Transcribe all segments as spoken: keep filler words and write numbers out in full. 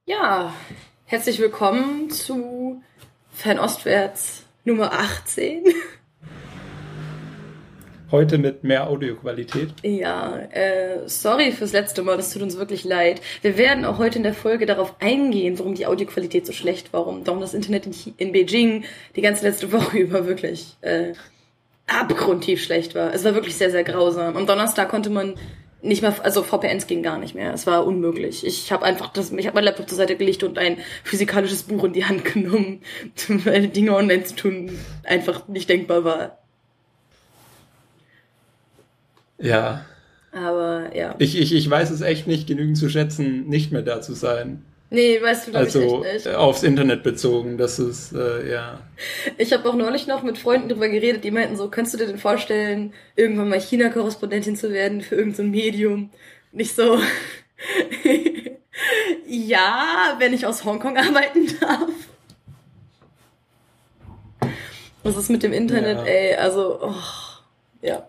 Ja, herzlich willkommen zu Fernostwärts Nummer achtzehn. Heute mit mehr Audioqualität. Ja, äh, sorry fürs letzte Mal, das tut uns wirklich leid. Wir werden auch heute in der Folge darauf eingehen, warum die Audioqualität so schlecht war, warum, warum das Internet in, in Beijing die ganze letzte Woche über wirklich äh, abgrundtief schlecht war. Es war wirklich sehr, sehr grausam. Am Donnerstag konnte man nicht mehr, also V P Ns ging gar nicht mehr. Es war unmöglich. Ich habe einfach das, ich habe mein Laptop zur Seite gelegt und ein physikalisches Buch in die Hand genommen, weil Dinge online zu tun einfach nicht denkbar war. Ja. Aber ja. Ich, ich, ich weiß es echt nicht genügend zu schätzen, nicht mehr da zu sein. Nee, weißt du, glaube also, ich echt nicht. Aufs Internet bezogen, das ist, äh, ja. Ich habe auch neulich noch mit Freunden drüber geredet, die meinten so, könntest du dir denn vorstellen, irgendwann mal China-Korrespondentin zu werden für irgendein so Medium? Nicht so, ja, wenn ich aus Hongkong arbeiten darf. Was ist mit dem Internet, ja. ey, also, oh, ja.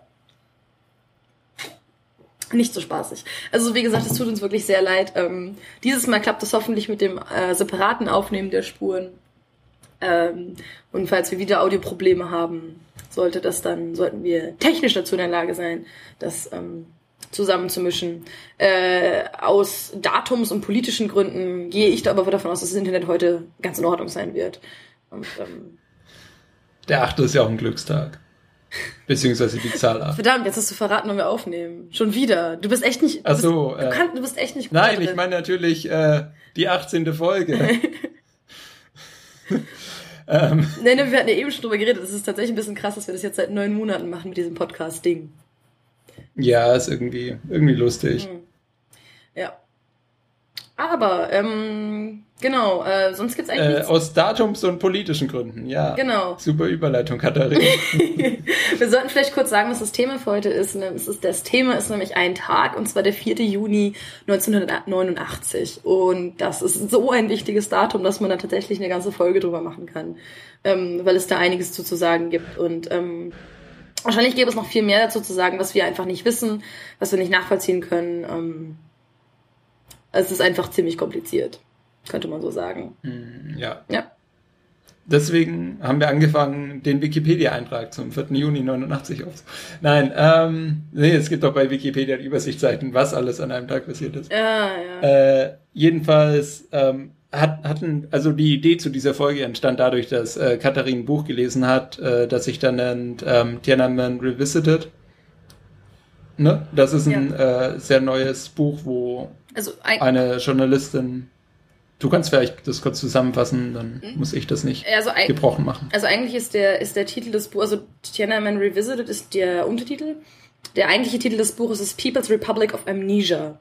Nicht so spaßig. Also wie gesagt, es tut uns wirklich sehr leid. Ähm, dieses Mal klappt es hoffentlich mit dem äh, separaten Aufnehmen der Spuren. Ähm, und falls wir wieder Audioprobleme haben, sollte das dann, sollten wir technisch dazu in der Lage sein, das ähm, zusammenzumischen. Äh, aus Datums- und politischen Gründen gehe ich da aber davon aus, dass das Internet heute ganz in Ordnung sein wird. Und, ähm, der achte ist ja auch ein Glückstag. Beziehungsweise die Zahl acht. Verdammt, jetzt hast du verraten, wann wir aufnehmen. Schon wieder. Du bist echt nicht... Du Ach so. Bist, du, äh, kann, du bist echt nicht gut Nein, drin. Ich meine natürlich äh, die achtzehnte Folge. ähm. Nein, wir hatten ja eben schon drüber geredet. Es ist tatsächlich ein bisschen krass, dass wir das jetzt seit neun Monaten machen mit diesem Podcast-Ding. Ja, ist irgendwie, irgendwie lustig. Mhm. Ja. Aber, ähm, genau, äh, sonst gibt's eigentlich äh, nichts. Aus Datums- und politischen Gründen, ja. Genau. Super Überleitung, Katharina. Wir sollten vielleicht kurz sagen, was das Thema für heute ist. Es ist. Das Thema ist nämlich ein Tag, und zwar der vierte Juni neunzehnhundertneunundachtzig. Und das ist so ein wichtiges Datum, dass man da tatsächlich eine ganze Folge drüber machen kann, ähm, weil es da einiges zu, zu sagen gibt. Und ähm, wahrscheinlich gäbe es noch viel mehr dazu zu sagen, was wir einfach nicht wissen, was wir nicht nachvollziehen können. Ähm, es ist einfach ziemlich kompliziert, könnte man so sagen. Ja. Ja. Deswegen haben wir angefangen, den Wikipedia-Eintrag zum vierten Juni neunundachtzig aufzunehmen. Nein, ähm, nee, es gibt doch bei Wikipedia Übersichtsseiten, was alles an einem Tag passiert ist. Ja, ja. Äh, jedenfalls ähm, hat, hatten, also die Idee zu dieser Folge entstand dadurch, dass äh, Katharina ein Buch gelesen hat, äh, das sich dann nennt ähm, Tiananmen Revisited. Ne? Das ist ein ja. äh, sehr neues Buch, wo also ein- eine Journalistin... Du kannst vielleicht das kurz zusammenfassen, dann muss ich das nicht also ein, gebrochen machen. Also eigentlich ist der, ist der Titel des Buches, also Tiananmen Revisited ist der Untertitel. Der eigentliche Titel des Buches ist People's Republic of Amnesia.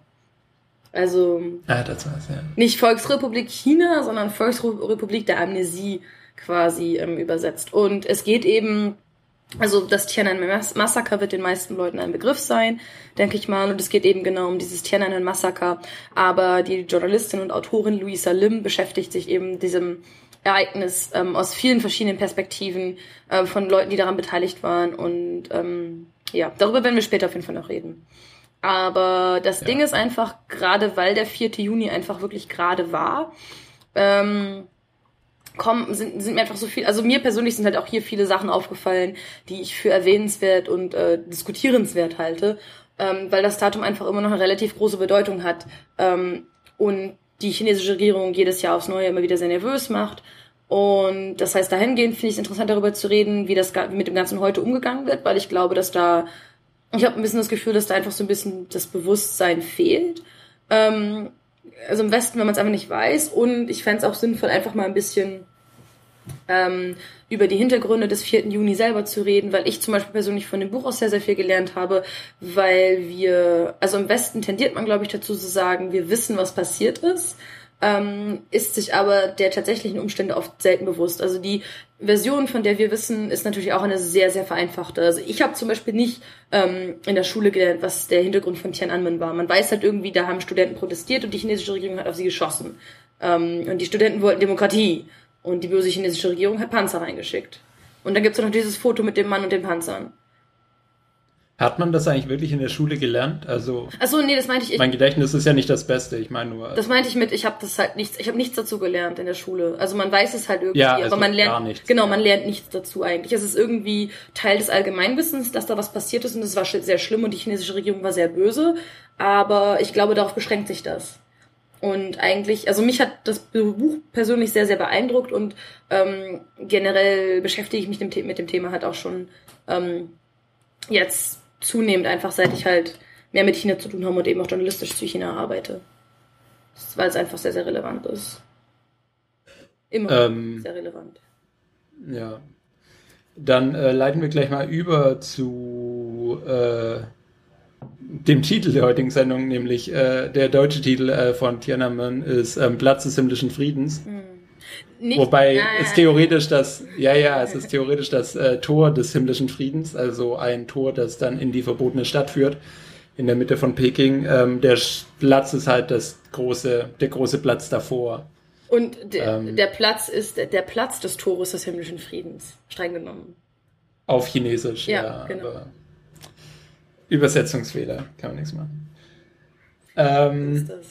Also ah, das war's, ja. Nicht Volksrepublik China, sondern Volksrepublik der Amnesie quasi ähm, übersetzt. Und es geht eben... Also das Tiananmen-Massaker wird den meisten Leuten ein Begriff sein, denke ich mal. Und es geht eben genau um dieses Tiananmen-Massaker. Aber die Journalistin und Autorin Louisa Lim beschäftigt sich eben diesem Ereignis ähm, aus vielen verschiedenen Perspektiven äh, von Leuten, die daran beteiligt waren. Und ähm, ja, darüber werden wir später auf jeden Fall noch reden. Aber das ja. Ding ist einfach, gerade weil der vierte Juni einfach wirklich gerade war, ähm, kommen, sind, sind mir einfach so viel, also mir persönlich sind halt auch hier viele Sachen aufgefallen, die ich für erwähnenswert und äh, diskutierenswert halte, ähm, weil das Datum einfach immer noch eine relativ große Bedeutung hat ähm, und die chinesische Regierung jedes Jahr aufs Neue immer wieder sehr nervös macht. Und das heißt, dahingehend finde ich es interessant, darüber zu reden, wie das wie mit dem Ganzen heute umgegangen wird, weil ich glaube, dass da, ich habe ein bisschen das Gefühl, dass da einfach so ein bisschen das Bewusstsein fehlt. Ähm, also im Westen, wenn man es einfach nicht weiß. Und ich fände es auch sinnvoll, einfach mal ein bisschen ähm, über die Hintergründe des vierten Juni selber zu reden, weil ich zum Beispiel persönlich von dem Buch aus sehr, sehr viel gelernt habe, weil wir, also im Westen tendiert man, glaube ich, dazu zu sagen, wir wissen, was passiert ist, ähm, ist sich aber der tatsächlichen Umstände oft selten bewusst. Also die Version, von der wir wissen, ist natürlich auch eine sehr, sehr vereinfachte. Also ich habe zum Beispiel nicht ähm, in der Schule gelernt, was der Hintergrund von Tiananmen war. Man weiß halt irgendwie, da haben Studenten protestiert und die chinesische Regierung hat auf sie geschossen. Ähm, und die Studenten wollten Demokratie. Und die böse chinesische Regierung hat Panzer reingeschickt. Und dann gibt's noch dieses Foto mit dem Mann und den Panzern. Hat man das eigentlich wirklich in der Schule gelernt? Also, Achso, nee, das meinte ich. ich mein Gedächtnis ist ja nicht das Beste, ich meine nur. Das meinte ich mit, ich habe das halt nichts, ich habe nichts dazu gelernt in der Schule. Also man weiß es halt irgendwie, ja, also aber man lernt gar nichts. Genau, man lernt nichts dazu eigentlich. Es ist irgendwie Teil des Allgemeinwissens, dass da was passiert ist und das war sehr schlimm und die chinesische Regierung war sehr böse. Aber ich glaube, darauf beschränkt sich das. Und eigentlich, also mich hat das Buch persönlich sehr, sehr beeindruckt und ähm, generell beschäftige ich mich mit dem, mit dem Thema halt auch schon ähm, jetzt zunehmend einfach, seit ich halt mehr mit China zu tun habe und eben auch journalistisch zu China arbeite. Weil es einfach sehr, sehr relevant ist. Immer ähm, sehr relevant. Ja. Dann äh, leiten wir gleich mal über zu äh, dem Titel der heutigen Sendung, nämlich äh, der deutsche Titel äh, von Tiananmen ist ähm, Platz des himmlischen Friedens. Hm. Nicht, Wobei ah, es theoretisch das, ja, ja, es ist theoretisch das äh, Tor des himmlischen Friedens, also ein Tor, das dann in die verbotene Stadt führt, in der Mitte von Peking. Ähm, der Platz ist halt das große, der große Platz davor. Und der, ähm, der Platz ist der Platz des Tores des himmlischen Friedens, streng genommen. Auf Chinesisch, ja. ja genau. Aber Übersetzungsfehler, kann man nichts machen. Ähm, Was ist das?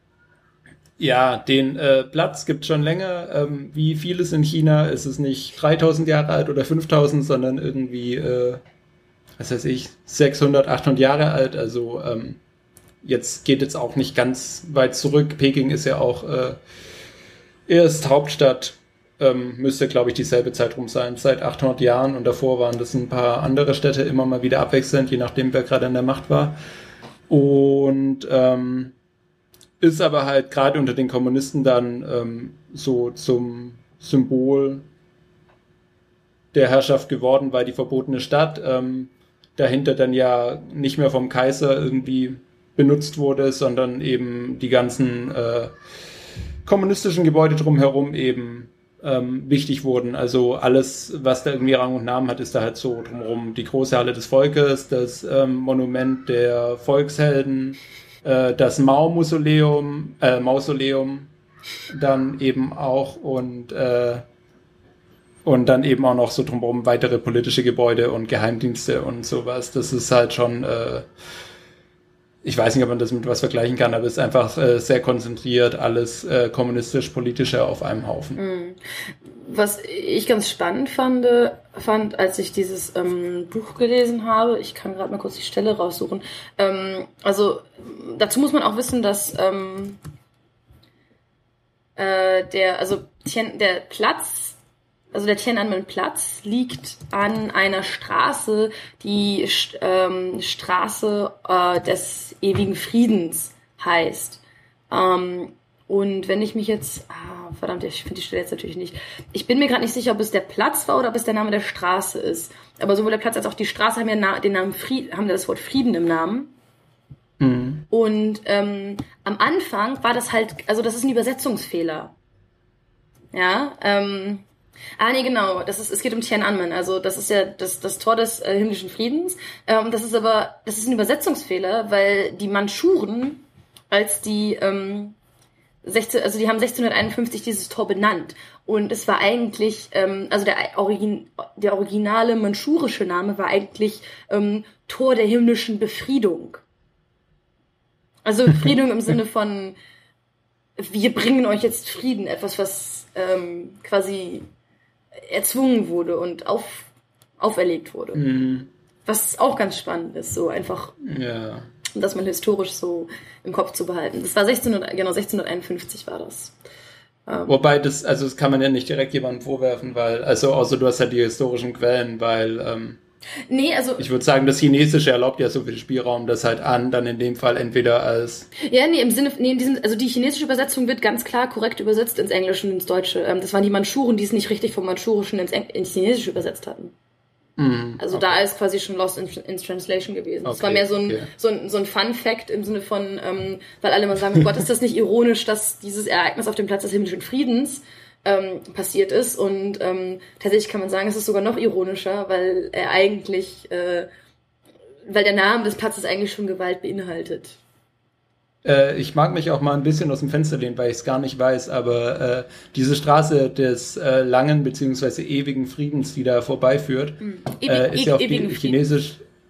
Ja, den äh, Platz gibt es schon länger. Ähm, wie vieles in China ist es nicht dreitausend Jahre alt oder fünftausend, sondern irgendwie, äh, was weiß ich, sechshundert, achthundert Jahre alt. Also ähm, jetzt geht jetzt auch nicht ganz weit zurück. Peking ist ja auch äh, erst Hauptstadt, ähm, müsste, glaube ich, dieselbe Zeit rum sein, seit achthundert Jahren. Und davor waren das ein paar andere Städte, immer mal wieder abwechselnd, je nachdem, wer gerade an der Macht war. Und ähm, ist aber halt gerade unter den Kommunisten dann ähm, so zum Symbol der Herrschaft geworden, weil die verbotene Stadt ähm, dahinter dann ja nicht mehr vom Kaiser irgendwie benutzt wurde, sondern eben die ganzen äh, kommunistischen Gebäude drumherum eben ähm, wichtig wurden. Also alles, was da irgendwie Rang und Namen hat, ist da halt so drumherum. Die große Halle des Volkes, das ähm, Monument der Volkshelden, das Mao-Mausoleum, äh, Mausoleum dann eben auch und äh, und dann eben auch noch so drumherum weitere politische Gebäude und Geheimdienste und sowas. Das ist halt schon, äh, ich weiß nicht, ob man das mit was vergleichen kann, aber es ist einfach äh, sehr konzentriert, alles äh, kommunistisch-politische auf einem Haufen. Was ich ganz spannend fand, fand als ich dieses ähm, Buch gelesen habe, ich kann gerade mal kurz die Stelle raussuchen, ähm, also dazu muss man auch wissen, dass ähm, äh, der, also Tien, der Platz, also der Tiananmen-Platz liegt an einer Straße, die ähm, Straße äh, des ewigen Friedens heißt. Ähm, Und wenn ich mich jetzt, ah, verdammt, ich finde die Stelle jetzt natürlich nicht. Ich bin mir gerade nicht sicher, ob es der Platz war oder ob es der Name der Straße ist. Aber sowohl der Platz als auch die Straße haben ja na- den Namen Frieden, haben ja das Wort Frieden im Namen. Mhm. Und ähm, am Anfang war das halt, also das ist ein Übersetzungsfehler. Ja, ähm, ah nee, genau, das ist, es geht um Tiananmen, also das ist ja das, das Tor des äh, himmlischen Friedens. Ähm, das ist aber, das ist ein Übersetzungsfehler, weil die Mandschuren, als die, ähm, sechzehn, also die haben sechzehnhunderteinundfünfzig dieses Tor benannt und es war eigentlich, ähm, also der, Origin, der originale manschurische Name war eigentlich ähm, Tor der himmlischen Befriedung. Also Befriedung im Sinne von, wir bringen euch jetzt Frieden, etwas, was ähm, quasi erzwungen wurde und auf, auferlegt wurde. Mhm. Was auch ganz spannend ist, so einfach... Ja. Das mal historisch so im Kopf zu behalten. Das war sechzehnhundert, genau, sechzehnhunderteinundfünfzig war das. Ähm. Wobei das, also das kann man ja nicht direkt jemandem vorwerfen, weil, also außer du hast ja die historischen Quellen, weil, ähm, nee, also. Ich würde sagen, das Chinesische erlaubt ja so viel Spielraum, das halt an, dann in dem Fall entweder als. Ja, nee, im Sinne, nee, in diesem, also die chinesische Übersetzung wird ganz klar korrekt übersetzt ins Englische und ins Deutsche. Ähm, das waren die Manschuren, die es nicht richtig vom Manschurischen ins, Eng- ins Chinesische übersetzt hatten. Mm, also okay. Da ist quasi schon Lost in, in Translation gewesen. Es okay, war mehr so ein, okay. so ein, so ein Fun-Fact im Sinne von, ähm, weil alle mal sagen, oh Gott, ist das nicht ironisch, dass dieses Ereignis auf dem Platz des himmlischen Friedens ähm, passiert ist. Und ähm, tatsächlich kann man sagen, es ist sogar noch ironischer, weil er eigentlich, äh, weil der Name des Platzes eigentlich schon Gewalt beinhaltet. Äh, ich mag mich auch mal ein bisschen aus dem Fenster lehnen, weil ich es gar nicht weiß, aber äh, diese Straße des äh, langen bzw. ewigen Friedens, die da vorbeiführt, mhm. Ewig, äh, ist ja auf die, Chinesisch,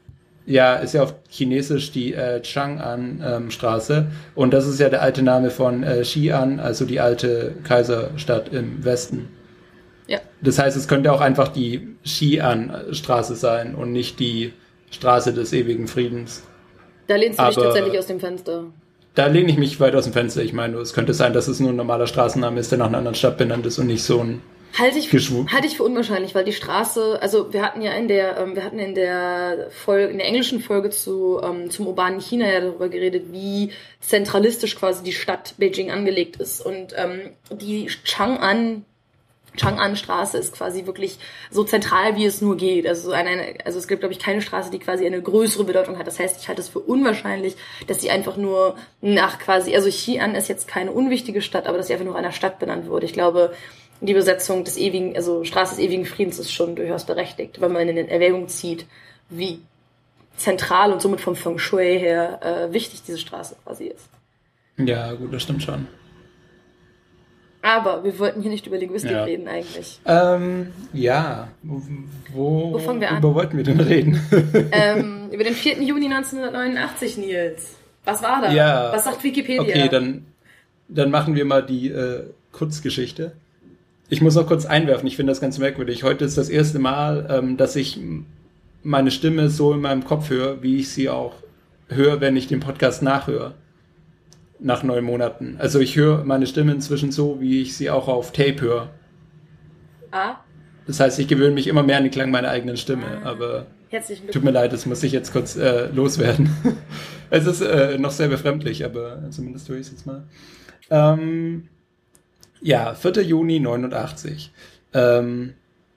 Ja, ist ja auf Chinesisch die äh, Chang'an-Straße. Ähm, und das ist ja der alte Name von äh, Xi'an, also die alte Kaiserstadt im Westen. Ja. Das heißt, es könnte auch einfach die Xi'an-Straße sein und nicht die Straße des ewigen Friedens. Da lehnst du dich Aber tatsächlich aus dem Fenster. Da lehne ich mich weit aus dem Fenster. Ich meine, es könnte sein, dass es nur ein normaler Straßenname ist, der nach einer anderen Stadt benannt ist und nicht so ein Halte ich, halte ich für unwahrscheinlich, weil die Straße, also wir hatten ja in der, ähm, wir hatten in der Folge, in der englischen Folge zu, ähm, zum urbanen China ja darüber geredet, wie zentralistisch quasi die Stadt Beijing angelegt ist. Und ähm, die Chang'an, Chang'an-Straße ist quasi wirklich so zentral, wie es nur geht. Also, eine, also es gibt, glaube ich, keine Straße, die quasi eine größere Bedeutung hat. Das heißt, ich halte es für unwahrscheinlich, dass sie einfach nur nach quasi, also Xi'an ist jetzt keine unwichtige Stadt, aber dass sie einfach nur einer Stadt benannt wurde. Ich glaube, die Besetzung des ewigen, also Straße des ewigen Friedens ist schon durchaus berechtigt, wenn man in Erwägung zieht, wie zentral und somit vom Feng Shui her äh, wichtig diese Straße quasi ist. Ja, gut, das stimmt schon. Aber wir wollten hier nicht über Linguistik ja. reden eigentlich. Ähm, ja, wo, wo fangen wir an? Worüber wollten wir denn reden? ähm, über den vierten Juni neunzehnhundertneunundachtzig, Nils. Was war da? Ja, was sagt Wikipedia? Okay, dann, dann machen wir mal die äh, Kurzgeschichte. Ich muss noch kurz einwerfen, ich finde das ganz merkwürdig. Heute ist das erste Mal, ähm, dass ich meine Stimme so in meinem Kopf höre, wie ich sie auch höre, wenn ich den Podcast nachhöre. Nach neun Monaten. Also ich höre meine Stimme inzwischen so, wie ich sie auch auf Tape höre. Ah. Das heißt, ich gewöhne mich immer mehr an den Klang meiner eigenen Stimme. Ah. Aber Herzlichen tut mir leid, das muss ich jetzt kurz äh, loswerden. Es ist äh, noch sehr befremdlich, aber zumindest höre ich es jetzt mal. Ähm... Ja, vierter Juni neunundachtzig. Ähm,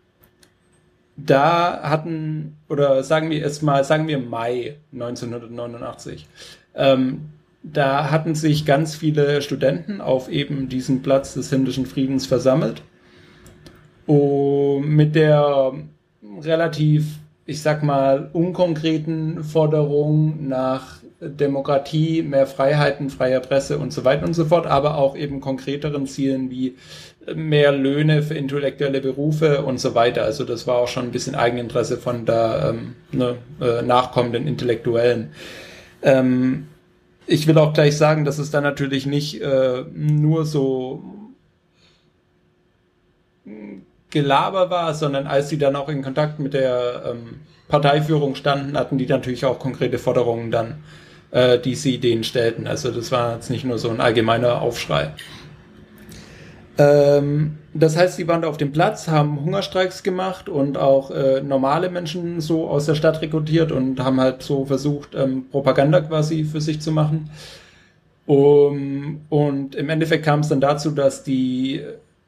da hatten, oder sagen wir erstmal, sagen wir Mai neunzehnhundertneunundachtzig, ähm, da hatten sich ganz viele Studenten auf eben diesem Platz des himmlischen Friedens versammelt. Und mit der relativ, ich sag mal, unkonkreten Forderung nach Demokratie, mehr Freiheiten, freier Presse und so weiter und so fort, aber auch eben konkreteren Zielen wie mehr Löhne für intellektuelle Berufe und so weiter. Also das war auch schon ein bisschen Eigeninteresse von der ähm, ne, äh, nachkommenden Intellektuellen. Ähm, ich will auch gleich sagen, dass es dann natürlich nicht äh, nur so Gelaber war, sondern als sie dann auch in Kontakt mit der ähm, Parteiführung standen, hatten die natürlich auch konkrete Forderungen dann, äh, die sie denen stellten. Also das war jetzt nicht nur so ein allgemeiner Aufschrei. Ähm, das heißt, sie waren da auf dem Platz, haben Hungerstreiks gemacht und auch äh, normale Menschen so aus der Stadt rekrutiert und haben halt so versucht, ähm, Propaganda quasi für sich zu machen. Um, und im Endeffekt kam es dann dazu, dass die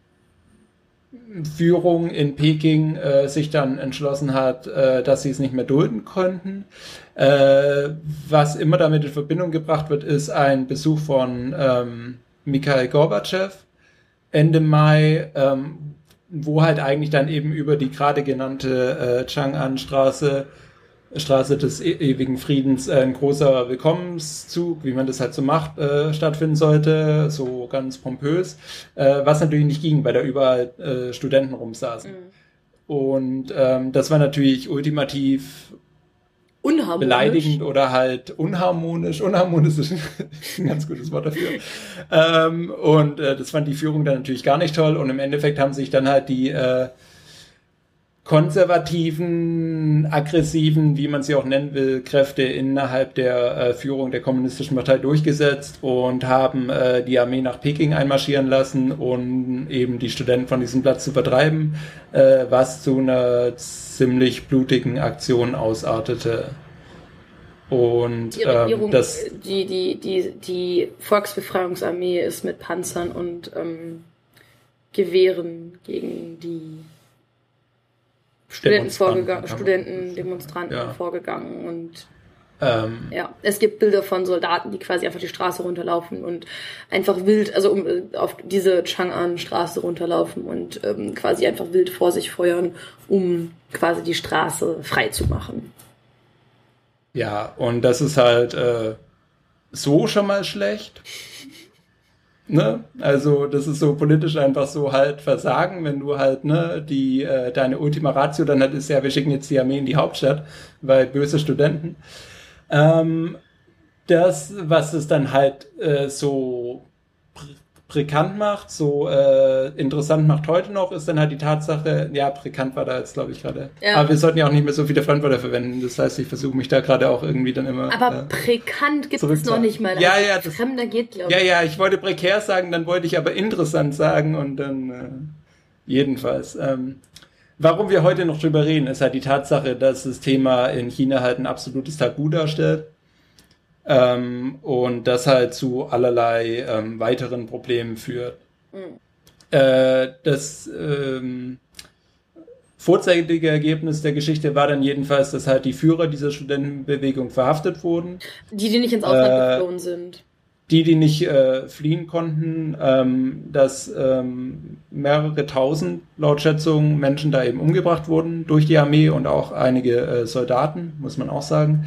Führung in Peking äh, sich dann entschlossen hat, äh, dass sie es nicht mehr dulden konnten. Äh, was immer damit in Verbindung gebracht wird, ist ein Besuch von ähm, Mikhail Gorbatschow Ende Mai, ähm, wo halt eigentlich dann eben über die gerade genannte äh, Chang'an-Straße, Straße des e- ewigen Friedens, äh, ein großer Willkommenszug, wie man das halt so macht, äh, stattfinden sollte, so ganz pompös, äh, was natürlich nicht ging, weil da überall äh, Studenten rumsaßen. Mhm. Und ähm, das war natürlich ultimativ unharmonisch. Beleidigend oder halt unharmonisch. Unharmonisch ist ein ganz gutes Wort dafür. ähm, und äh, das fand die Führung dann natürlich gar nicht toll. Und im Endeffekt haben sich dann halt die äh, konservativen, aggressiven, wie man sie auch nennen will, Kräfte innerhalb der äh, Führung der Kommunistischen Partei durchgesetzt und haben äh, die Armee nach Peking einmarschieren lassen, um eben die Studenten von diesem Platz zu vertreiben, äh, was zu einer ziemlich blutigen Aktion ausartete. Und die Regierung, ähm, das die, die, die, die Volksbefreiungsarmee ist mit Panzern und ähm, Gewehren gegen die Studenten vorgegangen, Studenten, Demonstranten ja. vorgegangen und ähm, ja, es gibt Bilder von Soldaten, die quasi einfach die Straße runterlaufen und einfach wild, also um, auf diese Chang'an-Straße runterlaufen und ähm, quasi einfach wild vor sich feuern, um quasi die Straße frei zu machen. Ja, und das ist halt äh, so schon mal schlecht. Ne? Also das ist so politisch einfach so halt Versagen, wenn du halt ne die äh, deine Ultima Ratio dann halt ist ja, wir schicken jetzt die Armee in die Hauptstadt, weil böse Studenten. Ähm, das, was es dann halt äh, so präkant macht, so äh, interessant macht heute noch, ist dann halt die Tatsache, ja, präkant war da jetzt, glaube ich, gerade. Ja. Aber wir sollten ja auch nicht mehr so viele Fremdwörter verwenden. Das heißt, ich versuche mich da gerade auch irgendwie dann immer. Aber äh, präkant gibt es noch nicht mal. Ja, ja. Das, Fremder geht, glaube ich. Ja, ja, ich wollte prekär sagen, dann wollte ich aber interessant sagen und dann äh, jedenfalls. Ähm, warum wir heute noch drüber reden, ist halt die Tatsache, dass das Thema in China halt ein absolutes Tabu darstellt. Ähm, und das halt zu allerlei ähm, weiteren Problemen führt. Mhm. Äh, das ähm, vorzeitige Ergebnis der Geschichte war dann jedenfalls, dass halt die Führer dieser Studentenbewegung verhaftet wurden. Die, die nicht ins Ausland äh, geflohen sind. Die, die nicht äh, fliehen konnten, ähm, dass ähm, mehrere tausend, laut Schätzung, Menschen da eben umgebracht wurden durch die Armee und auch einige äh, Soldaten, muss man auch sagen.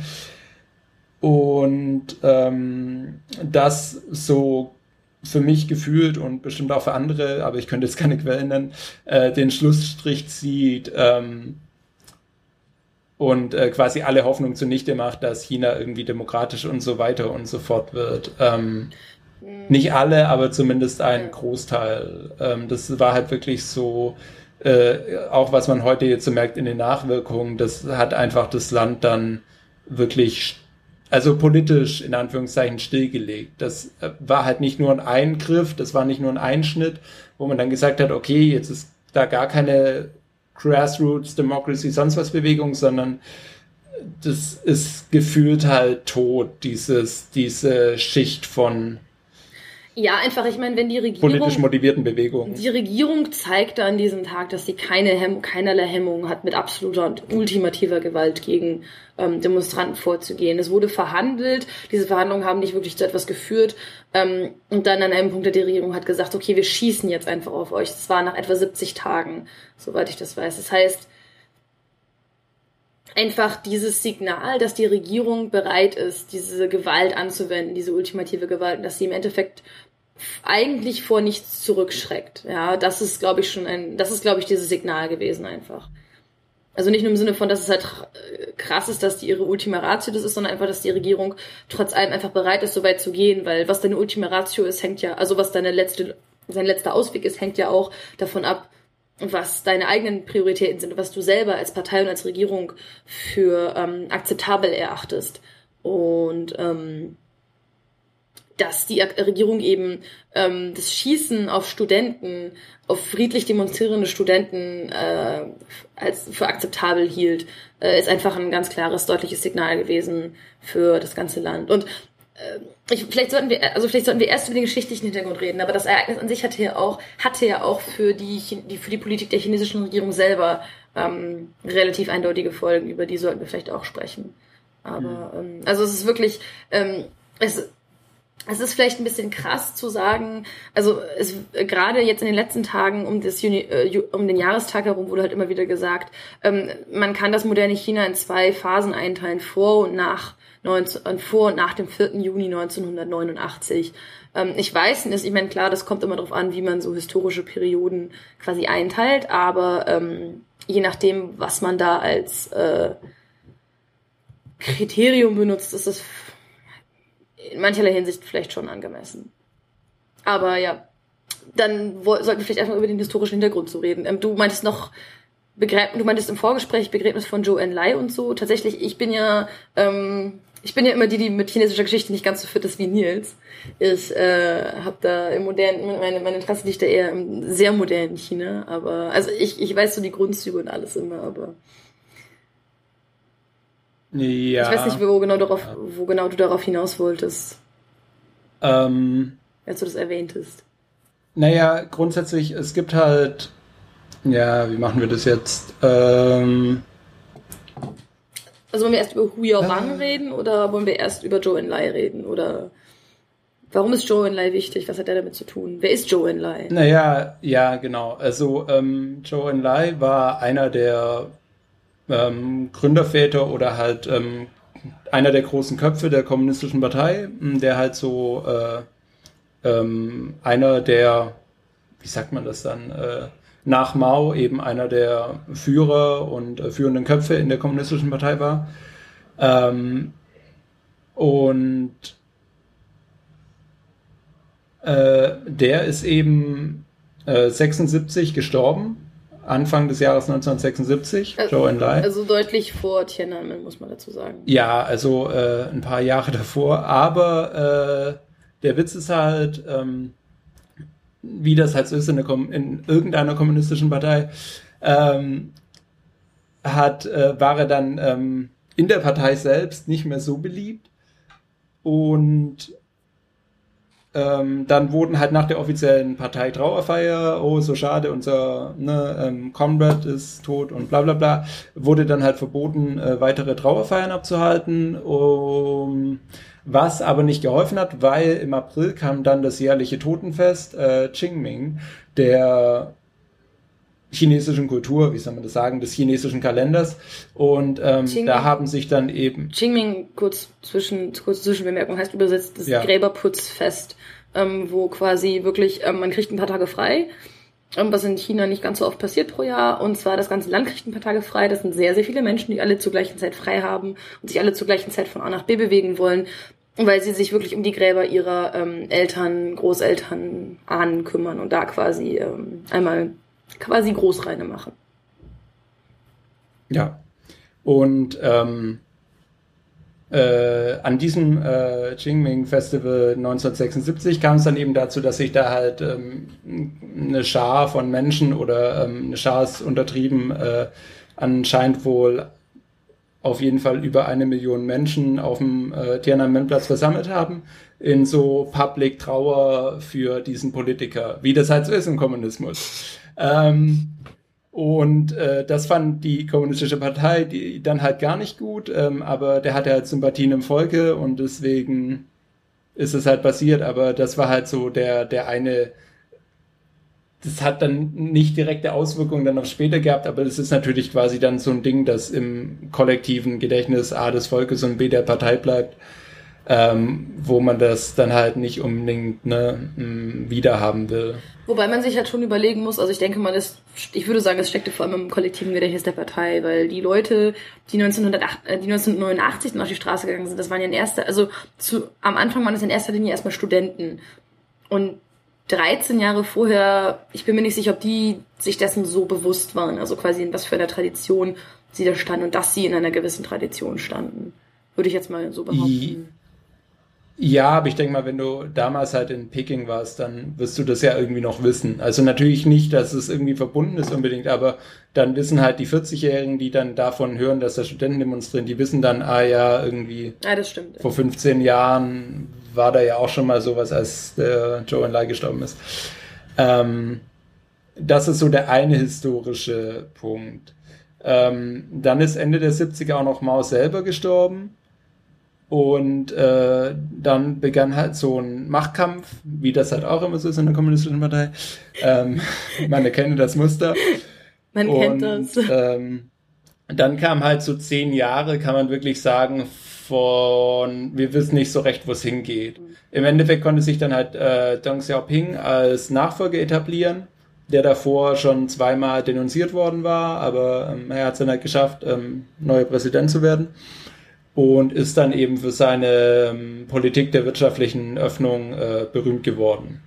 Und ähm, das so für mich gefühlt und bestimmt auch für andere, aber ich könnte jetzt keine Quellen nennen, äh, den Schlussstrich zieht ähm, und äh, quasi alle Hoffnung zunichte macht, dass China irgendwie demokratisch und so weiter und so fort wird. Ähm, mhm. Nicht alle, aber zumindest ein mhm. Großteil. Ähm, das war halt wirklich so, äh, auch was man heute jetzt so merkt in den Nachwirkungen, das hat einfach das Land dann wirklich also politisch in Anführungszeichen stillgelegt. Das war halt nicht nur ein Eingriff, das war nicht nur ein Einschnitt, wo man dann gesagt hat, okay, jetzt ist da gar keine Grassroots Democracy, sonst was Bewegung, sondern das ist gefühlt halt tot, dieses, diese Schicht von Ja, einfach, ich meine, wenn die Regierung... politisch motivierten Bewegungen. Die Regierung zeigte an diesem Tag, dass sie keine Hemm, keinerlei Hemmung hat, mit absoluter und ultimativer Gewalt gegen ähm, Demonstranten vorzugehen. Es wurde verhandelt, diese Verhandlungen haben nicht wirklich zu etwas geführt. Ähm, und dann an einem Punkt der Regierung hat gesagt, okay, wir schießen jetzt einfach auf euch. Das war nach etwa siebzig Tagen, soweit ich das weiß. Das heißt, einfach dieses Signal, dass die Regierung bereit ist, diese Gewalt anzuwenden, diese ultimative Gewalt, dass sie im Endeffekt eigentlich vor nichts zurückschreckt. Ja, das ist, glaube ich, schon ein, das ist, glaube ich, dieses Signal gewesen einfach. Also nicht nur im Sinne von, dass es halt krass ist, dass die ihre Ultima Ratio das ist, sondern einfach, dass die Regierung trotz allem einfach bereit ist, so weit zu gehen, weil was deine Ultima Ratio ist, hängt ja, also was deine letzte, sein letzter Ausweg ist, hängt ja auch davon ab, was deine eigenen Prioritäten sind, was du selber als Partei und als Regierung für ähm, akzeptabel erachtest. Und ähm, dass die Regierung eben ähm, das Schießen auf Studenten, auf friedlich demonstrierende Studenten äh, als für akzeptabel hielt, äh, ist einfach ein ganz klares, deutliches Signal gewesen für das ganze Land. Und äh, ich, vielleicht sollten wir, also vielleicht sollten wir erst über den geschichtlichen Hintergrund reden, aber das Ereignis an sich hatte ja auch, hatte ja auch für die, die für die Politik der chinesischen Regierung selber ähm, relativ eindeutige Folgen, über die sollten wir vielleicht auch sprechen. Aber mhm. ähm, also es ist wirklich, ähm, es Es ist vielleicht ein bisschen krass zu sagen, also es gerade jetzt in den letzten Tagen um das Juni, äh, um den Jahrestag herum wurde halt immer wieder gesagt, ähm, man kann das moderne China in zwei Phasen einteilen, vor und nach neunzehn, vor und nach dem vierten Juni neunzehnhundertneunundachtzig. Ähm, ich weiß nicht, ich meine klar, das kommt immer darauf an, wie man so historische Perioden quasi einteilt, aber ähm, je nachdem, was man da als äh, Kriterium benutzt, ist das in mancherlei Hinsicht vielleicht schon angemessen. Aber ja, dann wo, sollten wir vielleicht erstmal über den historischen Hintergrund zu reden. Ähm, du meintest noch, Begräb, du meintest im Vorgespräch Begräbnis von Zhou Enlai und so. Tatsächlich, ich bin ja, ähm, ich bin ja immer die, die mit chinesischer Geschichte nicht ganz so fit ist wie Nils. Ich äh, habe da im modernen, meine, meine Interesse liegt da eher im sehr modernen China. Aber also ich, ich weiß so die Grundzüge und alles immer, aber ja. Ich weiß nicht, wo genau, darauf, wo genau du darauf hinaus wolltest. Ähm, als du das erwähntest. Naja, grundsätzlich, es gibt halt, ja, wie machen wir das jetzt? Ähm, also wollen wir erst über Hu Yaobang äh, reden oder wollen wir erst über Zhou Enlai reden? Oder warum ist Zhou Enlai wichtig? Was hat er damit zu tun? Wer ist Zhou Enlai? Naja, ja, genau. Also ähm, Zhou Enlai war einer der Ähm, Gründerväter oder halt ähm, einer der großen Köpfe der kommunistischen Partei, der halt so äh, ähm, einer der, wie sagt man das dann, äh, nach Mao eben einer der Führer und äh, führenden Köpfe in der Kommunistischen Partei war. Ähm, und äh, der ist eben äh, sechsundsiebzig gestorben, Anfang des Jahres neunzehnhundertsechsundsiebzig, also, Zhou Enlai. Also deutlich vor Tiananmen, muss man dazu sagen. Ja, also äh, ein paar Jahre davor, aber äh, der Witz ist halt, ähm, wie das halt so ist in, der Kom- in irgendeiner kommunistischen Partei, ähm, hat, äh, war er dann ähm, in der Partei selbst nicht mehr so beliebt und ähm, dann wurden halt nach der offiziellen Parteitrauerfeier, oh, so schade, unser ne, ähm, Comrade ist tot und bla bla bla, wurde dann halt verboten, äh, weitere Trauerfeiern abzuhalten, um, was aber nicht geholfen hat, weil im April kam dann das jährliche Totenfest äh, Qingming, der chinesischen Kultur, wie soll man das sagen, des chinesischen Kalenders. Und ähm, da haben sich dann eben... Qingming, kurz zwischen kurze Zwischenbemerkung, heißt übersetzt das ja. Gräberputzfest, ähm, wo quasi wirklich, ähm, man kriegt ein paar Tage frei, ähm, was in China nicht ganz so oft passiert pro Jahr. Und zwar das ganze Land kriegt ein paar Tage frei. Das sind sehr, sehr viele Menschen, die alle zur gleichen Zeit frei haben und sich alle zur gleichen Zeit von A nach B bewegen wollen, weil sie sich wirklich um die Gräber ihrer ähm, Eltern, Großeltern, Ahnen kümmern und da quasi ähm, einmal quasi Großreine machen. Ja, und ähm, äh, an diesem äh, Qingming Festival neunzehnhundertsechsundsiebzig kam es dann eben dazu, dass sich da halt ähm, eine Schar von Menschen oder ähm, eine Schar ist untertrieben, äh, anscheinend wohl auf jeden Fall über eine Million Menschen auf dem äh, Tiananmen-Platz versammelt haben, in so Public Trauer für diesen Politiker, wie das halt so ist im Kommunismus. Ähm, und äh, das fand die Kommunistische Partei die dann halt gar nicht gut, ähm, aber der hatte halt Sympathien im Volke und deswegen ist es halt passiert, aber das war halt so der, der eine, das hat dann nicht direkte Auswirkungen dann auf später gehabt, aber das ist natürlich quasi dann so ein Ding, das im kollektiven Gedächtnis A des Volkes und B der Partei bleibt, ähm, wo man das dann halt nicht unbedingt ne, wiederhaben will. Wobei man sich halt schon überlegen muss, also ich denke mal, das, ich würde sagen, es steckte vor allem im kollektiven Gedächtnis der Partei, weil die Leute, die, neunzehnhundertacht, äh, die neunzehnhundertneunundachtzig dann auf die Straße gegangen sind, das waren ja in erster, also zu, am Anfang waren das in erster Linie erstmal Studenten. Und dreizehn Jahre vorher, ich bin mir nicht sicher, ob die sich dessen so bewusst waren, also quasi in was für einer Tradition sie da standen und dass sie in einer gewissen Tradition standen. Würde ich jetzt mal so behaupten. Ja, aber ich denke mal, wenn du damals halt in Peking warst, dann wirst du das ja irgendwie noch wissen. Also natürlich nicht, dass es irgendwie verbunden ist unbedingt, aber dann wissen halt die vierzigjährigen, die dann davon hören, dass da Studenten demonstrieren, die wissen dann, ah ja, irgendwie ja, das stimmt. Vor fünfzehn Jahren war da ja auch schon mal sowas, als der Zhou Enlai gestorben ist. Ähm, das ist so der eine historische Punkt. Ähm, dann ist Ende der siebziger auch noch Mao selber gestorben. Und äh, dann begann halt so ein Machtkampf, wie das halt auch immer so ist in der Kommunistischen Partei. Ähm, man erkennt das Muster. Man und, kennt das. Ähm, dann kam halt so zehn Jahre, kann man wirklich sagen, von wir wissen nicht so recht, wo es hingeht. Im Endeffekt konnte sich dann halt äh, Deng Xiaoping als Nachfolger etablieren, der davor schon zweimal denunziert worden war, aber ähm, er hat es dann halt geschafft, ähm, neuer Präsident zu werden. Und ist dann eben für seine ähm, Politik der wirtschaftlichen Öffnung äh, berühmt geworden.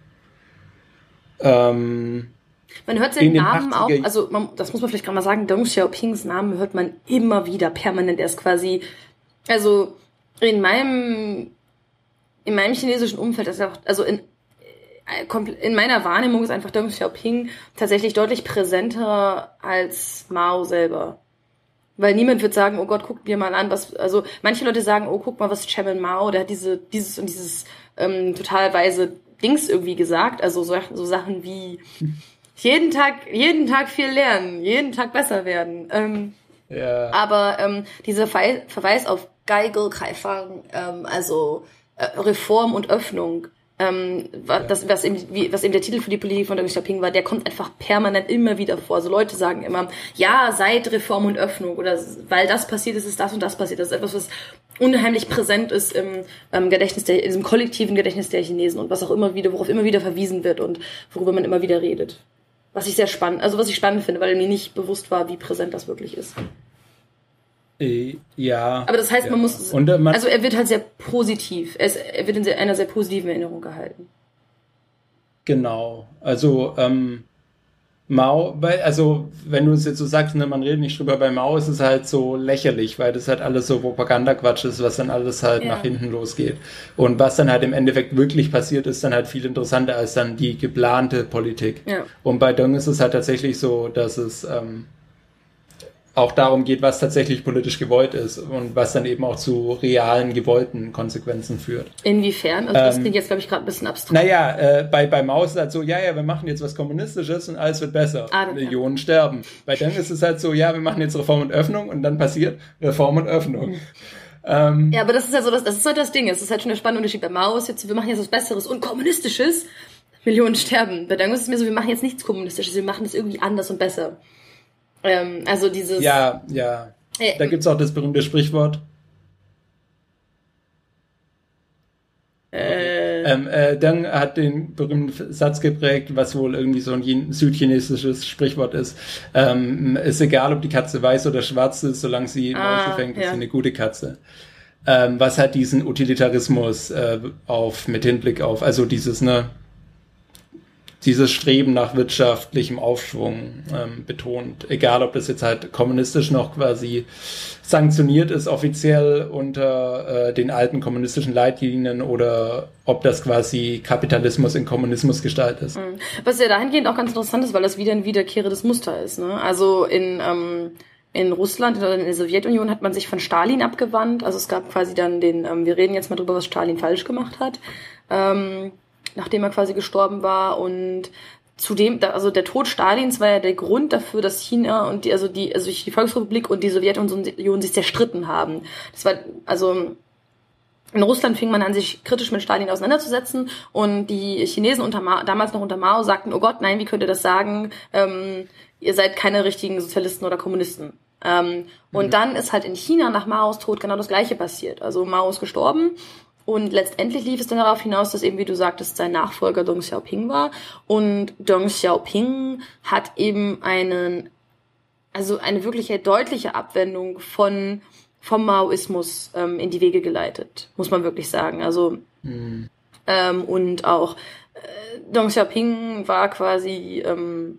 Ähm, man hört seinen Namen auch, also man, das muss man vielleicht gerade mal sagen, Deng Xiaopings Namen hört man immer wieder permanent. Er ist quasi, also in meinem in meinem chinesischen Umfeld, ist auch, also in in meiner Wahrnehmung ist einfach Deng Xiaoping tatsächlich deutlich präsenter als Mao selber. Weil niemand wird sagen, oh Gott, guck dir mal an, was, also manche Leute sagen, oh, guck mal, was Chairman Mao, der hat diese, dieses und dieses ähm, total weise Dings irgendwie gesagt, also so, so Sachen wie jeden Tag, jeden Tag viel lernen, jeden Tag besser werden. Ähm, ja. Aber ähm, dieser Ver- Verweis auf Geige, Kaifang, ähm, also äh, Reform und Öffnung, Ähm, das, was, eben, wie, was eben der Titel für die Politik von Deng Xiaoping war, der kommt einfach permanent immer wieder vor. Also Leute sagen immer, ja, seit Reform und Öffnung oder weil das passiert ist, ist das und das passiert. Das ist etwas, was unheimlich präsent ist im ähm, Gedächtnis der, in diesem kollektiven Gedächtnis der Chinesen und was auch immer wieder, worauf immer wieder verwiesen wird und worüber man immer wieder redet. Was ich sehr spannend, also was ich spannend finde, weil mir nicht bewusst war, wie präsent das wirklich ist. Äh, ja. Aber das heißt, ja. man muss, und, äh, man, also er wird halt sehr positiv, er, ist, er wird in sehr, einer sehr positiven Erinnerung gehalten. Genau, also ähm, Mao, weil, also wenn du es jetzt so sagst, ne, man redet nicht drüber, bei Mao ist es halt so lächerlich, weil das halt alles so Propagandaquatsch ist, was dann alles halt ja. nach hinten losgeht. Und was dann halt im Endeffekt wirklich passiert, ist dann halt viel interessanter als dann die geplante Politik. Ja. Und bei Deng ist es halt tatsächlich so, dass es ähm, auch darum geht, was tatsächlich politisch gewollt ist und was dann eben auch zu realen, gewollten Konsequenzen führt. Inwiefern? Also das ähm, klingt jetzt, glaube ich, gerade ein bisschen abstrakt. Naja, äh, bei, bei Mao ist es halt so, ja, ja, wir machen jetzt was Kommunistisches und alles wird besser. Ah, Millionen ja. sterben. Bei Deng ist es halt so, ja, wir machen jetzt Reform und Öffnung und dann passiert Reform und Öffnung. Mhm. Ähm, ja, aber das ist halt so, das, das ist halt das Ding. Es ist halt schon der spannende Unterschied. Bei Mao ist jetzt, wir machen jetzt was Besseres und Kommunistisches, Millionen sterben. Bei Deng ist es mir so, wir machen jetzt nichts Kommunistisches, wir machen das irgendwie anders und besser. Ähm, also dieses... Ja, ja. Äh, da gibt's auch das berühmte Sprichwort. Äh, ähm, äh, Deng hat den berühmten Satz geprägt, was wohl irgendwie so ein südchinesisches Sprichwort ist. Ähm, ist egal, ob die Katze weiß oder schwarz ist, solange sie ah, Mäuse fängt, ja. ist sie eine gute Katze. Ähm, was hat diesen Utilitarismus äh, auf, mit Hinblick auf, also dieses, ne, dieses Streben nach wirtschaftlichem Aufschwung ähm, betont. Egal, ob das jetzt halt kommunistisch noch quasi sanktioniert ist, offiziell unter äh, den alten kommunistischen Leitlinien oder ob das quasi Kapitalismus in Kommunismus Gestalt ist. Was ja dahingehend auch ganz interessant ist, weil das wieder ein wiederkehrendes Muster ist. Ne? Also in, ähm, in Russland oder in der Sowjetunion hat man sich von Stalin abgewandt. Also es gab quasi dann den, ähm, wir reden jetzt mal drüber, was Stalin falsch gemacht hat. Ähm, nachdem er quasi gestorben war und zudem, also der Tod Stalins war ja der Grund dafür, dass China und die, also die, also die Volksrepublik und die Sowjetunion sich zerstritten haben. Das war, also in Russland fing man an, sich kritisch mit Stalin auseinanderzusetzen und die Chinesen unter Ma, damals noch unter Mao sagten, oh Gott, nein, wie könnt ihr das sagen? Ähm, ihr seid keine richtigen Sozialisten oder Kommunisten. Ähm, und mhm. dann ist halt in China nach Maos Tod genau das Gleiche passiert. Also Mao ist gestorben. Und letztendlich lief es dann darauf hinaus, dass eben, wie du sagtest, sein Nachfolger Deng Xiaoping war. Und Deng Xiaoping hat eben einen, also eine wirklich deutliche Abwendung von vom Maoismus ähm, in die Wege geleitet, muss man wirklich sagen. Also mhm. ähm, und auch äh, Deng Xiaoping war quasi ähm,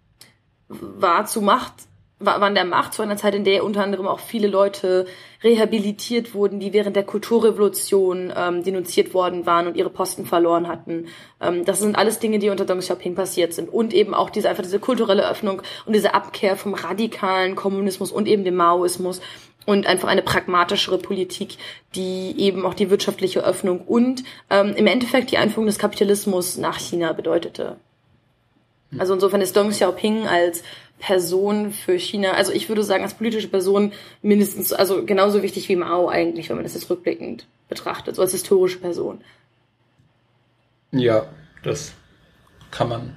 war zu Macht. War an der Macht zu einer Zeit, in der unter anderem auch viele Leute rehabilitiert wurden, die während der Kulturrevolution ähm, denunziert worden waren und ihre Posten verloren hatten. Ähm, das sind alles Dinge, die unter Deng Xiaoping passiert sind. Und eben auch diese einfach diese kulturelle Öffnung und diese Abkehr vom radikalen Kommunismus und eben dem Maoismus und einfach eine pragmatischere Politik, die eben auch die wirtschaftliche Öffnung und ähm, im Endeffekt die Einführung des Kapitalismus nach China bedeutete. Also insofern ist Deng Xiaoping als Person für China, also ich würde sagen, als politische Person mindestens, also genauso wichtig wie Mao eigentlich, wenn man das jetzt rückblickend betrachtet, so als historische Person. Ja, das kann man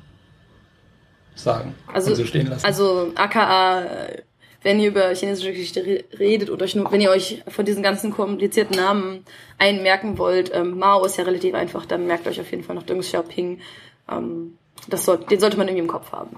sagen also, und so stehen lassen. Also aka, wenn ihr über chinesische Geschichte redet oder euch nur, wenn ihr euch von diesen ganzen komplizierten Namen einmerken wollt, ähm, Mao ist ja relativ einfach, dann merkt euch auf jeden Fall noch Deng Xiaoping. Ähm, das soll, den sollte man irgendwie im Kopf haben.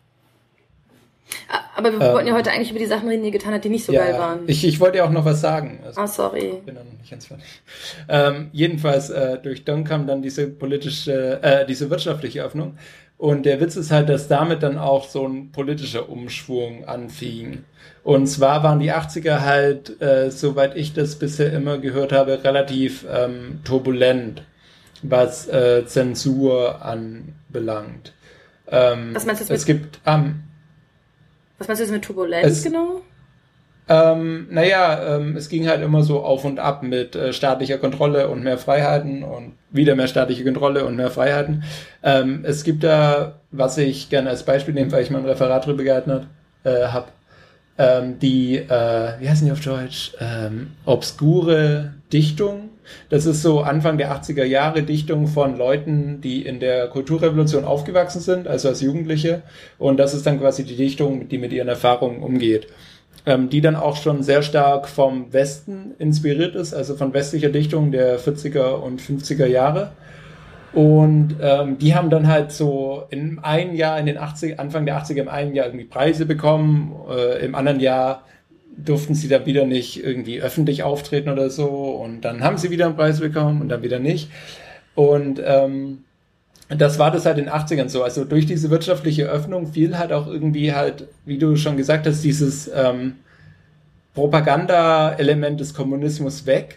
Aber wir ähm, wollten ja heute eigentlich über die Sachen reden, die ihr getan habt, die nicht so ja, geil waren. Ich, ich wollte ja auch noch was sagen. Also, ah, sorry. Ich bin noch nicht ganz fertig. Ähm, jedenfalls, äh, durch Deng kam dann diese politische, äh, diese wirtschaftliche Öffnung. Und der Witz ist halt, dass damit dann auch so ein politischer Umschwung anfing. Und zwar waren die achtziger halt, äh, soweit ich das bisher immer gehört habe, relativ ähm, turbulent, was äh, Zensur anbelangt. Ähm, was meinst du jetzt mit? Es gibt am ähm, Was meinst du jetzt mit Turbulenz es, genau? Ähm, naja, ähm, es ging halt immer so auf und ab mit äh, staatlicher Kontrolle und mehr Freiheiten und wieder mehr staatliche Kontrolle und mehr Freiheiten. Ähm, es gibt da, was ich gerne als Beispiel nehme, weil ich mein Referat drüber gehalten äh, habe, ähm, die, äh, wie heißen die auf Deutsch, ähm, obskure Dichtung. Das ist so Anfang der achtziger Jahre Dichtung von Leuten, die in der Kulturrevolution aufgewachsen sind, also als Jugendliche. Und das ist dann quasi die Dichtung, die mit ihren Erfahrungen umgeht. ähm, die dann auch schon sehr stark vom Westen inspiriert ist, also von westlicher Dichtung der vierziger und fünfziger Jahre. Und ähm, die haben dann halt so in einem Jahr, in den achtziger, Anfang der achtziger, im einen Jahr irgendwie Preise bekommen, äh, im anderen Jahr durften sie da wieder nicht irgendwie öffentlich auftreten oder so, und dann haben sie wieder einen Preis bekommen und dann wieder nicht. Und ähm, das war das halt in den achtzigern so. Also durch diese wirtschaftliche Öffnung fiel halt auch irgendwie halt, wie du schon gesagt hast, dieses ähm, Propaganda-Element des Kommunismus weg.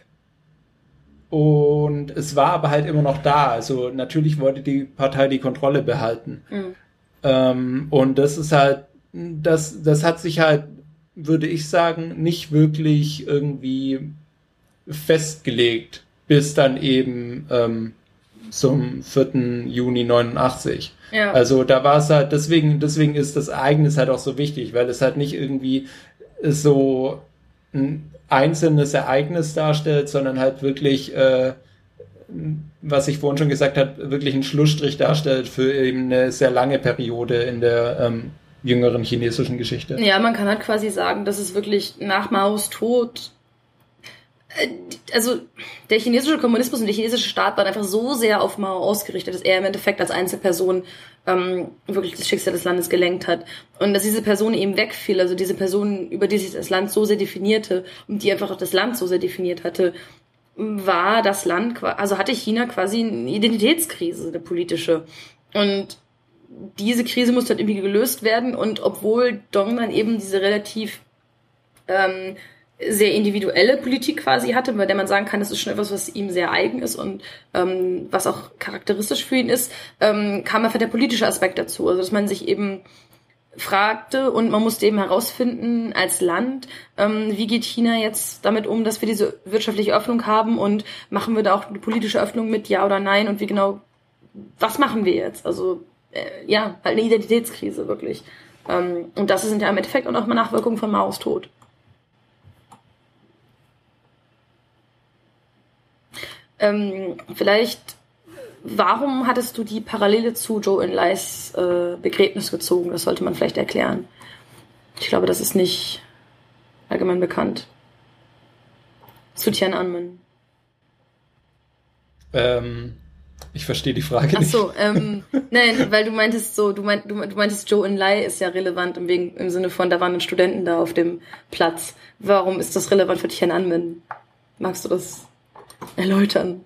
Und es war aber halt immer noch da. Also natürlich wollte die Partei die Kontrolle behalten. Mhm. Ähm, und das ist halt, das, das hat sich halt, würde ich sagen, nicht wirklich irgendwie festgelegt, bis dann eben ähm, zum vierten Juni neunundachtzig. Ja. Also da war es halt, deswegen, deswegen ist das Ereignis halt auch so wichtig, weil es halt nicht irgendwie so ein einzelnes Ereignis darstellt, sondern halt wirklich, äh, was ich vorhin schon gesagt habe, wirklich einen Schlussstrich darstellt für eben eine sehr lange Periode in der ähm, jüngeren chinesischen Geschichte. Ja, man kann halt quasi sagen, dass es wirklich nach Maos Tod, äh, also der chinesische Kommunismus und der chinesische Staat waren einfach so sehr auf Mao ausgerichtet, dass er im Endeffekt als Einzelperson ähm, wirklich das Schicksal des Landes gelenkt hat. Und dass diese Person eben wegfiel, also diese Person, über die sich das Land so sehr definierte und die einfach auch das Land so sehr definiert hatte, war das Land, also hatte China quasi eine Identitätskrise, eine politische. Und diese Krise musste halt irgendwie gelöst werden, und obwohl Dong dann eben diese relativ ähm, sehr individuelle Politik quasi hatte, bei der man sagen kann, das ist schon etwas, was ihm sehr eigen ist und ähm, was auch charakteristisch für ihn ist, ähm, kam einfach der politische Aspekt dazu, also dass man sich eben fragte und man musste eben herausfinden als Land, ähm, wie geht China jetzt damit um, dass wir diese wirtschaftliche Öffnung haben, und machen wir da auch eine politische Öffnung mit, ja oder nein, und wie genau, was machen wir jetzt? Also ja, halt eine Identitätskrise, wirklich. Ähm, und das sind ja im Endeffekt auch nochmal Nachwirkungen von Maos Tod. Ähm, vielleicht, warum hattest du die Parallele zu Zhou Enlais äh, Begräbnis gezogen? Das sollte man vielleicht erklären. Ich glaube, das ist nicht allgemein bekannt. Zu Tiananmen. Ähm... Ich verstehe die Frage nicht. Ach so, ähm, nein, weil du meintest so, du, meint, du, du meintest Zhou Enlai ist ja relevant im, Wegen, im Sinne von, da waren Studenten da auf dem Platz. Warum ist das relevant für Tiananmen? Magst du das erläutern?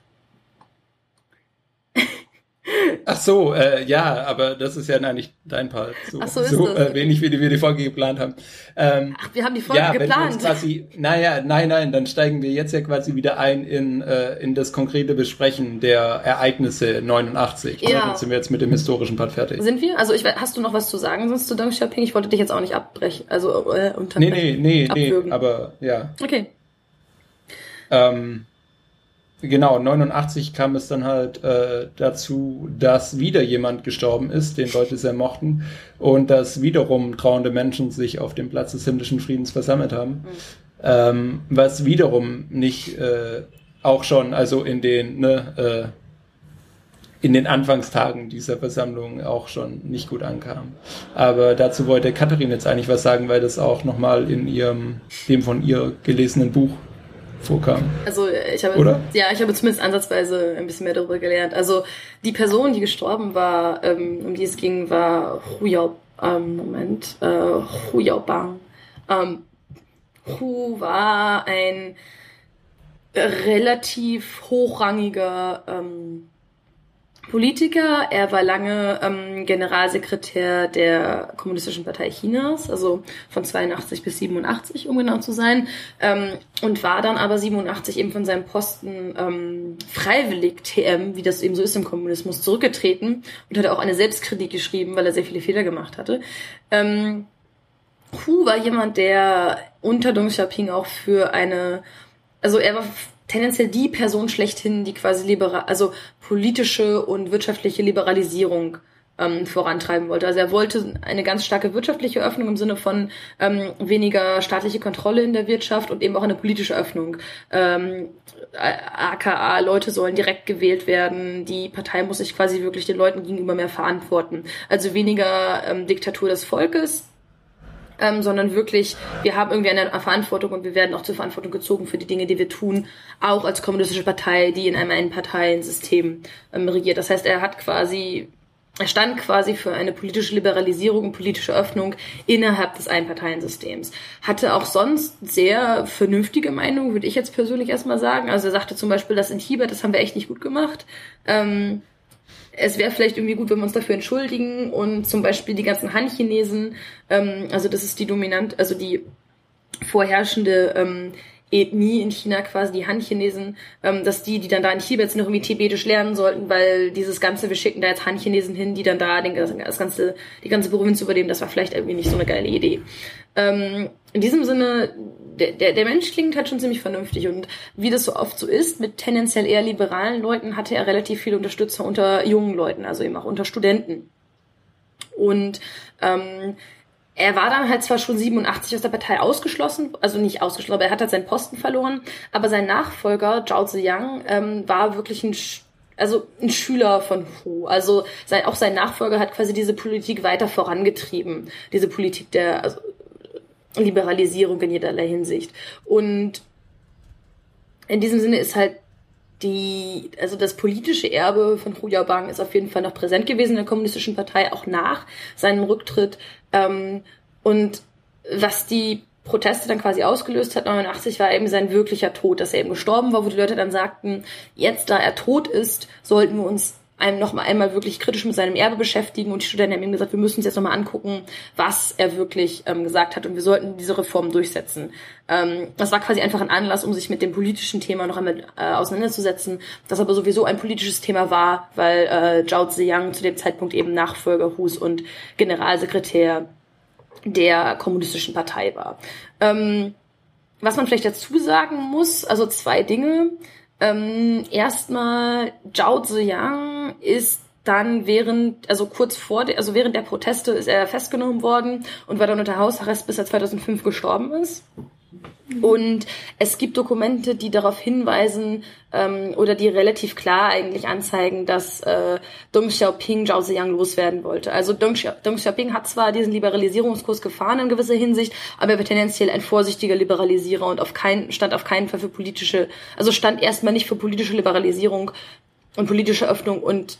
Ach so, äh, ja, aber das ist ja eigentlich dein Part. So, Ach so, ist so das. äh, wenig, wie wir die Folge geplant haben. Ähm, Ach, wir haben die Folge ja, geplant. Quasi, naja, nein, nein, dann steigen wir jetzt ja quasi wieder ein in, äh, in das konkrete Besprechen der Ereignisse neunundachtzig. Ja. Dann sind wir jetzt mit dem historischen Part fertig. Sind wir? Also ich, hast du noch was zu sagen sonst zu Deng Xiaoping? Ich wollte dich jetzt auch nicht abbrechen, also äh, unterbrechen. Nee, nee, nee, abwürgen. nee, aber ja. Okay. Ähm, Genau, neunundachtzig kam es dann halt äh, dazu, dass wieder jemand gestorben ist, den Leute sehr mochten, und dass wiederum trauernde Menschen sich auf dem Platz des himmlischen Friedens versammelt haben. Mhm. Ähm, was wiederum nicht äh, auch schon, also in den, ne, äh, in den Anfangstagen dieser Versammlung auch schon nicht gut ankam. Aber dazu wollte Katharin jetzt eigentlich was sagen, weil das auch nochmal in ihrem, dem von ihr gelesenen Buch vorkam. Also ich habe, Oder? ja, ich habe zumindest ansatzweise ein bisschen mehr darüber gelernt. Also die Person, die gestorben war, ähm, um die es ging, war Hu Yao, ähm, Moment, äh, Hu Yaobang. Ähm, Hu war ein relativ hochrangiger ähm, Politiker. Er war lange ähm, Generalsekretär der Kommunistischen Partei Chinas, also von zweiundachtzig bis siebenundachtzig, um genau zu sein, ähm, und war dann aber siebenundachtzig eben von seinem Posten ähm, freiwillig T M, wie das eben so ist im Kommunismus, zurückgetreten und hat auch eine Selbstkritik geschrieben, weil er sehr viele Fehler gemacht hatte. Ähm, Hu war jemand, der unter Deng Xiaoping auch für eine, also er war tendenziell die Person schlechthin, die quasi liberal, also politische und wirtschaftliche Liberalisierung ähm, vorantreiben wollte. Also er wollte eine ganz starke wirtschaftliche Öffnung im Sinne von ähm, weniger staatliche Kontrolle in der Wirtschaft und eben auch eine politische Öffnung. Ähm, aka Leute sollen direkt gewählt werden, die Partei muss sich quasi wirklich den Leuten gegenüber mehr verantworten. Also weniger ähm, Diktatur des Volkes, ähm, sondern wirklich, wir haben irgendwie eine Verantwortung und wir werden auch zur Verantwortung gezogen für die Dinge, die wir tun, auch als kommunistische Partei, die in einem Einparteiensystem ähm, regiert. Das heißt, er hat quasi Er stand quasi für eine politische Liberalisierung und politische Öffnung innerhalb des Einparteiensystems. Hatte auch sonst sehr vernünftige Meinungen, würde ich jetzt persönlich erstmal sagen. Also er sagte zum Beispiel, das in Tibet, das haben wir echt nicht gut gemacht. Ähm, es wäre vielleicht irgendwie gut, wenn wir uns dafür entschuldigen. Und zum Beispiel die ganzen Han-Chinesen, ähm, also das ist die dominant, also die vorherrschende ähm, Ethnie in China, quasi die Han-Chinesen, ähm, dass die, die dann da in Tibet sind, noch irgendwie Tibetisch lernen sollten, weil dieses Ganze, wir schicken da jetzt Han-Chinesen hin, die dann da den, das ganze, die ganze Provinz übernehmen, das war vielleicht irgendwie nicht so eine geile Idee. Ähm, in diesem Sinne, der, der, der Mensch klingt halt schon ziemlich vernünftig und wie das so oft so ist, mit tendenziell eher liberalen Leuten hatte er relativ viele Unterstützer unter jungen Leuten, also eben auch unter Studenten. Und ähm, er war dann halt zwar schon siebenundachtzig aus der Partei ausgeschlossen, also nicht ausgeschlossen, aber er hat halt seinen Posten verloren, aber sein Nachfolger, Zhao Ziyang, ähm, war wirklich ein, also ein Schüler von Hu. Also sein, auch sein Nachfolger hat quasi diese Politik weiter vorangetrieben, diese Politik der also, Liberalisierung in jederlei Hinsicht. Und in diesem Sinne ist halt die, also das politische Erbe von Hu Yaobang ist auf jeden Fall noch präsent gewesen in der Kommunistischen Partei, auch nach seinem Rücktritt. Ähm, und was die Proteste dann quasi ausgelöst hat, neunundachtzig, war eben sein wirklicher Tod, dass er eben gestorben war, wo die Leute dann sagten, jetzt, da er tot ist, sollten wir uns einem noch mal einmal wirklich kritisch mit seinem Erbe beschäftigen. Und die Studenten haben ihm gesagt, wir müssen uns jetzt noch mal angucken, was er wirklich ähm, gesagt hat und wir sollten diese Reform durchsetzen. Ähm, das war quasi einfach ein Anlass, um sich mit dem politischen Thema noch einmal äh, auseinanderzusetzen, das aber sowieso ein politisches Thema war, weil äh, Zhao Ziyang zu dem Zeitpunkt eben Nachfolger Hus und Generalsekretär der Kommunistischen Partei war. Ähm, was man vielleicht dazu sagen muss, also zwei Dinge. Ähm, erstmal, Zhao Ziyang ist dann während, also kurz vor, der, also während der Proteste ist er festgenommen worden und war dann unter Hausarrest, bis er zweitausendfünf gestorben ist. Und es gibt Dokumente, die darauf hinweisen ähm, oder die relativ klar eigentlich anzeigen, dass äh, Deng Xiaoping Zhao Ziyang loswerden wollte. Also Deng, Xia- Deng Xiaoping hat zwar diesen Liberalisierungskurs gefahren in gewisser Hinsicht, aber er war tendenziell ein vorsichtiger Liberalisierer und auf keinen, stand auf keinen Fall für politische, also stand erstmal nicht für politische Liberalisierung und politische Öffnung. Und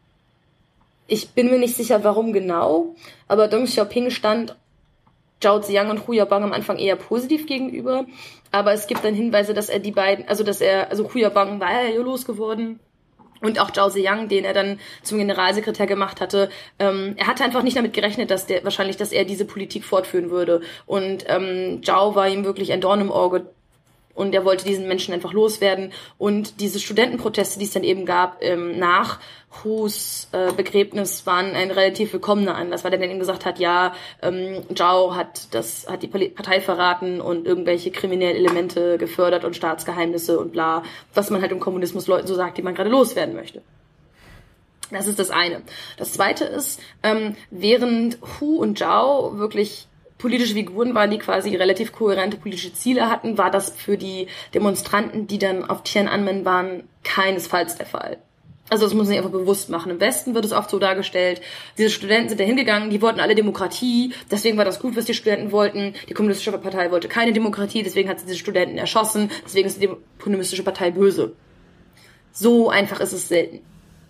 ich bin mir nicht sicher, warum genau, aber Deng Xiaoping stand Zhao Ziyang und Hu Yaobang am Anfang eher positiv gegenüber, aber es gibt dann Hinweise, dass er die beiden, also dass er, also Hu Yaobang war ja losgeworden und auch Zhao Ziyang, den er dann zum Generalsekretär gemacht hatte, ähm, er hatte einfach nicht damit gerechnet, dass der wahrscheinlich, dass er diese Politik fortführen würde und ähm, Zhao war ihm wirklich ein Dorn im Auge. Und er wollte diesen Menschen einfach loswerden. Und diese Studentenproteste, die es dann eben gab, ähm, nach Hus äh, Begräbnis, waren ein relativ willkommener Anlass, weil er dann eben gesagt hat, ja, ähm, Zhao hat das, hat die Partei verraten und irgendwelche kriminellen Elemente gefördert und Staatsgeheimnisse und bla, was man halt im Kommunismus Leuten so sagt, die man gerade loswerden möchte. Das ist das eine. Das zweite ist, ähm, während Hu und Zhao wirklich politische Figuren waren, die quasi relativ kohärente politische Ziele hatten, war das für die Demonstranten, die dann auf Tiananmen waren, keinesfalls der Fall. Also das muss man sich einfach bewusst machen. Im Westen wird es oft so dargestellt, diese Studenten sind da hingegangen, die wollten alle Demokratie, deswegen war das gut, was die Studenten wollten. Die Kommunistische Partei wollte keine Demokratie, deswegen hat sie diese Studenten erschossen, deswegen ist die Kommunistische Partei böse. So einfach ist es selten.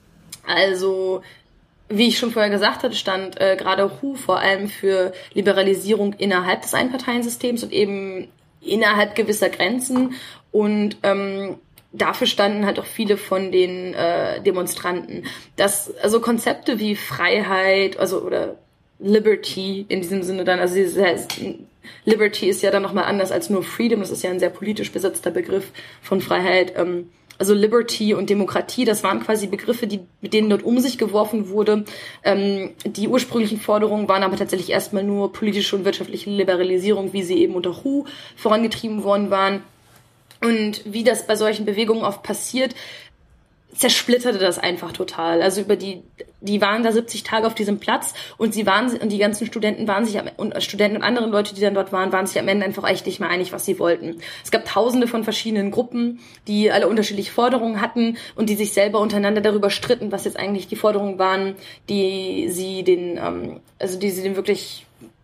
Also wie ich schon vorher gesagt hatte, stand äh, gerade Hu vor allem für Liberalisierung innerhalb des Einparteiensystems und eben innerhalb gewisser Grenzen. Und ähm, dafür standen halt auch viele von den äh, Demonstranten. Das, also Konzepte wie Freiheit, also oder Liberty in diesem Sinne dann, also dieses, Liberty ist ja dann nochmal anders als nur Freedom, das ist ja ein sehr politisch besetzter Begriff von Freiheit. Ähm, Also Liberty und Demokratie, das waren quasi Begriffe, die mit denen dort um sich geworfen wurde. Ähm, die ursprünglichen Forderungen waren aber tatsächlich erstmal nur politische und wirtschaftliche Liberalisierung, wie sie eben unter Hu vorangetrieben worden waren. Und wie das bei solchen Bewegungen oft passiert, zersplitterte das einfach total. Also über die, die waren da siebzig Tage auf diesem Platz und sie waren, und die ganzen Studenten waren sich, am, und Studenten und andere Leute, die dann dort waren, waren sich am Ende einfach echt nicht mehr einig, was sie wollten. Es gab tausende von verschiedenen Gruppen, die alle unterschiedliche Forderungen hatten und die sich selber untereinander darüber stritten, was jetzt eigentlich die Forderungen waren, die sie den, ähm, also die sie den wirklich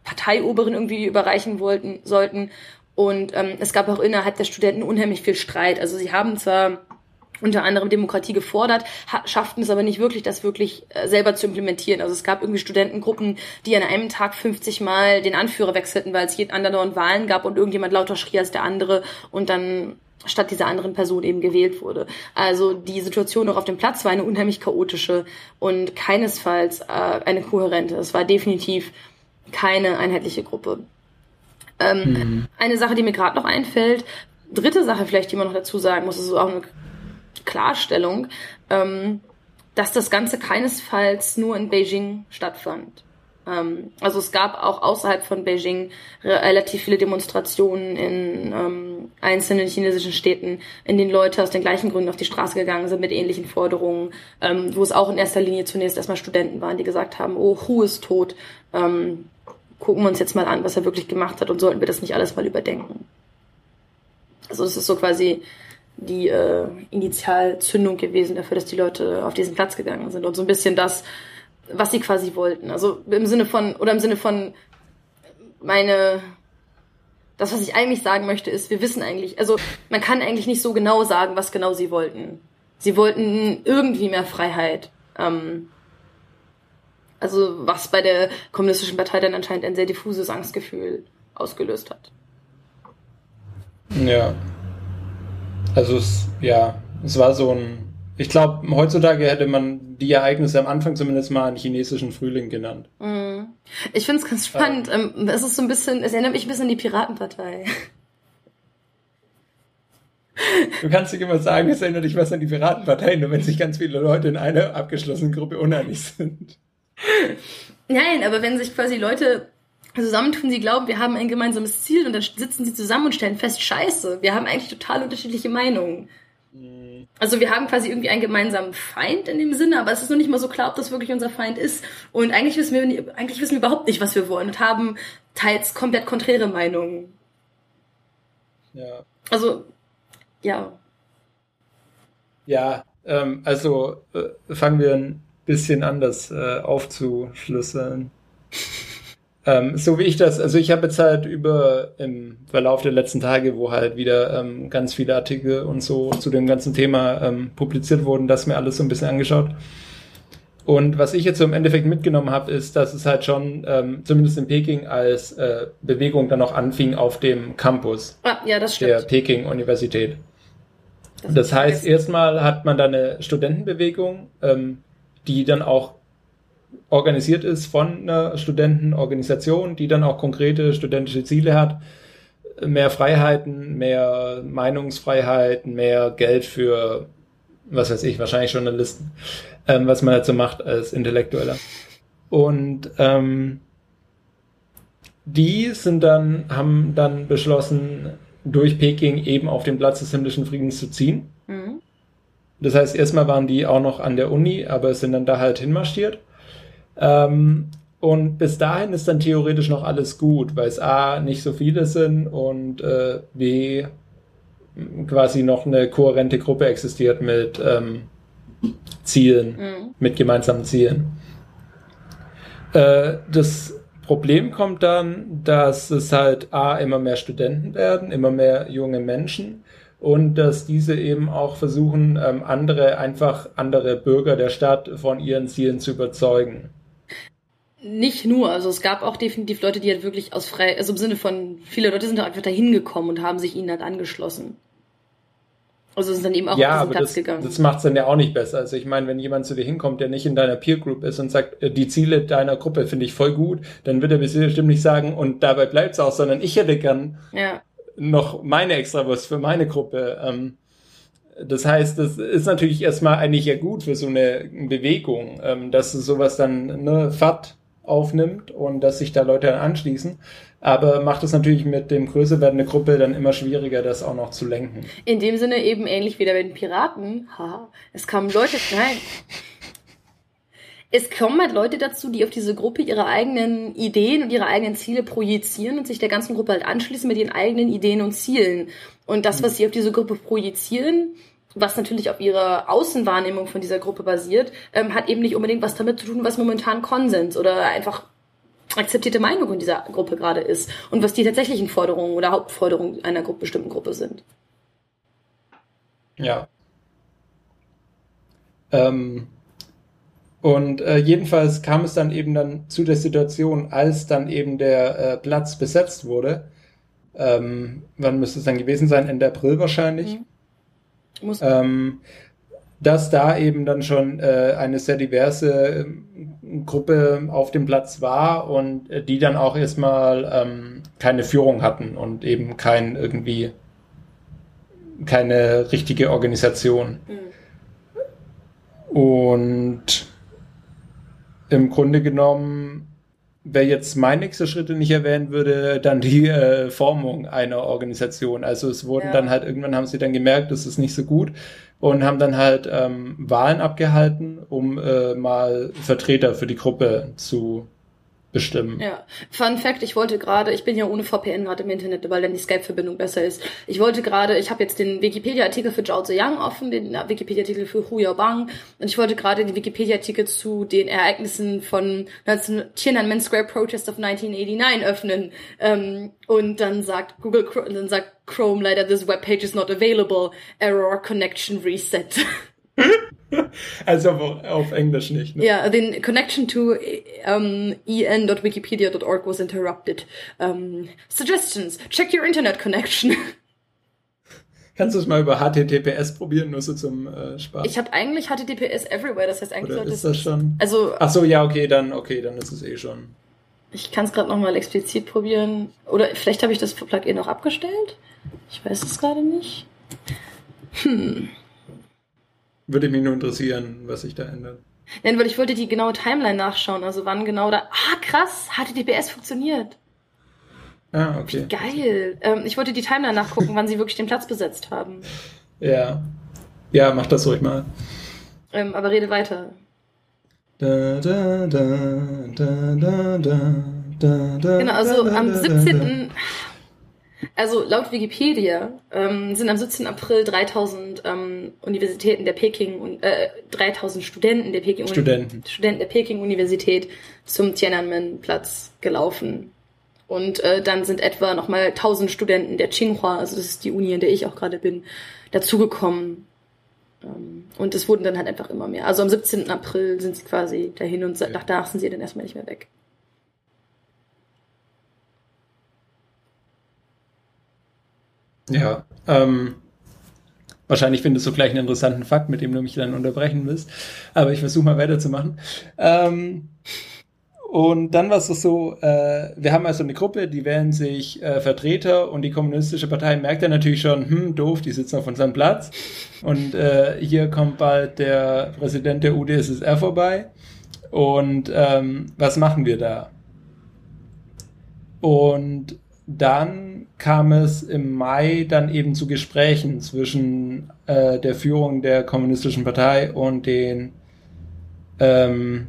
Parteioberen irgendwie überreichen wollten, sollten. Und ähm, es gab auch innerhalb der Studenten unheimlich viel Streit. Also sie haben zwar unter anderem Demokratie gefordert, ha- schafften es aber nicht wirklich, das wirklich äh, selber zu implementieren. Also es gab irgendwie Studentengruppen, die an einem Tag fünfzig Mal den Anführer wechselten, weil es jeden anderen Wahlen gab und irgendjemand lauter schrie als der andere und dann statt dieser anderen Person eben gewählt wurde. Also die Situation auch auf dem Platz war eine unheimlich chaotische und keinesfalls äh, eine kohärente. Es war definitiv keine einheitliche Gruppe. Ähm, mhm. Eine Sache, die mir gerade noch einfällt, dritte Sache vielleicht, die man noch dazu sagen muss, ist auch eine Klarstellung, ähm, dass das Ganze keinesfalls nur in Beijing stattfand. Ähm, also es gab auch außerhalb von Beijing re- relativ viele Demonstrationen in ähm, einzelnen chinesischen Städten, in denen Leute aus den gleichen Gründen auf die Straße gegangen sind mit ähnlichen Forderungen, ähm, wo es auch in erster Linie zunächst erstmal Studenten waren, die gesagt haben, oh, Hu ist tot, ähm, gucken wir uns jetzt mal an, was er wirklich gemacht hat und sollten wir das nicht alles mal überdenken. Also das ist so quasi die äh, Initialzündung gewesen dafür, dass die Leute auf diesen Platz gegangen sind und so ein bisschen das, was sie quasi wollten. Also im Sinne von, oder im Sinne von meine, das, was ich eigentlich sagen möchte, ist, wir wissen eigentlich, also man kann eigentlich nicht so genau sagen, was genau sie wollten. Sie wollten irgendwie mehr Freiheit. Ähm, also was bei der Kommunistischen Partei dann anscheinend ein sehr diffuses Angstgefühl ausgelöst hat. Ja. Also es, ja, es war so ein, ich glaube, heutzutage hätte man die Ereignisse am Anfang zumindest mal einen chinesischen Frühling genannt. Mm. Ich finde es ganz spannend. Ähm, es ist so ein bisschen, es erinnert mich ein bisschen an die Piratenpartei. Du kannst nicht immer sagen, es erinnert dich was an die Piratenpartei, nur wenn sich ganz viele Leute in einer abgeschlossenen Gruppe uneinig sind. Nein, aber wenn sich quasi Leute zusammentun, sie glauben, wir haben ein gemeinsames Ziel und dann sitzen sie zusammen und stellen fest, scheiße, wir haben eigentlich total unterschiedliche Meinungen. Mhm. Also wir haben quasi irgendwie einen gemeinsamen Feind in dem Sinne, aber es ist noch nicht mal so klar, ob das wirklich unser Feind ist. Und eigentlich wissen wir, eigentlich wissen wir überhaupt nicht, was wir wollen und haben teils komplett konträre Meinungen. Ja. Also, ja. Ja, ähm, also äh, fangen wir ein bisschen anders äh, aufzuschlüsseln. Ähm, so wie ich das, also ich habe jetzt halt über im Verlauf der letzten Tage, wo halt wieder ähm, ganz viele Artikel und so zu dem ganzen Thema ähm, publiziert wurden, das mir alles so ein bisschen angeschaut. Und was ich jetzt so im Endeffekt mitgenommen habe, ist, dass es halt schon, ähm, zumindest in Peking, als äh, Bewegung dann auch anfing auf dem Campus ah, ja, das stimmt. der Peking-Universität. Das, das heißt, erstmal hat man da eine Studentenbewegung, ähm, die dann auch organisiert ist von einer Studentenorganisation, die dann auch konkrete studentische Ziele hat. Mehr Freiheiten, mehr Meinungsfreiheit, mehr Geld für, was weiß ich, wahrscheinlich Journalisten, ähm, was man halt so macht als Intellektueller. Und ähm, die sind dann, haben dann beschlossen, durch Peking eben auf den Platz des himmlischen Friedens zu ziehen. Mhm. Das heißt, erstmal waren die auch noch an der Uni, aber sind dann da halt hinmarschiert. Ähm, und bis dahin ist dann theoretisch noch alles gut, weil es A, nicht so viele sind und äh, B, quasi noch eine kohärente Gruppe existiert mit ähm, Zielen, mhm. mit gemeinsamen Zielen. Äh, das Problem kommt dann, dass es halt A, immer mehr Studenten werden, immer mehr junge Menschen und dass diese eben auch versuchen, ähm, andere, einfach andere Bürger der Stadt von ihren Zielen zu überzeugen. Nicht nur, also es gab auch definitiv Leute, die halt wirklich aus frei, also im Sinne von, viele Leute sind da einfach da hingekommen und haben sich ihnen halt angeschlossen. Also sind dann eben auch ja, auf diesen aber Platz das, gegangen. das macht's dann ja auch nicht besser. Also ich meine, wenn jemand zu dir hinkommt, der nicht in deiner Peer Group ist und sagt, die Ziele deiner Gruppe finde ich voll gut, dann wird er bestimmt nicht sagen, und dabei bleibt's auch, sondern ich hätte gern ja. noch meine Extrawurst für meine Gruppe. Ähm, das heißt, das ist natürlich erstmal eigentlich ja gut für so eine Bewegung, ähm, dass sowas dann ne, Fahrt aufnimmt und dass sich da Leute dann anschließen. Aber macht es natürlich mit dem größer werdenden Gruppe dann immer schwieriger, das auch noch zu lenken. In dem Sinne eben ähnlich wie bei den Piraten. Haha. Es kamen Leute, nein. Es kommen halt Leute dazu, die auf diese Gruppe ihre eigenen Ideen und ihre eigenen Ziele projizieren und sich der ganzen Gruppe halt anschließen mit ihren eigenen Ideen und Zielen. Und das, was sie auf diese Gruppe projizieren, was natürlich auf ihrer Außenwahrnehmung von dieser Gruppe basiert, ähm, hat eben nicht unbedingt was damit zu tun, was momentan Konsens oder einfach akzeptierte Meinung in dieser Gruppe gerade ist und was die tatsächlichen Forderungen oder Hauptforderungen einer Gruppe, bestimmten Gruppe sind. Ja. Ähm, und äh, jedenfalls kam es dann eben dann zu der Situation, als dann eben der äh, Platz besetzt wurde. Ähm, wann müsste es dann gewesen sein? Ende April wahrscheinlich. Mhm. Muss Ähm, dass da eben dann schon äh, eine sehr diverse äh, Gruppe auf dem Platz war und äh, die dann auch erstmal ähm, keine Führung hatten und eben kein irgendwie keine richtige Organisation. Mhm. Und im Grunde genommen, wer jetzt mein nächster Schritte nicht erwähnen würde, dann die äh, Formung einer Organisation. Also es wurden Ja. dann halt, irgendwann haben sie dann gemerkt, das ist nicht so gut und haben dann halt ähm, Wahlen abgehalten, um äh, mal Vertreter für die Gruppe zu bestimmen. Ja, Fun Fact, ich wollte gerade, ich bin ja ohne V P N gerade im Internet, weil dann die Skype-Verbindung besser ist. Ich wollte gerade, ich habe jetzt den Wikipedia-Artikel für Zhao Ziyang offen, den Wikipedia-Artikel für Hu Yaobang und ich wollte gerade den Wikipedia-Artikel zu den Ereignissen von Tiananmen Square Protest of neunzehnhundertneunundachtzig öffnen. Ähm, und dann sagt Google, dann sagt Chrome leider, this webpage is not available, error connection reset. Also auf, auf Englisch nicht, ne? Ja, yeah, the connection to um, e n dot wikipedia dot org was interrupted. Um, suggestions, check your internet connection. Kannst du es mal über H T T P S probieren, nur so zum äh, Spaß? Ich habe eigentlich H T T P S everywhere, das heißt eigentlich Oder sollte ist das schon? Also, ach so, ja, okay, dann okay, dann ist es eh schon. Ich kann es gerade nochmal explizit probieren. Oder vielleicht habe ich das Plugin noch abgestellt. Ich weiß es gerade nicht. Hm. Würde mich nur interessieren, was sich da ändert. Nein, weil ich wollte die genaue Timeline nachschauen, also wann genau da... Ah, krass, H T T P S funktioniert. Ah, okay. Wie geil. Ähm, ich wollte die Timeline nachgucken, wann sie wirklich den Platz besetzt haben. Ja. Ja, mach das ruhig mal. Ähm, aber rede weiter. Da, da, da, da, da, da, da, da, genau, also da, am da, siebzehnten Also laut Wikipedia ähm, sind am siebzehnten April dreitausend ähm, Universitäten der Peking und äh, dreitausend Studenten der Peking Studenten. Studenten der Peking Universität zum Tiananmen-Platz gelaufen. Und äh, dann sind etwa nochmal tausend Studenten der Tsinghua, also das ist die Uni, in der ich auch gerade bin, dazugekommen. Ähm, und es wurden dann halt einfach immer mehr. Also am siebzehnten April sind sie quasi dahin und Ja. danach sind sie dann erstmal nicht mehr weg. Ja, ähm, wahrscheinlich findest du gleich einen interessanten Fakt, mit dem du mich dann unterbrechen willst, aber ich versuche mal weiterzumachen. Ähm, und dann war es so, äh, wir haben also eine Gruppe, die wählen sich äh, Vertreter und die Kommunistische Partei merkt ja natürlich schon, hm, doof, die sitzen auf unserem Platz und äh, hier kommt bald der Präsident der U d S S R vorbei und ähm, was machen wir da? Und dann kam es im Mai dann eben zu Gesprächen zwischen äh, der Führung der Kommunistischen Partei und den ähm,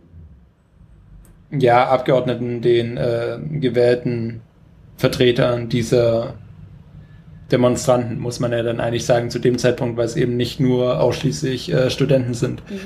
ja, Abgeordneten, den äh, gewählten Vertretern dieser Demonstranten, muss man ja dann eigentlich sagen, zu dem Zeitpunkt, weil es eben nicht nur ausschließlich äh, Studenten sind. Mhm.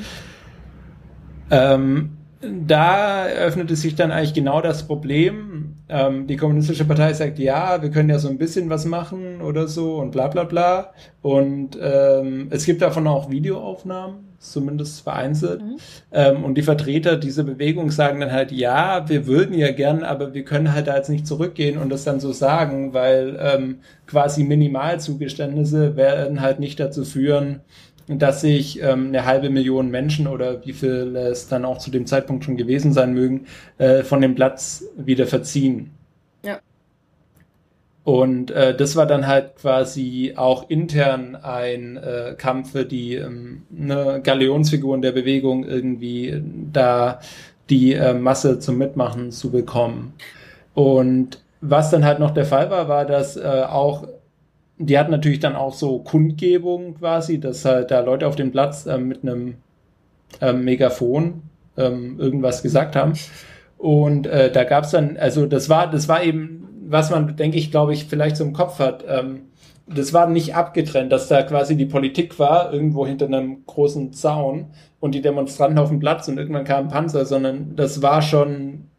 Ähm, da eröffnete sich dann eigentlich genau das Problem. Ähm, die Kommunistische Partei sagt, ja, wir können ja so ein bisschen was machen oder so und bla bla bla. Und ähm, es gibt davon auch Videoaufnahmen, zumindest vereinzelt. Mhm. Ähm, und die Vertreter dieser Bewegung sagen dann halt, ja, wir würden ja gern, aber wir können halt da jetzt nicht zurückgehen und das dann so sagen, weil ähm, quasi Minimalzugeständnisse werden halt nicht dazu führen, dass sich ähm, eine halbe Million Menschen oder wie viel es dann auch zu dem Zeitpunkt schon gewesen sein mögen, äh, von dem Platz wieder verziehen. Ja. Und äh, das war dann halt quasi auch intern ein äh, Kampf für die ähm, ne, Galionsfiguren der Bewegung irgendwie da die äh, Masse zum Mitmachen zu bekommen. Und was dann halt noch der Fall war, war, dass äh, auch die hatten natürlich dann auch so Kundgebungen quasi, dass halt da Leute auf dem Platz äh, mit einem ähm, Megafon ähm, irgendwas gesagt haben. Und äh, da gab's dann, also das war, das war eben, was man, denke ich, glaube ich, vielleicht so im Kopf hat. Ähm, das war nicht abgetrennt, dass da quasi die Politik war, irgendwo hinter einem großen Zaun und die Demonstranten auf dem Platz und irgendwann kam ein Panzer, sondern das war schon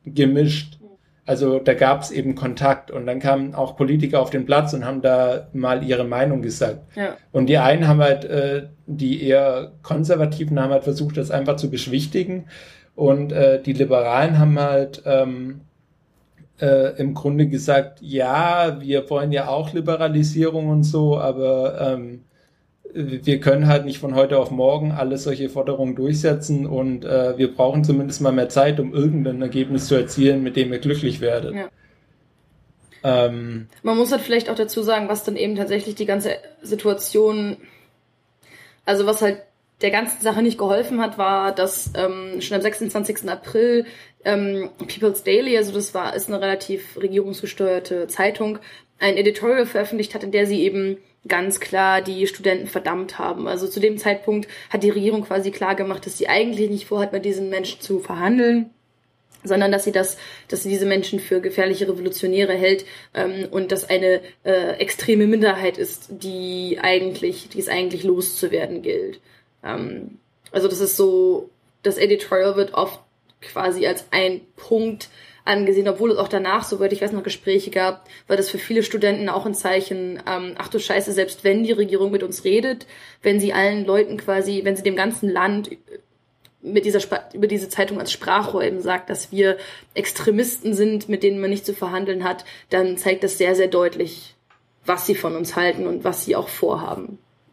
gemischt. Also da gab es eben Kontakt und dann kamen auch Politiker auf den Platz und haben da mal ihre Meinung gesagt. Ja. Und die einen haben halt, äh, die eher Konservativen haben halt versucht, das einfach zu beschwichtigen und äh, die Liberalen haben halt ähm, äh, im Grunde gesagt, ja, wir wollen ja auch Liberalisierung und so, aber ähm, wir können halt nicht von heute auf morgen alle solche Forderungen durchsetzen und äh, wir brauchen zumindest mal mehr Zeit, um irgendein Ergebnis zu erzielen, mit dem ihr glücklich werdet. Ja. Ähm, Man muss halt vielleicht auch dazu sagen, was dann eben tatsächlich die ganze Situation, also was halt der ganzen Sache nicht geholfen hat, war, dass ähm, schon am sechsundzwanzigsten April ähm, People's Daily, also das war ist eine relativ regierungsgesteuerte Zeitung, ein Editorial veröffentlicht hat, in der sie eben ganz klar die Studenten verdammt haben. Also zu dem Zeitpunkt hat die Regierung quasi klar gemacht, dass sie eigentlich nicht vorhat, mit diesen Menschen zu verhandeln, sondern dass sie das, dass sie diese Menschen für gefährliche Revolutionäre hält ähm, und dass eine äh, extreme Minderheit ist, die eigentlich, die es eigentlich loszuwerden gilt. Ähm, also das ist so, das Editorial wird oft quasi als ein Punkt angesehen, obwohl es auch danach, soweit ich weiß, noch Gespräche gab, war das für viele Studenten auch ein Zeichen, ähm, ach du Scheiße, selbst wenn die Regierung mit uns redet, wenn sie allen Leuten quasi, wenn sie dem ganzen Land mit dieser über diese Zeitung als Sprachrohr eben sagt, dass wir Extremisten sind, mit denen man nicht zu verhandeln hat, dann zeigt das sehr, sehr deutlich, was sie von uns halten und was sie auch vorhaben.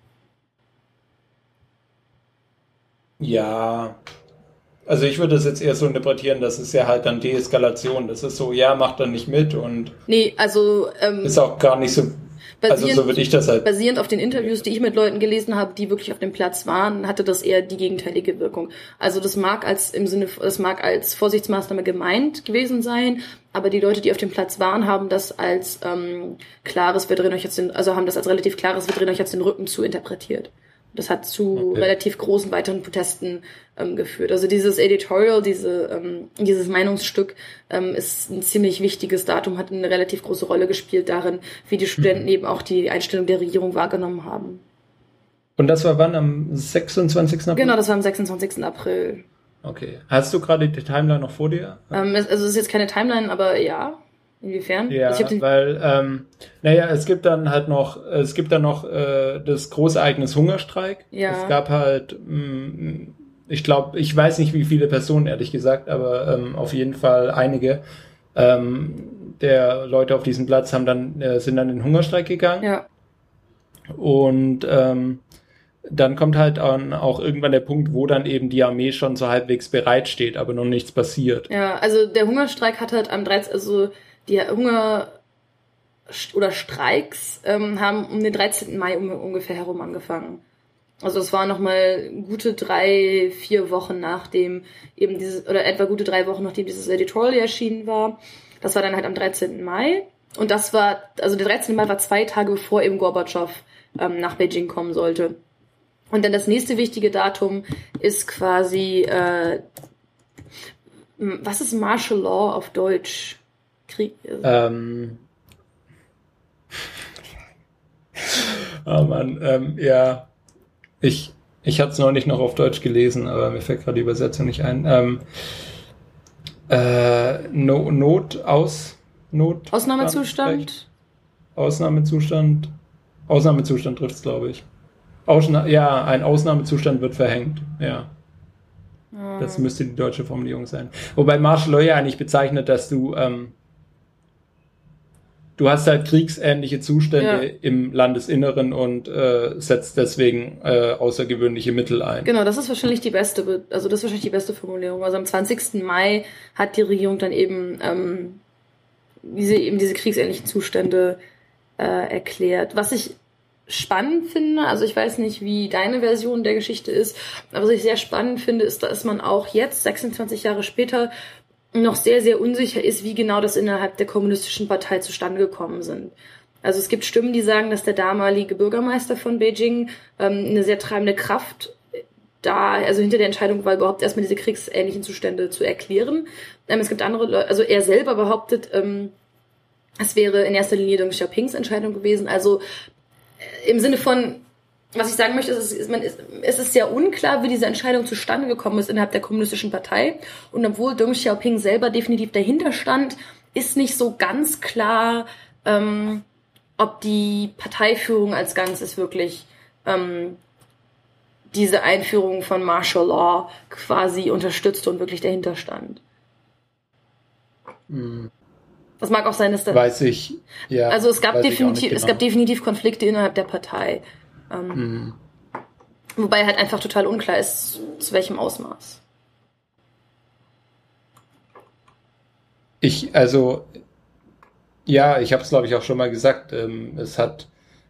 Ja, also ich würde das jetzt eher so interpretieren, das ist ja halt dann Deeskalation. Das ist so, ja, macht dann nicht mit und nee, also ähm, ist auch gar nicht so, also so würde ich das halt. Basierend auf den Interviews, die ich mit Leuten gelesen habe, die wirklich auf dem Platz waren, hatte das eher die gegenteilige Wirkung. Also das mag als im Sinne, das mag als Vorsichtsmaßnahme gemeint gewesen sein, aber die Leute, die auf dem Platz waren, haben das als ähm, klares, wir drehen euch jetzt den, also haben das als relativ klares, wir drehen euch jetzt den Rücken zu interpretiert. Das hat zu okay. relativ großen weiteren Protesten ähm, geführt. Also dieses Editorial, diese, ähm, dieses Meinungsstück ähm, ist ein ziemlich wichtiges Datum, hat eine relativ große Rolle gespielt darin, wie die Studenten mhm. eben auch die Einstellung der Regierung wahrgenommen haben. Und das war wann? Am sechsundzwanzigsten April? Genau, das war am sechsundzwanzigsten April. Okay. Hast du gerade die Timeline noch vor dir? Ähm, also es ist jetzt keine Timeline, aber ja. Inwiefern? Ja, ich hab den weil, ähm, naja, es gibt dann halt noch, es gibt dann noch äh, das große Ereignis Hungerstreik. Ja. Es gab halt, mh, ich glaube, ich weiß nicht, wie viele Personen, ehrlich gesagt, aber ähm, auf jeden Fall einige ähm, der Leute auf diesem Platz haben dann, äh, sind dann in den Hungerstreik gegangen. Ja. Und ähm, dann kommt halt auch irgendwann der Punkt, wo dann eben die Armee schon so halbwegs bereit steht, aber noch nichts passiert. Ja, also der Hungerstreik hat halt am dreizehnten also die Hunger- oder Streiks ähm, haben um den dreizehnten Mai um, ungefähr herum angefangen. Also es war nochmal gute drei, vier Wochen nachdem eben dieses, oder etwa gute drei Wochen nachdem dieses Editorial erschienen war. Das war dann halt am dreizehnten Mai. Und das war, also der dreizehnte Mai war zwei Tage bevor eben Gorbatschow ähm, nach Beijing kommen sollte. Und dann das nächste wichtige Datum ist quasi, äh, was ist Martial Law auf Deutsch? Krieg. Ähm. Oh Mann, ähm, ja. Ich, ich hatte es noch nicht noch auf Deutsch gelesen, aber mir fällt gerade die Übersetzung nicht ein. Ähm, äh, no, Not, aus, Not. Ausnahmezustand? Ausnahmezustand. Ausnahmezustand trifft es, glaube ich. Ausna- ja, ein Ausnahmezustand wird verhängt, ja. Hm. Das müsste die deutsche Formulierung sein. Wobei Martial Law ja eigentlich bezeichnet, dass du, ähm, du hast halt kriegsähnliche Zustände ja. im Landesinneren und äh, setzt deswegen äh, außergewöhnliche Mittel ein. Genau, das ist wahrscheinlich die beste, also das ist wahrscheinlich die beste Formulierung. Also am zwanzigsten Mai hat die Regierung dann eben ähm, diese eben diese kriegsähnlichen Zustände äh, erklärt. Was ich spannend finde, also ich weiß nicht, wie deine Version der Geschichte ist, aber was ich sehr spannend finde, ist, dass man auch jetzt, sechsundzwanzig Jahre später, noch sehr, sehr unsicher ist, wie genau das innerhalb der kommunistischen Partei zustande gekommen sind. Also es gibt Stimmen, die sagen, dass der damalige Bürgermeister von Beijing ähm, eine sehr treibende Kraft da, also hinter der Entscheidung war, überhaupt erstmal diese kriegsähnlichen Zustände zu erklären. Ähm, es gibt andere Leute, also er selber behauptet, ähm, es wäre in erster Linie Deng Xiaopings Entscheidung gewesen. Also äh, im Sinne von, was ich sagen möchte, ist, es ist, man ist, es ist sehr unklar, wie diese Entscheidung zustande gekommen ist innerhalb der kommunistischen Partei. Und obwohl Deng Xiaoping selber definitiv dahinter stand, ist nicht so ganz klar, ähm, ob die Parteiführung als Ganzes wirklich ähm, diese Einführung von Martial Law quasi unterstützte und wirklich dahinter stand. Hm. Das mag auch sein, dass da... Weiß ich, ja. Also es gab definitiv, genau. es gab definitiv Konflikte innerhalb der Partei. Ähm, hm. Wobei halt einfach total unklar ist, zu welchem Ausmaß. Ich, also, ja, ich habe es, glaube ich, auch schon mal gesagt. Ähm, es hat,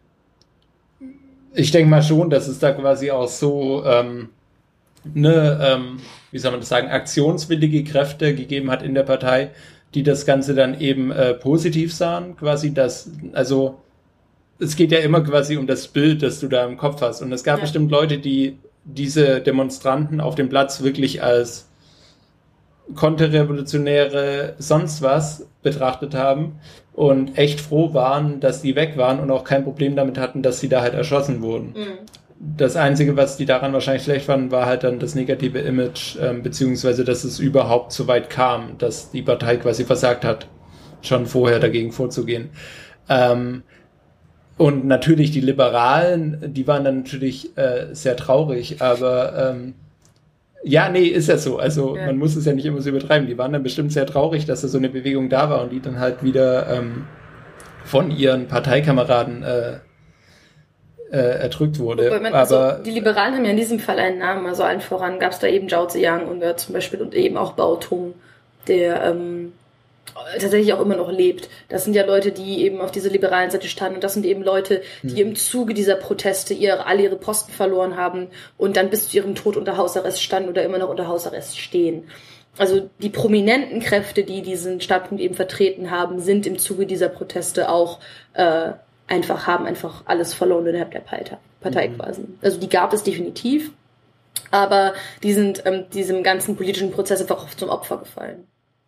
ich denke mal schon, dass es da quasi auch so, ähm, ne, ähm, wie soll man das sagen, aktionswillige Kräfte gegeben hat in der Partei, die das Ganze dann eben äh, positiv sahen, quasi, dass, also, es geht ja immer quasi um das Bild, das du da im Kopf hast. Und es gab ja bestimmt Leute, die diese Demonstranten auf dem Platz wirklich als konterrevolutionäre sonst was betrachtet haben und echt froh waren, dass die weg waren und auch kein Problem damit hatten, dass sie da halt erschossen wurden. Mhm. Das Einzige, was die daran wahrscheinlich schlecht fanden, war halt dann das negative Image, ähm, beziehungsweise, dass es überhaupt so weit kam, dass die Partei quasi versagt hat, schon vorher dagegen vorzugehen. Ähm, und natürlich die Liberalen, die waren dann natürlich äh, sehr traurig, aber ähm, ja, nee, ist ja so. Also ja. Man muss es ja nicht immer so übertreiben. Die waren dann bestimmt sehr traurig, dass da so eine Bewegung da war und die dann halt wieder ähm, von ihren Parteikameraden äh, äh, erdrückt wurde. Man, aber also, die Liberalen haben ja in diesem Fall einen Namen. Also allen voran gab es da eben Zhao Ziyang und äh, zum Beispiel und eben auch Bao Tung, der ähm, tatsächlich auch immer noch lebt. Das sind ja Leute, die eben auf dieser liberalen Seite standen und das sind eben Leute, die mhm. im Zuge dieser Proteste ihre, alle ihre Posten verloren haben und dann bis zu ihrem Tod unter Hausarrest standen oder immer noch unter Hausarrest stehen. Also die prominenten Kräfte, die diesen Standpunkt eben vertreten haben, sind im Zuge dieser Proteste auch äh, einfach, haben einfach alles verloren innerhalb der Partei, Partei mhm. quasi. Also die gab es definitiv, aber die sind ähm, diesem ganzen politischen Prozess einfach oft zum Opfer gefallen.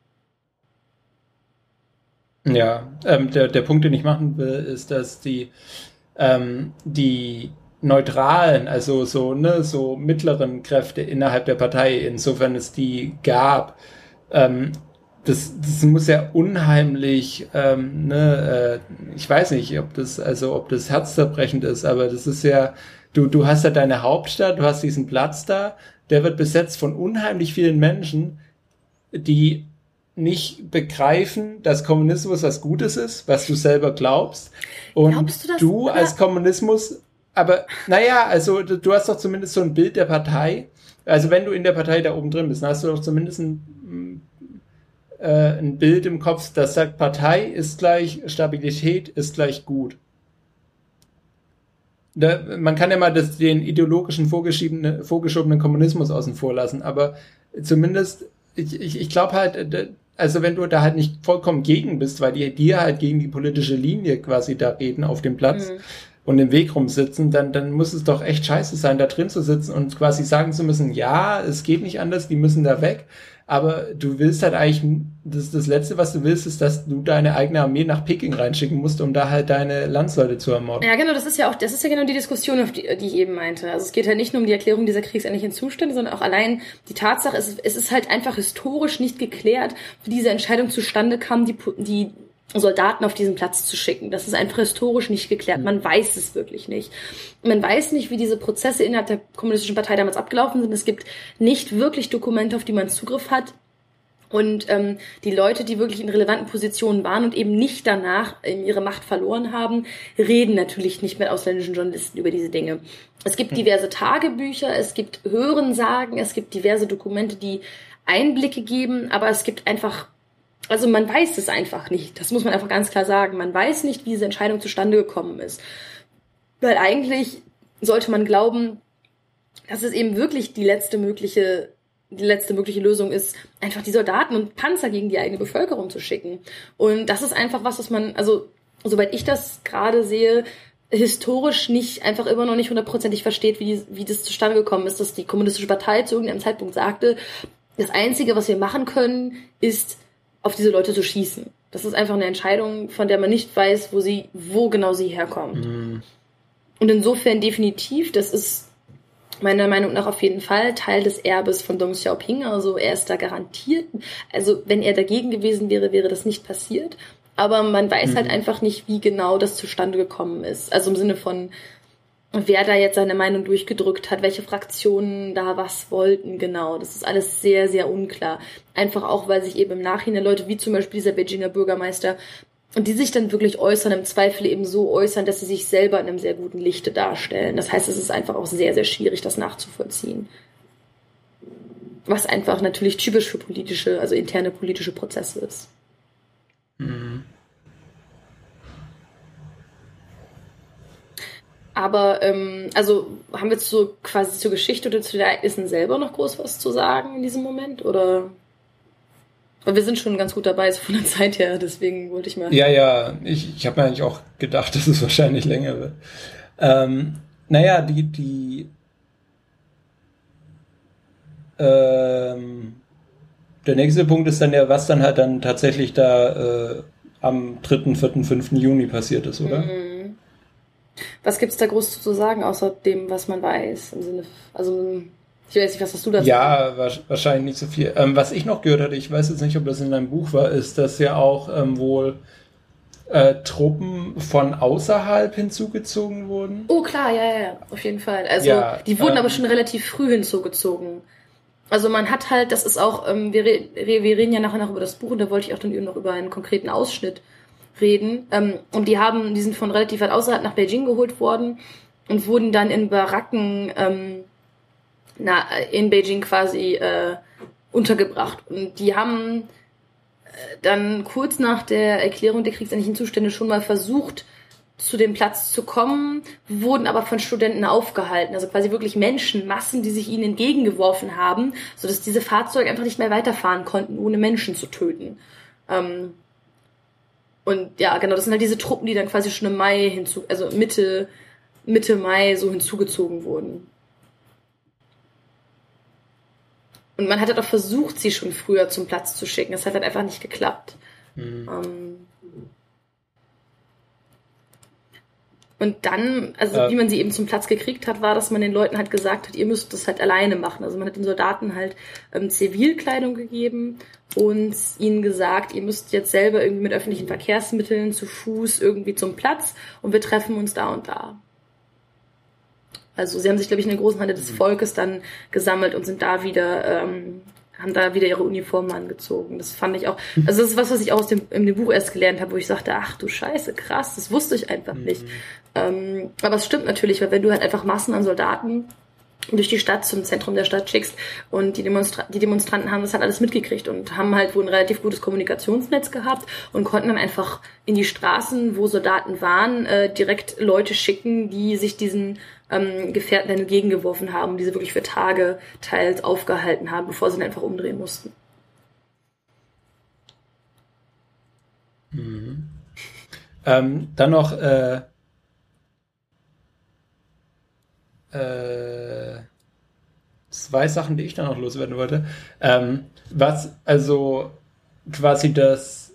Ja, ähm, der, der Punkt, den ich machen will, ist, dass die, ähm, die neutralen, also so, ne, so mittleren Kräfte innerhalb der Partei, insofern es die gab, ähm, das, das muss ja unheimlich, ähm, ne, äh, ich weiß nicht, ob das, also ob das herzzerbrechend ist, aber das ist ja, du, du hast ja deine Hauptstadt, du hast diesen Platz da, der wird besetzt von unheimlich vielen Menschen, die nicht begreifen, dass Kommunismus was Gutes ist, was du selber glaubst. Und glaubst du, das, du als Kommunismus, aber naja, also du, du hast doch zumindest so ein Bild der Partei. Also wenn du in der Partei da oben drin bist, dann hast du doch zumindest ein, äh, ein Bild im Kopf, das sagt, Partei ist gleich Stabilität, ist gleich gut. Da, man kann ja mal das, den ideologischen vorgeschobenen, vorgeschobenen Kommunismus außen vor lassen, aber zumindest, ich, ich, ich glaube halt, also wenn du da halt nicht vollkommen gegen bist, weil die dir halt gegen die politische Linie quasi da reden auf dem Platz mhm. und im Weg rumsitzen, dann, dann muss es doch echt scheiße sein, da drin zu sitzen und quasi sagen zu müssen, ja, es geht nicht anders, die müssen da weg, aber du willst halt eigentlich, das, das Letzte, was du willst, ist, dass du deine eigene Armee nach Peking reinschicken musst, um da halt deine Landsleute zu ermorden. Ja, genau, das ist ja auch, das ist ja genau die Diskussion, auf die, die ich eben meinte. Also es geht halt nicht nur um die Erklärung dieser kriegsähnlichen Zustände, sondern auch allein die Tatsache, es ist, es ist halt einfach historisch nicht geklärt, wie diese Entscheidung zustande kam, die, die Soldaten auf diesen Platz zu schicken. Das ist einfach historisch nicht geklärt. Man weiß es wirklich nicht. Man weiß nicht, wie diese Prozesse innerhalb der Kommunistischen Partei damals abgelaufen sind. Es gibt nicht wirklich Dokumente, auf die man Zugriff hat. Und ähm, die Leute, die wirklich in relevanten Positionen waren und eben nicht danach ähm, ihre Macht verloren haben, reden natürlich nicht mit ausländischen Journalisten über diese Dinge. Es gibt diverse Tagebücher, es gibt Hörensagen, es gibt diverse Dokumente, die Einblicke geben, aber es gibt einfach Also man weiß es einfach nicht. Das muss man einfach ganz klar sagen. Man weiß nicht, wie diese Entscheidung zustande gekommen ist. Weil eigentlich sollte man glauben, dass es eben wirklich die letzte mögliche, die letzte mögliche Lösung ist, einfach die Soldaten und Panzer gegen die eigene Bevölkerung zu schicken. Und das ist einfach was, was man, also soweit ich das gerade sehe, historisch nicht, einfach immer noch nicht hundertprozentig versteht, wie, die, wie das zustande gekommen ist, dass die Kommunistische Partei zu irgendeinem Zeitpunkt sagte, das Einzige, was wir machen können, ist, auf diese Leute zu schießen. Das ist einfach eine Entscheidung, von der man nicht weiß, wo sie, wo genau sie herkommt. Mhm. Und insofern definitiv, das ist meiner Meinung nach auf jeden Fall Teil des Erbes von Deng Xiaoping. Also er ist da garantiert. Also wenn er dagegen gewesen wäre, wäre das nicht passiert. Aber man weiß mhm. halt einfach nicht, wie genau das zustande gekommen ist. Also im Sinne von, wer da jetzt seine Meinung durchgedrückt hat, welche Fraktionen da was wollten, genau. Das ist alles sehr, sehr unklar. Einfach auch, weil sich eben im Nachhinein Leute wie zum Beispiel dieser Beijinger Bürgermeister, und die sich dann wirklich äußern, im Zweifel eben so äußern, dass sie sich selber in einem sehr guten Lichte darstellen. Das heißt, es ist einfach auch sehr, sehr schwierig, das nachzuvollziehen. Was einfach natürlich typisch für politische, also interne politische Prozesse ist. Mhm. Aber, ähm, also, haben wir jetzt so quasi zur Geschichte oder zu den Ereignissen selber noch groß was zu sagen in diesem Moment, oder? Aber wir sind schon ganz gut dabei, so von der Zeit her, deswegen wollte ich mal... Ja, ja, ich, ich habe mir eigentlich auch gedacht, dass es wahrscheinlich länger wird. Ähm, naja, die, die ähm, der nächste Punkt ist dann ja, was dann halt dann tatsächlich da äh, am dritten, vierten, fünften Juni passiert ist, oder? Mhm. Was gibt's da groß zu sagen, außer dem, was man weiß? Im Sinne, also... Ich weiß nicht, was hast du dazu? Ja, wahrscheinlich nicht so viel. Ähm, was ich noch gehört hatte, ich weiß jetzt nicht, ob das in deinem Buch war, ist, dass ja auch ähm, wohl äh, Truppen von außerhalb hinzugezogen wurden. Oh klar, ja, ja, auf jeden Fall. Also ja, die wurden ähm, aber schon relativ früh hinzugezogen. Also man hat halt, das ist auch, ähm, wir, wir, wir reden ja nachher noch über das Buch und da wollte ich auch dann eben noch über einen konkreten Ausschnitt reden. Ähm, und die haben, die sind von relativ weit außerhalb nach Beijing geholt worden und wurden dann in Baracken ähm, na, in Beijing quasi äh, untergebracht. Und die haben äh, dann kurz nach der Erklärung der kriegsähnlichen Zustände schon mal versucht, zu dem Platz zu kommen, wurden aber von Studenten aufgehalten. Also quasi wirklich Menschenmassen, die sich ihnen entgegengeworfen haben, sodass diese Fahrzeuge einfach nicht mehr weiterfahren konnten, ohne Menschen zu töten. Ähm, und ja, genau, das sind halt diese Truppen, die dann quasi schon im Mai hinzu, also Mitte, Mitte Mai so hinzugezogen wurden. Und man hat halt auch versucht, sie schon früher zum Platz zu schicken. Das hat halt einfach nicht geklappt. Mhm. Ähm und dann, also äh. wie man sie eben zum Platz gekriegt hat, war, dass man den Leuten halt gesagt hat, ihr müsst das halt alleine machen. Also man hat den Soldaten halt ähm, Zivilkleidung gegeben und ihnen gesagt, ihr müsst jetzt selber irgendwie mit öffentlichen Verkehrsmitteln zu Fuß irgendwie zum Platz und wir treffen uns da und da. Also sie haben sich, glaube ich, in der großen Halle des Volkes dann gesammelt und sind da wieder, ähm, haben da wieder ihre Uniformen angezogen. Das fand ich auch, also das ist was, was ich auch aus dem, in dem Buch erst gelernt habe, wo ich sagte, ach du Scheiße, krass, das wusste ich einfach nicht. Mhm. Ähm, aber es stimmt natürlich, weil wenn du halt einfach Massen an Soldaten durch die Stadt zum Zentrum der Stadt schickst und die, Demonstra- die Demonstranten haben das halt alles mitgekriegt und haben halt wohl ein relativ gutes Kommunikationsnetz gehabt und konnten dann einfach in die Straßen, wo Soldaten waren, äh, direkt Leute schicken, die sich diesen ähm, Gefährten dann entgegengeworfen haben, die sie wirklich für Tage teils aufgehalten haben, bevor sie dann einfach umdrehen mussten. Mhm. Ähm, dann noch äh, äh, zwei Sachen, die ich dann noch loswerden wollte. Ähm, was also quasi das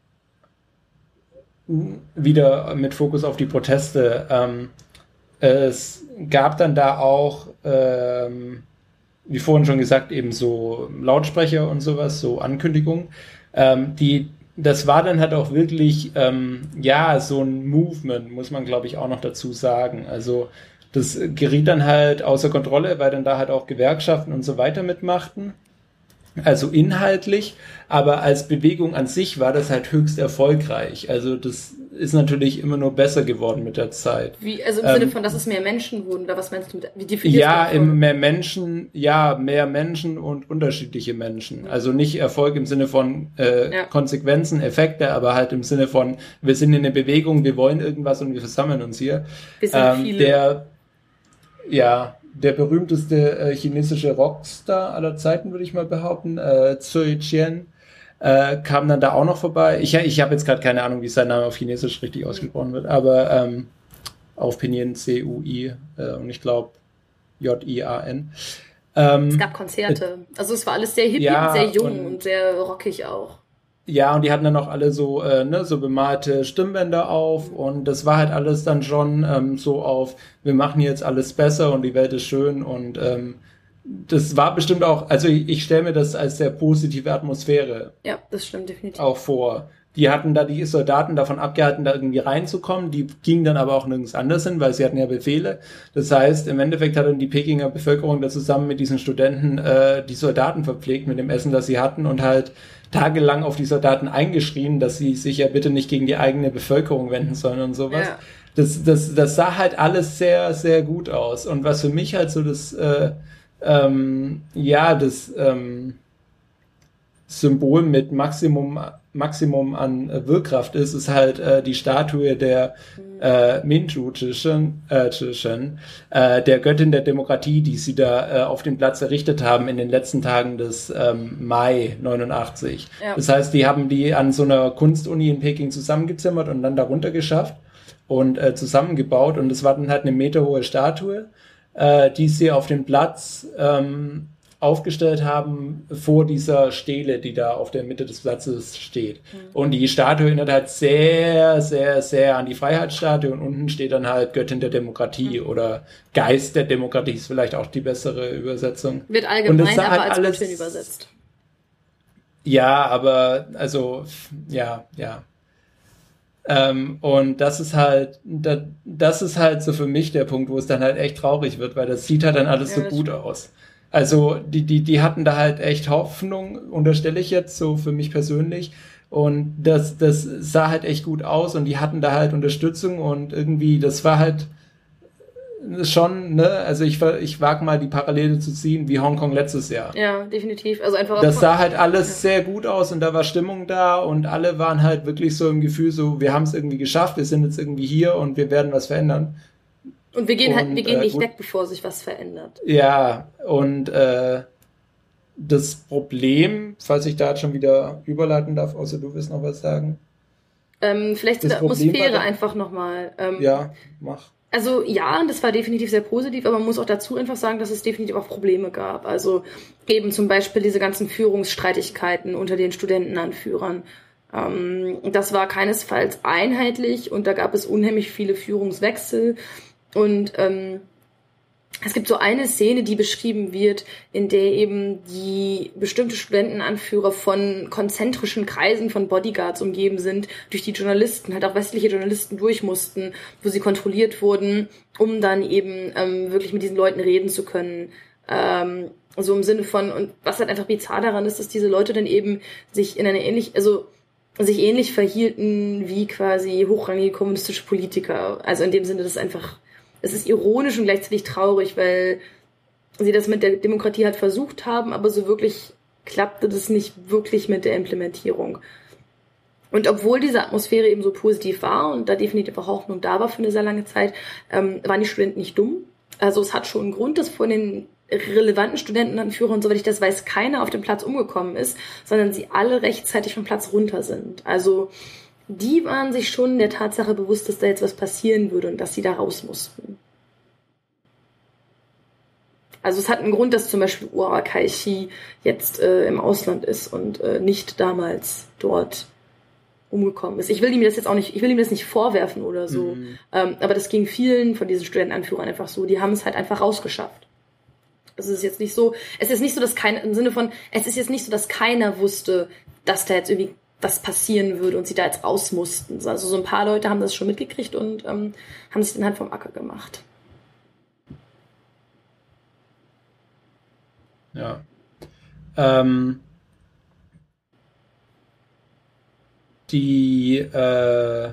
wieder mit Fokus auf die Proteste. Ähm, es gab dann da auch, ähm, wie vorhin schon gesagt, eben so Lautsprecher und sowas, so Ankündigungen. Ähm, die, das war dann halt auch wirklich, ähm, ja, so ein Movement, muss man glaube ich auch noch dazu sagen. Also das geriet dann halt außer Kontrolle, weil dann da halt auch Gewerkschaften und so weiter mitmachten. Also inhaltlich, aber als Bewegung an sich war das halt höchst erfolgreich. Also das ist natürlich immer nur besser geworden mit der Zeit. Wie, also im ähm, Sinne von, dass es mehr Menschen wurden, oder was meinst du mit, wie definierst ja, du mehr Menschen, ja, mehr Menschen und unterschiedliche Menschen. Mhm. Also nicht Erfolg im Sinne von äh, ja. Konsequenzen, Effekte, aber halt im Sinne von, wir sind in der Bewegung, wir wollen irgendwas und wir versammeln uns hier. Wir sind ähm, viele. Der, ja, der berühmteste äh, chinesische Rockstar aller Zeiten, würde ich mal behaupten, äh, Zui Qian, äh, kam dann da auch noch vorbei. Ich, ich habe jetzt gerade keine Ahnung, wie sein Name auf Chinesisch richtig ausgesprochen wird, aber ähm, auf Pinyin C U I äh, und ich glaube J I A N. Ähm, es gab Konzerte. Also es war alles sehr hippie ja, und sehr jung und, und sehr rockig auch. Ja, und die hatten dann auch alle so, äh, ne, so bemalte Stimmbänder auf und das war halt alles dann schon ähm, so auf, wir machen jetzt alles besser und die Welt ist schön und ähm, das war bestimmt auch, also ich, ich stelle mir das als sehr positive Atmosphäre Ja, das stimmt definitiv. auch vor. Die hatten da die Soldaten davon abgehalten, da irgendwie reinzukommen. Die gingen dann aber auch nirgends anders hin, weil sie hatten ja Befehle. Das heißt, im Endeffekt hat dann die Pekinger Bevölkerung da zusammen mit diesen Studenten äh, die Soldaten verpflegt mit dem Essen, das sie hatten und halt tagelang auf die Soldaten eingeschrien, dass sie sich ja bitte nicht gegen die eigene Bevölkerung wenden sollen und sowas. Ja. Das, das, das sah halt alles sehr, sehr gut aus. Und was für mich halt so das, äh, ähm, ja, das ähm, Symbol mit Maximum Maximum an äh, Wirkkraft ist, ist halt äh, die Statue der äh, Minju Zhishen, äh, Zhishen, äh, der Göttin der Demokratie, die sie da äh, auf dem Platz errichtet haben in den letzten Tagen des ähm, Mai neunundachtzig. Ja. Das heißt, die haben die an so einer Kunstuni in Peking zusammengezimmert und dann darunter geschafft und äh, zusammengebaut und es war dann halt eine meterhohe Statue, äh, die sie auf dem Platz ähm, aufgestellt haben vor dieser Stele, die da auf der Mitte des Platzes steht. Mhm. Und die Statue erinnert halt sehr, sehr, sehr an die Freiheitsstatue und unten steht dann halt Göttin der Demokratie mhm. oder Geist der Demokratie ist vielleicht auch die bessere Übersetzung. Wird allgemein aber halt als alles, Göttin übersetzt. Ja, aber also, ja, ja. Ähm, und das ist halt, das, das ist halt so für mich der Punkt, wo es dann halt echt traurig wird, weil das sieht halt dann alles ja, so gut aus. Also die, die, die hatten da halt echt Hoffnung, unterstelle ich jetzt so für mich persönlich. Und das, das sah halt echt gut aus und die hatten da halt Unterstützung und irgendwie, das war halt schon, ne, also ich, ich wage mal die Parallele zu ziehen wie Hongkong letztes Jahr. Ja, definitiv. Also einfach. Das sah halt alles ja. sehr gut aus und da war Stimmung da und alle waren halt wirklich so im Gefühl so, wir haben es irgendwie geschafft, wir sind jetzt irgendwie hier und wir werden was verändern. Und wir gehen und, halt, wir gehen äh, nicht gut. weg, bevor sich was verändert. Ja, und äh, das Problem, falls ich da jetzt schon wieder überleiten darf, außer du willst noch was sagen. Ähm, vielleicht zu der Atmosphäre einfach nochmal. Ähm, ja, mach. Also ja, das war definitiv sehr positiv, aber man muss auch dazu einfach sagen, dass es definitiv auch Probleme gab. Also eben zum Beispiel diese ganzen Führungsstreitigkeiten unter den Studentenanführern. Ähm, das war keinesfalls einheitlich und da gab es unheimlich viele Führungswechsel. Und ähm, es gibt so eine Szene, die beschrieben wird, in der eben die bestimmte Studentenanführer von konzentrischen Kreisen von Bodyguards umgeben sind, durch die Journalisten, halt auch westliche Journalisten durch mussten, wo sie kontrolliert wurden, um dann eben ähm, wirklich mit diesen Leuten reden zu können. Ähm, so im Sinne von, und was halt einfach bizarr daran ist, dass diese Leute dann eben sich in eine ähnlich, also sich ähnlich verhielten wie quasi hochrangige kommunistische Politiker. Also in dem Sinne, dass einfach es ist ironisch und gleichzeitig traurig, weil sie das mit der Demokratie halt versucht haben, aber so wirklich klappte das nicht wirklich mit der Implementierung. Und obwohl diese Atmosphäre eben so positiv war und da definitiv auch Hoffnung da war für eine sehr lange Zeit, ähm, waren die Studenten nicht dumm. Also es hat schon einen Grund, dass von den relevanten Studentenanführern, soweit ich das weiß, keiner auf dem Platz umgekommen ist, sondern sie alle rechtzeitig vom Platz runter sind. Also die waren sich schon der Tatsache bewusst, dass da jetzt was passieren würde und dass sie da raus mussten. Also es hat einen Grund, dass zum Beispiel Ura Kai-Shi jetzt äh, im Ausland ist und äh, nicht damals dort umgekommen ist. Ich will ihm das jetzt auch nicht, ich will ihm das nicht vorwerfen oder so, mhm. ähm, aber das ging vielen von diesen Studentenanführern einfach so. Die haben es halt einfach rausgeschafft. Also es ist jetzt nicht so, es ist nicht so, dass keiner, im Sinne von, es ist jetzt nicht so, dass keiner wusste, dass da jetzt irgendwie was passieren würde und sie da jetzt raus mussten. Also so ein paar Leute haben das schon mitgekriegt und ähm, haben sich dann halt vom Acker gemacht. Ja. Ähm, die äh,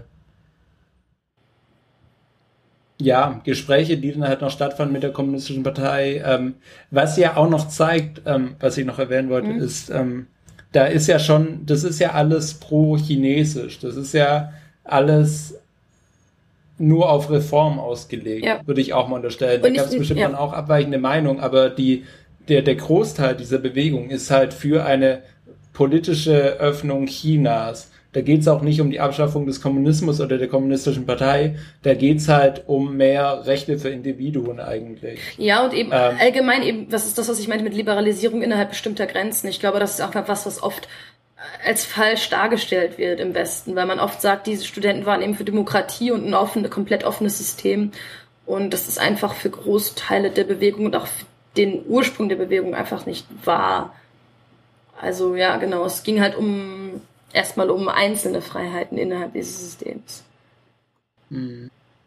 ja, Gespräche, die dann halt noch stattfanden mit der Kommunistischen Partei, ähm, was ja auch noch zeigt, ähm, was ich noch erwähnen wollte, mhm. ist, ähm, da ist ja schon, das ist ja alles pro-chinesisch. Das ist ja alles nur auf Reform ausgelegt, ja. würde ich auch mal unterstellen. Da gab es bestimmt ja. dann auch abweichende Meinungen, aber die, der, der Großteil dieser Bewegung ist halt für eine politische Öffnung Chinas. Da geht's auch nicht um die Abschaffung des Kommunismus oder der kommunistischen Partei. Da geht's halt um mehr Rechte für Individuen eigentlich. Ja, und eben ähm, allgemein eben, was ist das, was ich meinte mit Liberalisierung innerhalb bestimmter Grenzen. Ich glaube, das ist auch was, was oft als falsch dargestellt wird im Westen, weil man oft sagt, diese Studenten waren eben für Demokratie und ein offen, komplett offenes System. Und das ist einfach für Großteile der Bewegung und auch für den Ursprung der Bewegung einfach nicht wahr. Also ja, genau, es ging halt um erstmal um einzelne Freiheiten innerhalb dieses Systems. Hm.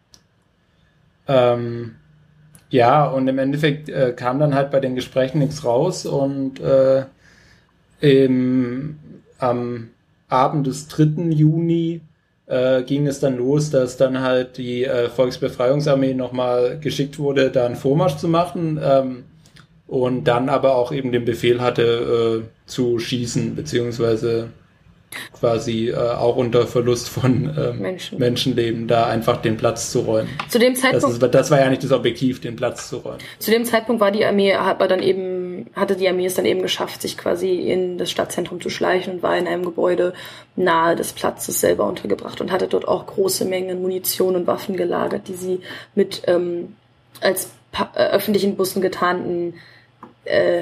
Ähm, ja, und im Endeffekt äh, kam dann halt bei den Gesprächen nichts raus und äh, im, am Abend des dritten Juni äh, ging es dann los, dass dann halt die äh, Volksbefreiungsarmee nochmal geschickt wurde, da einen Vormarsch zu machen ähm, und dann aber auch eben den Befehl hatte, äh, zu schießen, beziehungsweise quasi äh, auch unter Verlust von ähm, Menschen. Menschenleben da einfach den Platz zu räumen. Zu dem Zeitpunkt, das, ist, das war ja nicht das Objektiv, den Platz zu räumen. Zu dem Zeitpunkt war die Armee, aber dann eben, hatte die Armee es dann eben geschafft, sich quasi in das Stadtzentrum zu schleichen und war in einem Gebäude nahe des Platzes selber untergebracht und hatte dort auch große Mengen Munition und Waffen gelagert, die sie mit ähm, als pa- äh, öffentlichen Bussen getarnten äh,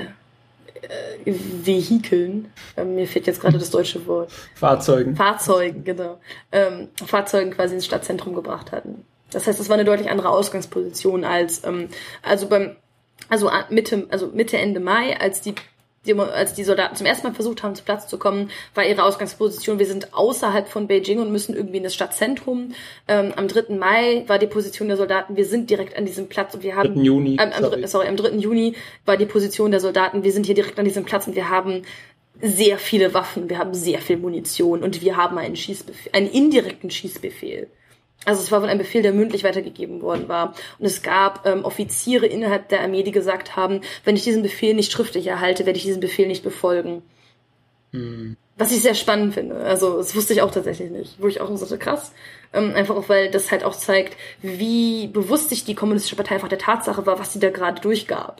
Vehikeln, ähm, mir fehlt jetzt gerade das deutsche Wort. Fahrzeugen. Fahrzeugen, genau. Ähm, Fahrzeugen quasi ins Stadtzentrum gebracht hatten. Das heißt, es war eine deutlich andere Ausgangsposition als, ähm, also beim, also Mitte, also Mitte, Ende Mai, als die, die, als die Soldaten zum ersten Mal versucht haben, zu Platz zu kommen, war ihre Ausgangsposition, wir sind außerhalb von Beijing und müssen irgendwie in das Stadtzentrum. Ähm, am dritten Mai war die Position der Soldaten, wir sind direkt an diesem Platz und wir haben... dritten Juni, ähm, am, sorry. sorry, am dritten Juni war die Position der Soldaten, wir sind hier direkt an diesem Platz und wir haben sehr viele Waffen, wir haben sehr viel Munition und wir haben einen Schießbefehl, einen indirekten Schießbefehl. Also es war wohl ein Befehl, der mündlich weitergegeben worden war. Und es gab ähm, Offiziere innerhalb der Armee, die gesagt haben, wenn ich diesen Befehl nicht schriftlich erhalte, werde ich diesen Befehl nicht befolgen. Hm. Was ich sehr spannend finde. Also das wusste ich auch tatsächlich nicht. Wo ich auch so krass. Ähm, einfach auch, weil das halt auch zeigt, wie bewusst sich die Kommunistische Partei einfach der Tatsache war, was sie da gerade durchgab.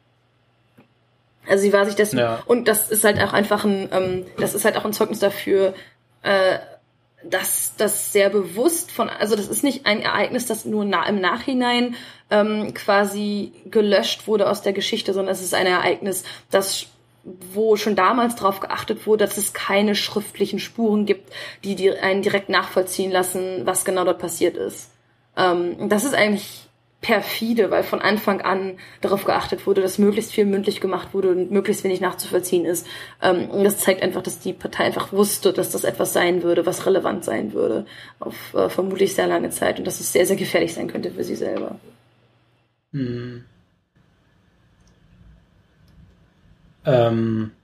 Also sie war sich dessen... Ja. Und das ist halt auch einfach ein... Ähm, das ist halt auch ein Zeugnis dafür, äh, dass das sehr bewusst von, also das ist nicht ein Ereignis, das nur na, im Nachhinein ähm, quasi gelöscht wurde aus der Geschichte, sondern es ist ein Ereignis, das wo schon damals darauf geachtet wurde, dass es keine schriftlichen Spuren gibt, die, die einen direkt nachvollziehen lassen, was genau dort passiert ist. Ähm, das ist eigentlich perfide, weil von Anfang an darauf geachtet wurde, dass möglichst viel mündlich gemacht wurde und möglichst wenig nachzuvollziehen ist. Ähm, und das zeigt einfach, dass die Partei einfach wusste, dass das etwas sein würde, was relevant sein würde, auf äh, vermutlich sehr lange Zeit und dass es sehr, sehr gefährlich sein könnte für sie selber. Hm. Ähm.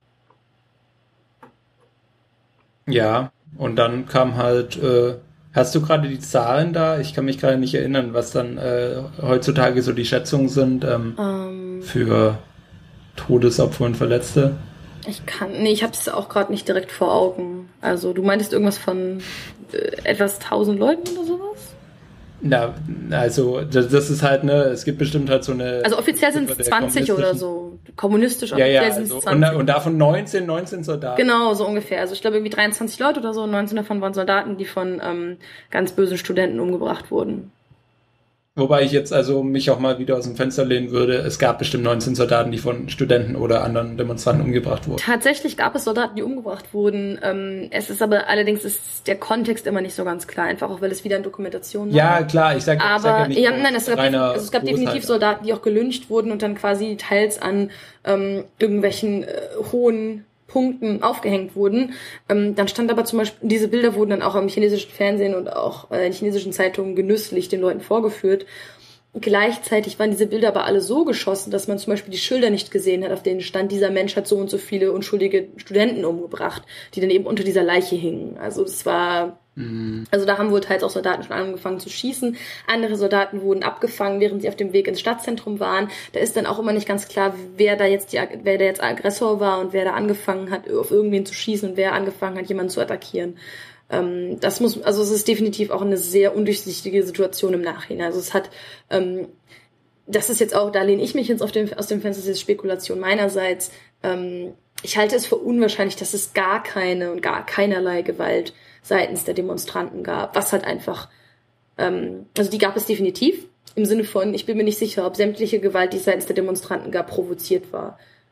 Ja, und dann kam halt äh hast du gerade die Zahlen da? Ich kann mich gerade nicht erinnern, was dann äh, heutzutage so die Schätzungen sind ähm, um, für Todesopfer und Verletzte. Ich kann, nee, ich habe es auch gerade nicht direkt vor Augen. Also du meintest irgendwas von äh, etwas tausend Leuten oder sowas? Na, also das, das ist halt, ne, es gibt bestimmt halt so eine... Also offiziell sind es zwanzig oder so. Kommunistisch offiziell ja, ja, sind es also, zwanzig. Und, und davon neunzehn, neunzehn Soldaten. Genau, so ungefähr. Also ich glaube irgendwie dreiundzwanzig Leute oder so, neunzehn davon waren Soldaten, die von ähm, ganz bösen Studenten umgebracht wurden. Wobei ich jetzt also mich auch mal wieder aus dem Fenster lehnen würde, es gab bestimmt neunzehn Soldaten, die von Studenten oder anderen Demonstranten umgebracht wurden. Tatsächlich gab es Soldaten, die umgebracht wurden. Ähm, es ist aber allerdings ist der Kontext immer nicht so ganz klar, einfach auch weil es wieder in Dokumentation war. Ja, klar, ich sage aber, ich sag ja nicht. Ja, nein, es gab, also es gab definitiv Großhalter. Soldaten, die auch gelyncht wurden und dann quasi teils an ähm, irgendwelchen äh, hohen Punkten aufgehängt wurden. Ähm, dann stand aber zum Beispiel, diese Bilder wurden dann auch im chinesischen Fernsehen und auch äh, in chinesischen Zeitungen genüsslich den Leuten vorgeführt. Gleichzeitig waren diese Bilder aber alle so geschossen, dass man zum Beispiel die Schilder nicht gesehen hat, auf denen stand, dieser Mensch hat so und so viele unschuldige Studenten umgebracht, die dann eben unter dieser Leiche hingen. Also das war... Mhm. Also da haben wohl teils auch Soldaten schon angefangen zu schießen. Andere Soldaten wurden abgefangen, während sie auf dem Weg ins Stadtzentrum waren. Da ist dann auch immer nicht ganz klar, wer da jetzt die, wer da jetzt Aggressor war und wer da angefangen hat, auf irgendwen zu schießen und wer angefangen hat, jemanden zu attackieren. Ähm, das muss, also es ist definitiv auch eine sehr undurchsichtige Situation im Nachhinein. Also es hat, ähm, das ist jetzt auch, da lehne ich mich jetzt auf dem, aus dem Fenster, das ist Spekulation meinerseits. Ähm, ich halte es für unwahrscheinlich, dass es gar keine und gar keinerlei Gewalt seitens der Demonstranten gab, was halt einfach, ähm, also die gab es definitiv, im Sinne von, ich bin mir nicht sicher, ob sämtliche Gewalt, die es seitens der Demonstranten gab, provoziert war.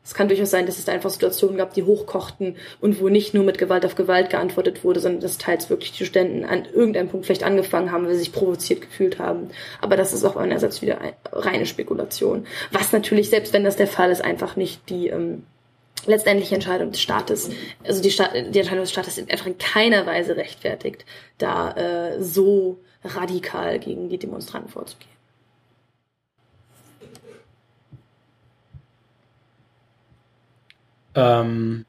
Es kann durchaus sein, dass es da einfach Situationen gab, die hochkochten und wo nicht nur mit Gewalt auf Gewalt geantwortet wurde, sondern dass teils wirklich die Studenten an irgendeinem Punkt vielleicht angefangen haben, weil sie sich provoziert gefühlt haben. Aber das ist auch einerseits wieder eine reine Spekulation. Was natürlich, selbst wenn das der Fall ist, einfach nicht die ähm, letztendliche Entscheidung des Staates, also die, Staat, die Entscheidung des Staates einfach in keiner Weise rechtfertigt, da äh, so radikal gegen die Demonstranten vorzugehen. Ähm.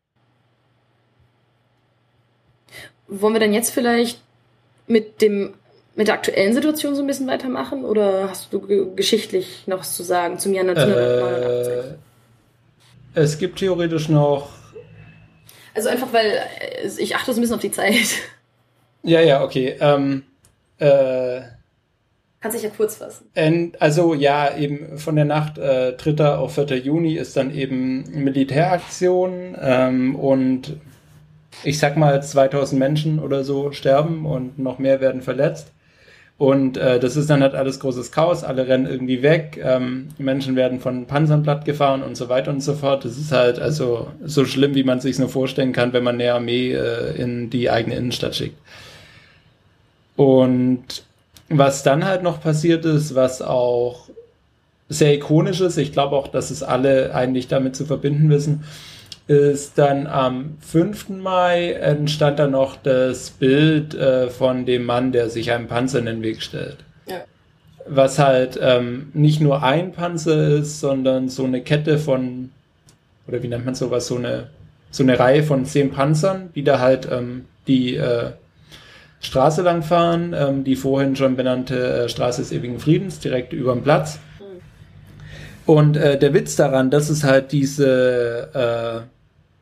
Wollen wir dann jetzt vielleicht mit dem mit der aktuellen Situation so ein bisschen weitermachen oder hast du g- geschichtlich noch was zu sagen zum Jahr neunzehnhundertneunundachtzig? Äh, es gibt theoretisch noch... Also einfach, weil äh, ich achte so ein bisschen auf die Zeit. Ja, ja, okay. Ähm, äh, Kannst dich ja kurz fassen. And, also ja, eben von der Nacht äh, dritter auf vierter Juni ist dann eben Militäraktion ähm, und ich sag mal zweitausend Menschen oder so sterben und noch mehr werden verletzt. Und äh, das ist dann halt alles großes Chaos, alle rennen irgendwie weg, ähm, Menschen werden von Panzern plattgefahren und so weiter und so fort. Das ist halt also so schlimm, wie man sich nur vorstellen kann, wenn man eine Armee äh, in die eigene Innenstadt schickt. Und was dann halt noch passiert ist, was auch sehr ikonisch ist, ich glaube auch, dass es alle eigentlich damit zu verbinden wissen, ist dann am fünften Mai entstand dann noch das Bild äh, von dem Mann, der sich einem Panzer in den Weg stellt. Ja. Was halt ähm, nicht nur ein Panzer ist, sondern so eine Kette von, oder wie nennt man sowas, so eine, so eine Reihe von zehn Panzern, die da halt ähm, die äh, Straße lang fahren, ähm, die vorhin schon benannte äh, Straße des ewigen Friedens, direkt über dem Platz. Mhm. Und äh, der Witz daran, dass es halt diese äh,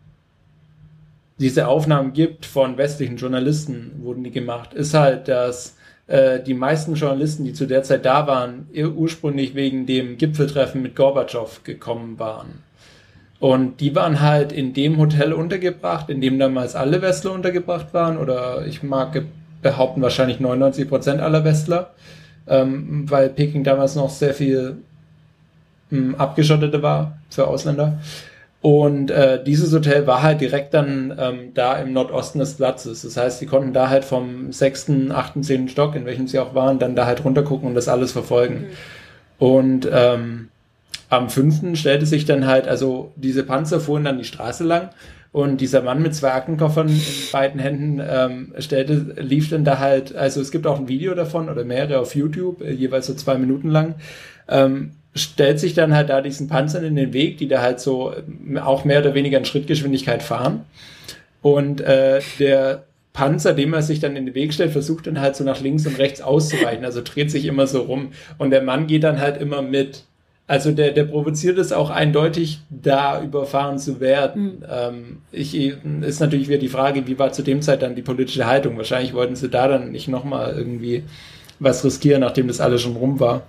diese Aufnahmen gibt von westlichen Journalisten, wurden die gemacht, ist halt, dass äh, die meisten Journalisten, die zu der Zeit da waren, ursprünglich wegen dem Gipfeltreffen mit Gorbatschow gekommen waren. Und die waren halt in dem Hotel untergebracht, in dem damals alle Westler untergebracht waren, oder ich mag behaupten, wahrscheinlich neunundneunzig Prozent aller Westler, ähm, weil Peking damals noch sehr viel ähm, abgeschotteter war für Ausländer. Und äh, dieses Hotel war halt direkt dann ähm, da im Nordosten des Platzes. Das heißt, die konnten da halt vom sechsten, achten, zehnten Stock, in welchem sie auch waren, dann da halt runtergucken und das alles verfolgen. Mhm. Und ähm, am fünften stellte sich dann halt, also diese Panzer fuhren dann die Straße lang und dieser Mann mit zwei Aktenkoffern in beiden Händen ähm, stellte, lief dann da halt, also es gibt auch ein Video davon oder mehrere auf YouTube, äh, jeweils so zwei Minuten lang, ähm, stellt sich dann halt da diesen Panzern in den Weg, die da halt so auch mehr oder weniger in Schrittgeschwindigkeit fahren. Und äh, der Panzer, dem er sich dann in den Weg stellt, versucht dann halt so nach links und rechts auszuweichen, also dreht sich immer so rum. Und der Mann geht dann halt immer mit. Also der, der provoziert es auch eindeutig, da überfahren zu werden. Mhm. Ähm, ich, ist natürlich wieder die Frage, wie war zu dem Zeit dann die politische Haltung? Wahrscheinlich wollten sie da dann nicht nochmal irgendwie was riskieren, nachdem das alles schon rum war.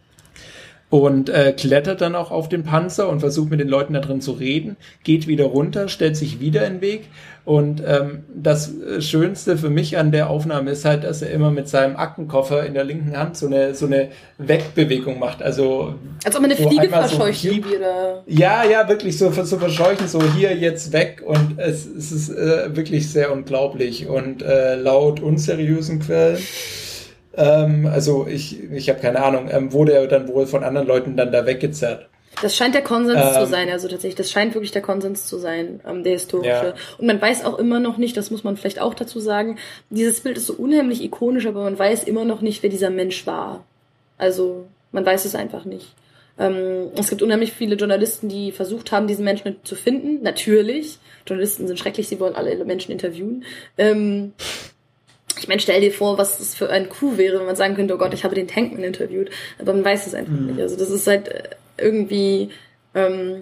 Und äh, klettert dann auch auf den Panzer und versucht mit den Leuten da drin zu reden, geht wieder runter, stellt sich wieder in den Weg. Und ähm, das Schönste für mich an der Aufnahme ist halt, dass er immer mit seinem Aktenkoffer in der linken Hand so eine so eine Wegbewegung macht. Also als ob man eine Fliege verscheucht so irgendwie, oder? Ja, ja, wirklich so zu verscheuchen, so hier jetzt weg. Und es, es ist äh, wirklich sehr unglaublich. Und äh, laut unseriösen Quellen, Ähm, also ich, ich habe keine Ahnung, ähm, wurde er dann wohl von anderen Leuten dann da weggezerrt. Das scheint der Konsens ähm, zu sein, also tatsächlich, das scheint wirklich der Konsens zu sein, ähm, der historische. Ja. Und man weiß auch immer noch nicht, das muss man vielleicht auch dazu sagen, dieses Bild ist so unheimlich ikonisch, aber man weiß immer noch nicht, wer dieser Mensch war. Also man weiß es einfach nicht. Ähm, es gibt unheimlich viele Journalisten, die versucht haben, diesen Menschen zu finden. Natürlich, Journalisten sind schrecklich, sie wollen alle Menschen interviewen. Ähm, Ich meine, stell dir vor, was das für ein Coup wäre, wenn man sagen könnte, oh Gott, ich habe den Tankman interviewt. Aber man weiß es einfach mhm. nicht. Also das ist halt irgendwie, ähm,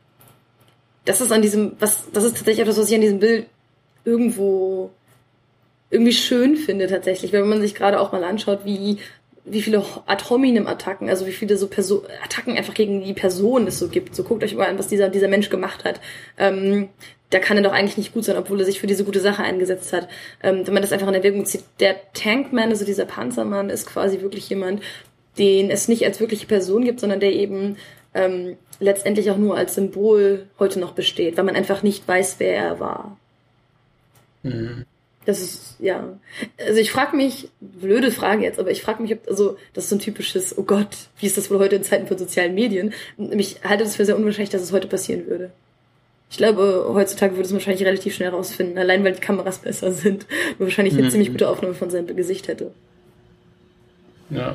das ist an diesem, was, das ist tatsächlich etwas, was ich an diesem Bild irgendwo irgendwie schön finde tatsächlich. Wenn man sich gerade auch mal anschaut, wie wie viele Ad hominem Attacken, also wie viele so Perso- Attacken einfach gegen die Person es so gibt. So guckt euch mal an, was dieser dieser Mensch gemacht hat. Ähm, da kann er doch eigentlich nicht gut sein, obwohl er sich für diese gute Sache eingesetzt hat. Ähm, wenn man das einfach in Erwägung zieht, der Tankman, also dieser Panzermann, ist quasi wirklich jemand, den es nicht als wirkliche Person gibt, sondern der eben ähm, letztendlich auch nur als Symbol heute noch besteht, weil man einfach nicht weiß, wer er war. Mhm. Das ist, ja. Also ich frage mich, blöde Frage jetzt, aber ich frage mich, ob, also das ist so ein typisches, oh Gott, wie ist das wohl heute in Zeiten von sozialen Medien? Ich halte das für sehr unwahrscheinlich, dass es heute passieren würde. Ich glaube, heutzutage würde es wahrscheinlich relativ schnell rausfinden, allein weil die Kameras besser sind und wahrscheinlich eine mhm. ziemlich gute Aufnahme von seinem Gesicht hätte. Ja.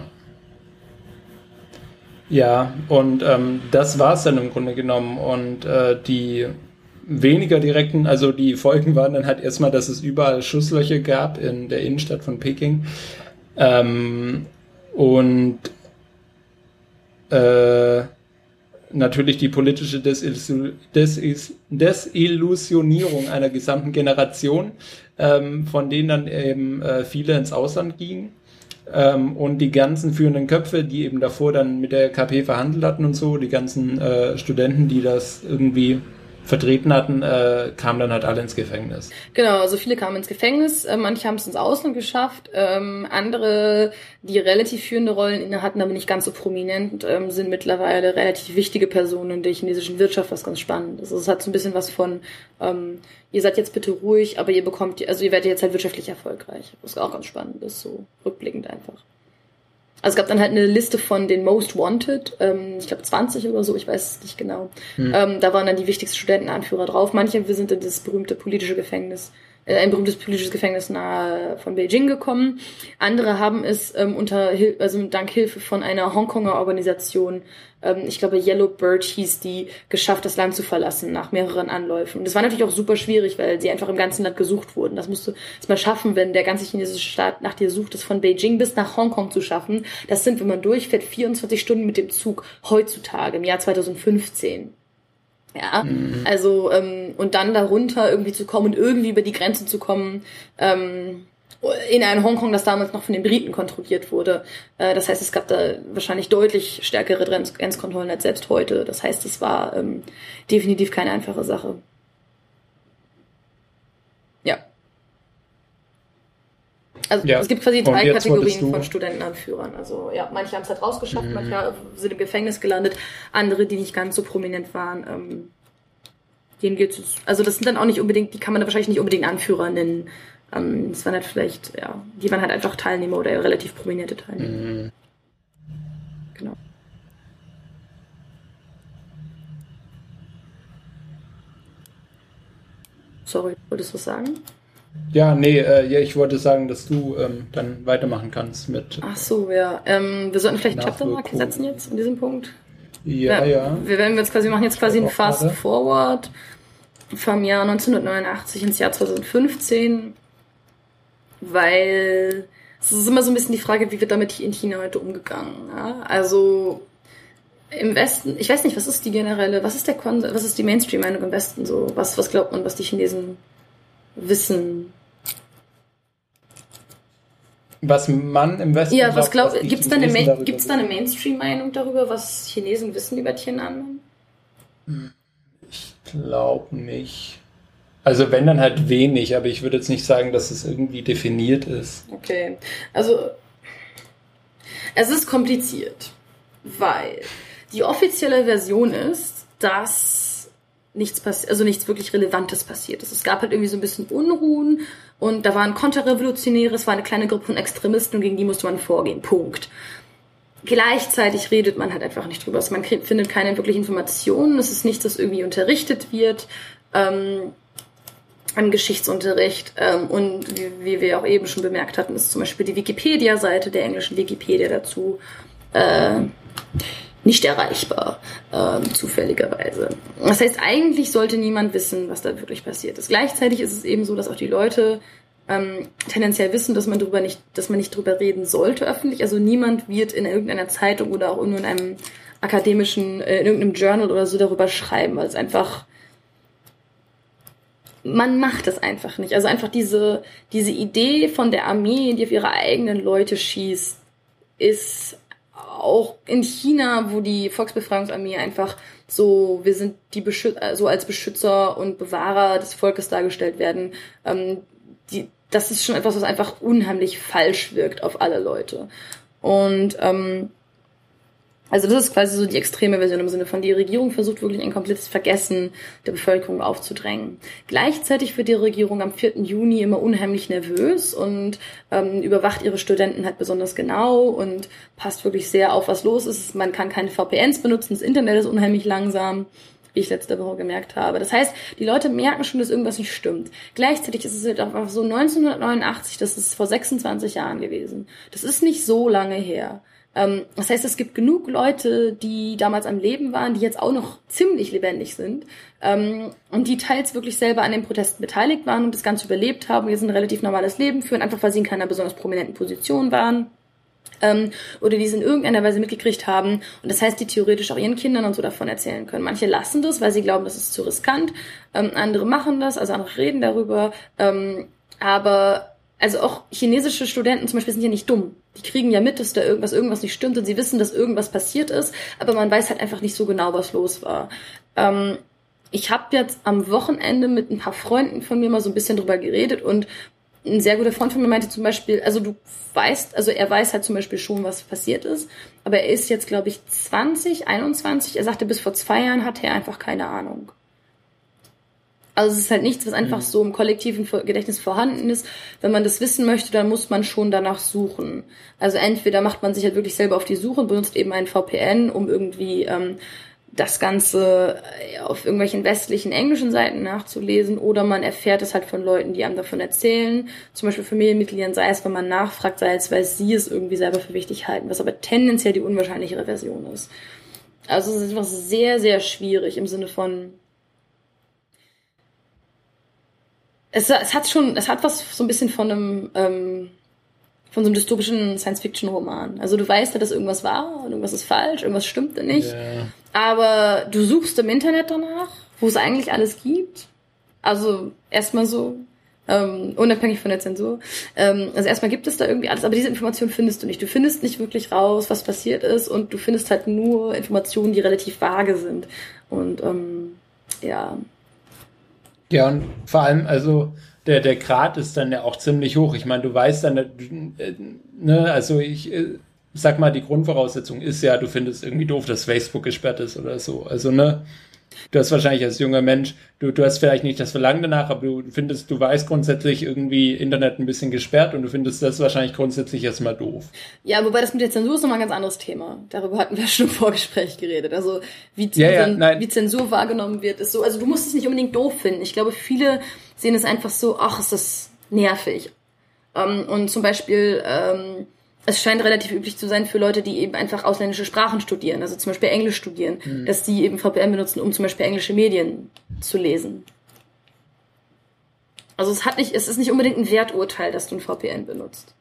Ja, und ähm, das war es dann im Grunde genommen. Und äh, die weniger direkten, also die Folgen waren dann halt erstmal, dass es überall Schusslöcher gab in der Innenstadt von Peking. Ähm, und äh, natürlich die politische Desillusion, Desil, Desillusionierung einer gesamten Generation, ähm, von denen dann eben äh, viele ins Ausland gingen. Ähm, und die ganzen führenden Köpfe, die eben davor dann mit der K P verhandelt hatten und so, die ganzen äh, Studenten, die das irgendwie vertreten hatten, äh, kamen dann halt alle ins Gefängnis. Genau, also viele kamen ins Gefängnis, äh, manche haben es ins Ausland geschafft, ähm, andere, die relativ führende Rollen inne hatten, aber nicht ganz so prominent, ähm, sind mittlerweile relativ wichtige Personen in der chinesischen Wirtschaft, was ganz spannend ist. Also es hat so ein bisschen was von, ähm, ihr seid jetzt bitte ruhig, aber ihr bekommt, also ihr werdet jetzt halt wirtschaftlich erfolgreich, was auch ganz spannend ist, so rückblickend einfach. Also es gab dann halt eine Liste von den Most Wanted, ähm, ich glaube zwanzig oder so, ich weiß es nicht genau. Hm. Ähm, da waren dann die wichtigsten Studentenanführer drauf. Manche wir sind in das berühmte politische Gefängnis, äh, ein berühmtes politisches Gefängnis nahe von Beijing gekommen. Andere haben es ähm, unter, also dank Hilfe von einer Hongkonger Organisation, ähm, ich glaube Yellow Bird hieß die, geschafft, das Land zu verlassen nach mehreren Anläufen. Und das war natürlich auch super schwierig, weil sie einfach im ganzen Land gesucht wurden. Das musst du erstmal schaffen, wenn der ganze chinesische Staat nach dir sucht, das von Beijing bis nach Hongkong zu schaffen. Das sind, wenn man durchfährt, vierundzwanzig Stunden mit dem Zug heutzutage, im Jahr zweitausendfünfzehn. Ja, mhm. also ähm, und dann darunter irgendwie zu kommen und irgendwie über die Grenze zu kommen, ähm, in ein Hongkong, das damals noch von den Briten kontrolliert wurde. Äh, das heißt, es gab da wahrscheinlich deutlich stärkere Grenzkontrollen als selbst heute. Das heißt, es war ähm, definitiv keine einfache Sache. Ja. Also ja. Es gibt quasi drei Kategorien von Studentenanführern. Also ja, manche haben es halt rausgeschafft, mhm. manche sind im Gefängnis gelandet, andere, die nicht ganz so prominent waren, ähm, denen geht's. Also das sind dann auch nicht unbedingt, die kann man da wahrscheinlich nicht unbedingt Anführer nennen. Ähm, das waren halt vielleicht, ja, die waren halt einfach Teilnehmer oder relativ prominente Teilnehmer. Mhm. Genau. Sorry, wolltest du was sagen? Ja, nee, äh, ja, ich wollte sagen, dass du ähm, dann weitermachen kannst mit. Ach so, ja. Ähm, wir sollten vielleicht Chaptermarke setzen jetzt in diesem Punkt. Ja, ja. ja. Wir werden jetzt quasi machen jetzt quasi ein Fast gerade. Forward vom Jahr neunzehnhundertneunundachtzig ins Jahr zweitausendfünfzehn, weil es ist immer so ein bisschen die Frage, wie wird damit in China heute umgegangen. Ja? Also im Westen, ich weiß nicht, was ist die generelle, was ist der Kon- was ist die Mainstream-Meinung im Westen so? Was, was glaubt man, was die Chinesen wissen? Was man im Westen ja, was glaubt, gibt es da eine, Ma- gibt's da eine Mainstream-Meinung darüber, was Chinesen wissen über Tiananmen? Ich glaube nicht. Also wenn, dann halt wenig, aber ich würde jetzt nicht sagen, dass es irgendwie definiert ist. Okay, also es ist kompliziert, weil die offizielle Version ist, dass nichts passiert, also nichts wirklich Relevantes passiert ist. Es gab halt irgendwie so ein bisschen Unruhen und da waren Konterrevolutionäre, es war eine kleine Gruppe von Extremisten und gegen die musste man vorgehen. Punkt. Gleichzeitig redet man halt einfach nicht drüber. Also man kriegt, findet keine wirklichen Informationen. Es ist nichts, das irgendwie unterrichtet wird ähm, im Geschichtsunterricht. Ähm, und wie, wie wir auch eben schon bemerkt hatten, ist zum Beispiel die Wikipedia-Seite der englischen Wikipedia dazu äh, nicht erreichbar, ähm, zufälligerweise. Das heißt, eigentlich sollte niemand wissen, was da wirklich passiert ist. Gleichzeitig ist es eben so, dass auch die Leute ähm, tendenziell wissen, dass man darüber nicht, dass man nicht drüber reden sollte öffentlich. Also niemand wird in irgendeiner Zeitung oder auch nur in einem akademischen, äh, in irgendeinem Journal oder so darüber schreiben, weil es einfach, man macht es einfach nicht. Also einfach diese, diese Idee von der Armee, die auf ihre eigenen Leute schießt, ist auch in China, wo die Volksbefreiungsarmee einfach so, wir sind die Beschützer, so als Beschützer und Bewahrer des Volkes dargestellt werden, ähm, die, das ist schon etwas, was einfach unheimlich falsch wirkt auf alle Leute. Und ähm, Also das ist quasi so die extreme Version im Sinne von, die Regierung versucht wirklich ein komplettes Vergessen der Bevölkerung aufzudrängen. Gleichzeitig wird die Regierung am vierten Juni immer unheimlich nervös und ähm, überwacht ihre Studenten halt besonders genau und passt wirklich sehr auf, was los ist. Man kann keine V P Ns benutzen, das Internet ist unheimlich langsam, wie ich letzte Woche gemerkt habe. Das heißt, die Leute merken schon, dass irgendwas nicht stimmt. Gleichzeitig ist es halt einfach so neunzehnhundertneunundachtzig, das ist vor sechsundzwanzig Jahren gewesen. Das ist nicht so lange her. Das heißt, es gibt genug Leute, die damals am Leben waren, die jetzt auch noch ziemlich lebendig sind und die teils wirklich selber an den Protesten beteiligt waren und das Ganze überlebt haben und jetzt ein relativ normales Leben führen, einfach weil sie in keiner besonders prominenten Position waren oder die es in irgendeiner Weise mitgekriegt haben und das heißt, die theoretisch auch ihren Kindern und so davon erzählen können. Manche lassen das, weil sie glauben, das ist zu riskant, andere machen das, also andere reden darüber, aber also auch chinesische Studenten zum Beispiel sind ja nicht dumm. Die kriegen ja mit, dass da irgendwas, irgendwas nicht stimmt und sie wissen, dass irgendwas passiert ist, aber man weiß halt einfach nicht so genau, was los war. Ähm, ich habe jetzt am Wochenende mit ein paar Freunden von mir mal so ein bisschen drüber geredet und ein sehr guter Freund von mir meinte zum Beispiel, also du weißt, also er weiß halt zum Beispiel schon, was passiert ist, aber er ist jetzt, glaube ich, zwanzig, einundzwanzig, er sagte, bis vor zwei Jahren hatte er einfach keine Ahnung. Also es ist halt nichts, was einfach so im kollektiven Gedächtnis vorhanden ist. Wenn man das wissen möchte, dann muss man schon danach suchen. Also entweder macht man sich halt wirklich selber auf die Suche und benutzt eben einen V P N, um irgendwie ähm, das Ganze auf irgendwelchen westlichen englischen Seiten nachzulesen, oder man erfährt es halt von Leuten, die einem davon erzählen. Zum Beispiel Familienmitgliedern, sei es, wenn man nachfragt, sei es, weil sie es irgendwie selber für wichtig halten, was aber tendenziell die unwahrscheinlichere Version ist. Also es ist einfach sehr, sehr schwierig im Sinne von Es, es hat schon, es hat was so ein bisschen von einem, ähm, von so einem dystopischen Science-Fiction-Roman. Also du weißt ja, dass irgendwas war und irgendwas ist falsch, irgendwas stimmte nicht. Yeah. Aber du suchst im Internet danach, wo es eigentlich alles gibt. Also erstmal so, ähm, unabhängig von der Zensur. Ähm, also erstmal gibt es da irgendwie alles, aber diese Information findest du nicht. Du findest nicht wirklich raus, was passiert ist, und du findest halt nur Informationen, die relativ vage sind. Und ähm, ja. Ja, und vor allem, also der, der Grad ist dann ja auch ziemlich hoch. Ich meine, du weißt dann, äh, ne, also ich äh, sag mal, die Grundvoraussetzung ist ja, du findest irgendwie doof, dass Facebook gesperrt ist oder so. Also, ne, du hast wahrscheinlich als junger Mensch, du, du hast vielleicht nicht das Verlangen danach, aber du findest, du weißt grundsätzlich irgendwie Internet ein bisschen gesperrt und du findest das wahrscheinlich grundsätzlich erstmal doof. Ja, wobei das mit der Zensur ist nochmal ein ganz anderes Thema. Darüber hatten wir schon im Vorgespräch geredet. Also wie, ja, ja, wie Zensur wahrgenommen wird, ist so, also du musst es nicht unbedingt doof finden. Ich glaube, viele sehen es einfach so, ach, ist das nervig. Um, und zum Beispiel, ähm, es scheint relativ üblich zu sein für Leute, die eben einfach ausländische Sprachen studieren, also zum Beispiel Englisch studieren, mhm. dass die eben V P N benutzen, um zum Beispiel englische Medien zu lesen. Also es hat nicht, es ist nicht unbedingt ein Werturteil, dass du ein V P N benutzt.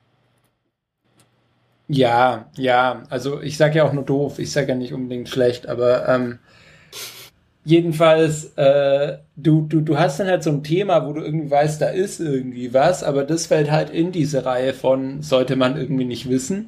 Ja, ja, also ich sage ja auch nur doof, ich sage ja nicht unbedingt schlecht, aber ähm, jedenfalls, äh, du, du, du hast dann halt so ein Thema, wo du irgendwie weißt, da ist irgendwie was, aber das fällt halt in diese Reihe von, sollte man irgendwie nicht wissen.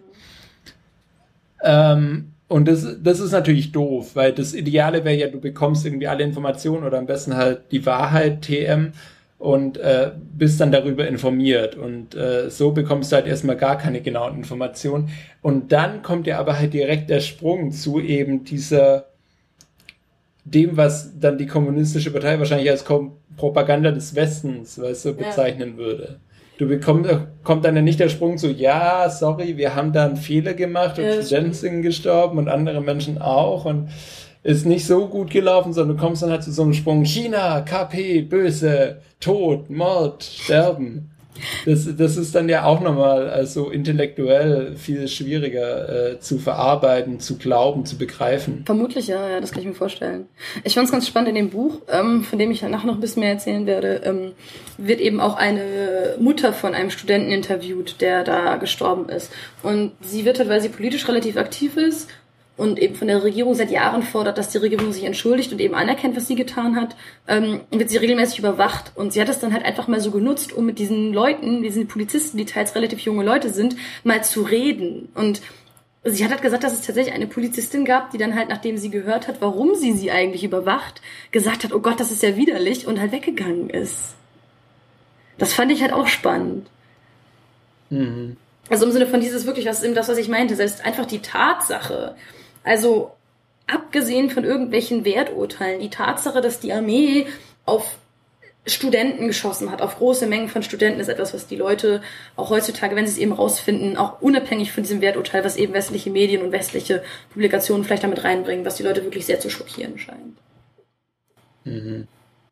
Ähm, und das, das ist natürlich doof, weil das Ideale wäre ja, du bekommst irgendwie alle Informationen oder am besten halt die Wahrheit, T M, und äh, bist dann darüber informiert. Und äh, so bekommst du halt erstmal gar keine genauen Informationen. Und dann kommt ja aber halt direkt der Sprung zu eben dieser dem, was dann die kommunistische Partei wahrscheinlich als Kom- Propaganda des Westens, weißt du, bezeichnen ja. würde. Du bekommst, kommt dann ja nicht der Sprung so, ja, sorry, wir haben da einen Fehler gemacht und ja, Studenten sind gestorben und andere Menschen auch und ist nicht so gut gelaufen, sondern du kommst dann halt zu so einem Sprung, China, K P, böse, Tod, Mord, Sterben. Das, das ist dann ja auch nochmal also intellektuell viel schwieriger äh, zu verarbeiten, zu glauben, zu begreifen. Vermutlich, ja, ja, das kann ich mir vorstellen. Ich fand es ganz spannend in dem Buch, ähm, von dem ich nachher noch ein bisschen mehr erzählen werde, ähm, wird eben auch eine Mutter von einem Studenten interviewt, der da gestorben ist. Und sie wird halt, weil sie politisch relativ aktiv ist und eben von der Regierung seit Jahren fordert, dass die Regierung sich entschuldigt und eben anerkennt, was sie getan hat, ähm, wird sie regelmäßig überwacht. Und sie hat es dann halt einfach mal so genutzt, um mit diesen Leuten, diesen Polizisten, die teils relativ junge Leute sind, mal zu reden. Und sie hat halt gesagt, dass es tatsächlich eine Polizistin gab, die dann halt, nachdem sie gehört hat, warum sie sie eigentlich überwacht, gesagt hat, oh Gott, das ist ja widerlich, und halt weggegangen ist. Das fand ich halt auch spannend. Mhm. Also im Sinne von dieses wirklich, was ist eben das, was ich meinte, selbst einfach die Tatsache, Also abgesehen von irgendwelchen Werturteilen, die Tatsache, dass die Armee auf Studenten geschossen hat, auf große Mengen von Studenten, ist etwas, was die Leute auch heutzutage, wenn sie es eben rausfinden, auch unabhängig von diesem Werturteil, was eben westliche Medien und westliche Publikationen vielleicht damit reinbringen, was die Leute wirklich sehr zu schockieren scheint. Mhm.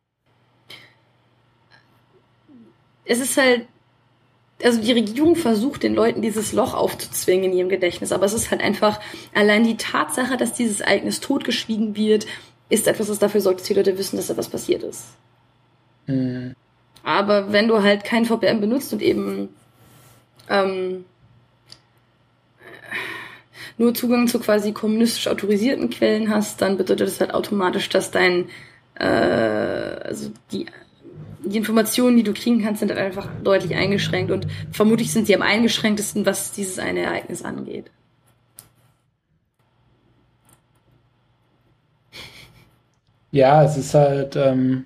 Es ist halt, also die Regierung versucht, den Leuten dieses Loch aufzuzwingen in ihrem Gedächtnis, aber es ist halt einfach, allein die Tatsache, dass dieses Ereignis totgeschwiegen wird, ist etwas, das dafür sorgt, dass die Leute wissen, dass da was passiert ist. Mhm. Aber wenn du halt kein V P N benutzt und eben ähm, nur Zugang zu quasi kommunistisch autorisierten Quellen hast, dann bedeutet das halt automatisch, dass dein äh, also die die Informationen, die du kriegen kannst, sind halt einfach deutlich eingeschränkt und vermutlich sind sie am eingeschränktesten, was dieses eine Ereignis angeht. Ja, es ist halt ähm,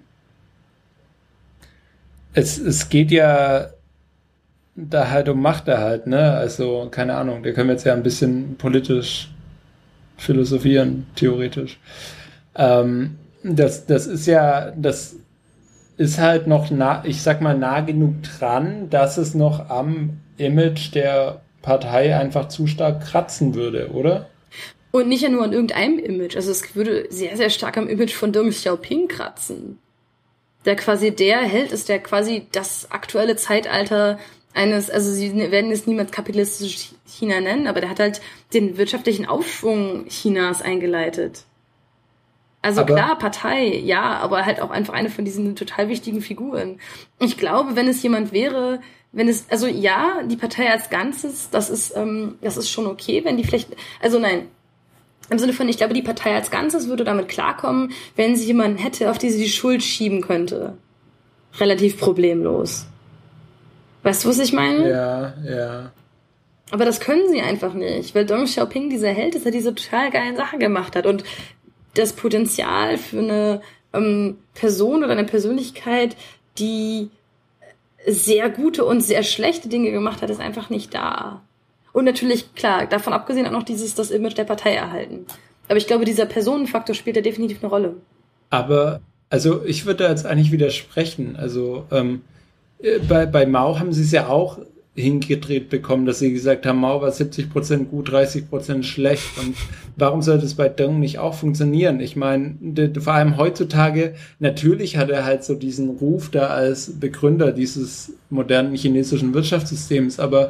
es, es geht ja da halt um Machterhalt, ne? Also, keine Ahnung, da können wir jetzt ja ein bisschen politisch philosophieren, theoretisch. Ähm, das, das ist ja, das ist halt noch, nah, ich sag mal, nah genug dran, dass es noch am Image der Partei einfach zu stark kratzen würde, oder? Und nicht ja nur an irgendeinem Image. Also es würde sehr, sehr stark am Image von Deng Xiaoping kratzen. Der quasi der Held ist, der quasi das aktuelle Zeitalter eines, also sie werden es niemals kapitalistisches China nennen, aber der hat halt den wirtschaftlichen Aufschwung Chinas eingeleitet. Also aber klar, Partei, ja, aber halt auch einfach eine von diesen total wichtigen Figuren. Ich glaube, wenn es jemand wäre, wenn es, also ja, die Partei als Ganzes, das ist, ähm, das ist schon okay, wenn die vielleicht, also nein, im Sinne von, ich glaube, die Partei als Ganzes würde damit klarkommen, wenn sie jemanden hätte, auf die sie die Schuld schieben könnte. Relativ problemlos. Weißt du, was ich meine? Ja, ja. Aber das können sie einfach nicht, weil Deng Xiaoping dieser Held ist, der diese total geilen Sachen gemacht hat und das Potenzial für eine ähm, Person oder eine Persönlichkeit, die sehr gute und sehr schlechte Dinge gemacht hat, ist einfach nicht da. Und natürlich, klar, davon abgesehen auch noch dieses, das Image der Partei erhalten. Aber ich glaube, dieser Personenfaktor spielt da definitiv eine Rolle. Aber, also ich würde da jetzt eigentlich widersprechen. Also ähm, bei, bei Mao haben sie es ja auch hingedreht bekommen, dass sie gesagt haben, Mao war siebzig Prozent gut, dreißig Prozent schlecht. Und warum sollte es bei Deng nicht auch funktionieren? Ich meine, vor allem heutzutage, natürlich hat er halt so diesen Ruf da als Begründer dieses modernen chinesischen Wirtschaftssystems, aber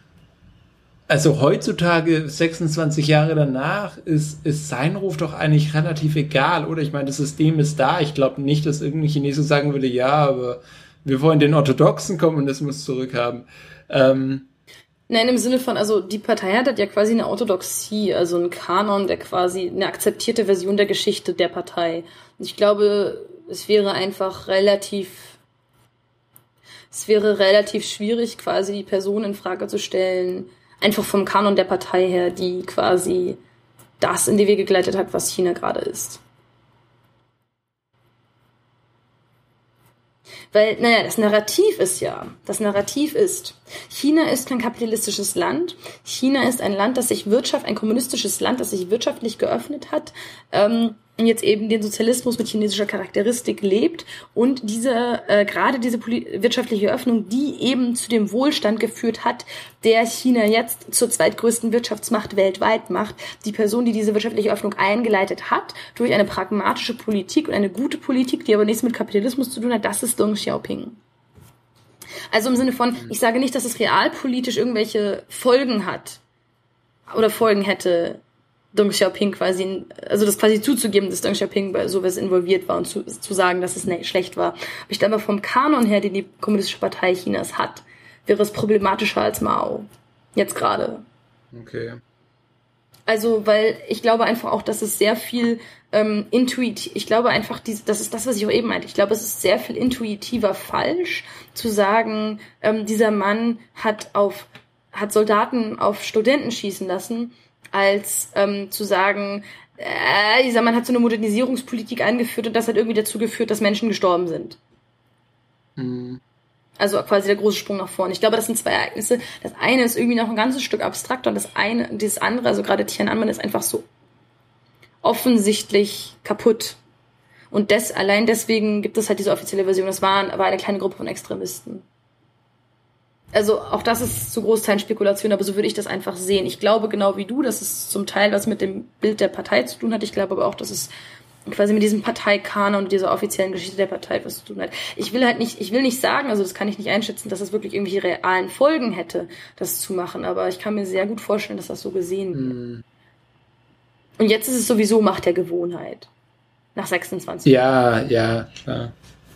also heutzutage, sechsundzwanzig Jahre danach, ist, ist sein Ruf doch eigentlich relativ egal, oder? Ich meine, das System ist da. Ich glaube nicht, dass irgendein Chinese sagen würde, ja, aber wir wollen den orthodoxen Kommunismus zurückhaben. Ähm, Nein, im Sinne von, also die Partei hat ja quasi eine Orthodoxie, also einen Kanon, der quasi eine akzeptierte Version der Geschichte der Partei. Und ich glaube, es wäre einfach relativ, es wäre relativ schwierig, quasi die Person in Frage zu stellen, einfach vom Kanon der Partei her, die quasi das in die Wege geleitet hat, was China gerade ist. Weil, naja, das Narrativ ist ja, das Narrativ ist, China ist kein kapitalistisches Land. China ist ein Land, das sich Wirtschaft, ein kommunistisches Land, das sich wirtschaftlich geöffnet hat, ähm, und jetzt eben den Sozialismus mit chinesischer Charakteristik lebt und diese, äh, gerade diese poli- wirtschaftliche Öffnung, die eben zu dem Wohlstand geführt hat, der China jetzt zur zweitgrößten Wirtschaftsmacht weltweit macht. Die Person, die diese wirtschaftliche Öffnung eingeleitet hat, durch eine pragmatische Politik und eine gute Politik, die aber nichts mit Kapitalismus zu tun hat, das ist Deng Xiaoping. Also im Sinne von, ich sage nicht, dass es realpolitisch irgendwelche Folgen hat oder Folgen hätte, Deng Xiaoping quasi, also das quasi zuzugeben, dass Deng Xiaoping bei sowas involviert war und zu, zu sagen, dass es ne, schlecht war. Aber ich glaube, vom Kanon her, den die Kommunistische Partei Chinas hat, wäre es problematischer als Mao. Jetzt gerade. Okay. Also, weil ich glaube einfach auch, dass es sehr viel ähm, intuitiv, ich glaube einfach, die, das ist das, was ich auch eben meinte, ich glaube, es ist sehr viel intuitiver falsch, zu sagen, ähm, dieser Mann hat auf, hat Soldaten auf Studenten schießen lassen, als ähm, zu sagen, äh, dieser Mann hat so eine Modernisierungspolitik eingeführt und das hat irgendwie dazu geführt, dass Menschen gestorben sind. Mhm. Also quasi der große Sprung nach vorne. Ich glaube, das sind zwei Ereignisse. Das eine ist irgendwie noch ein ganzes Stück abstrakter und das eine, dieses andere, also gerade Tiananmen ist einfach so offensichtlich kaputt. Und des, allein deswegen gibt es halt diese offizielle Version. Das war, war eine kleine Gruppe von Extremisten. Also auch das ist zu Großteilen Spekulation, aber so würde ich das einfach sehen. Ich glaube genau wie du, dass es zum Teil was mit dem Bild der Partei zu tun hat. Ich glaube aber auch, dass es quasi mit diesem Parteikanon und dieser offiziellen Geschichte der Partei was zu tun hat. Ich will halt nicht, ich will nicht sagen, also das kann ich nicht einschätzen, dass es wirklich irgendwelche realen Folgen hätte, das zu machen, aber ich kann mir sehr gut vorstellen, dass das so gesehen wird. Mm. Und jetzt ist es sowieso Macht der Gewohnheit. Nach sechsundzwanzig Jahren. Ja, ja, klar.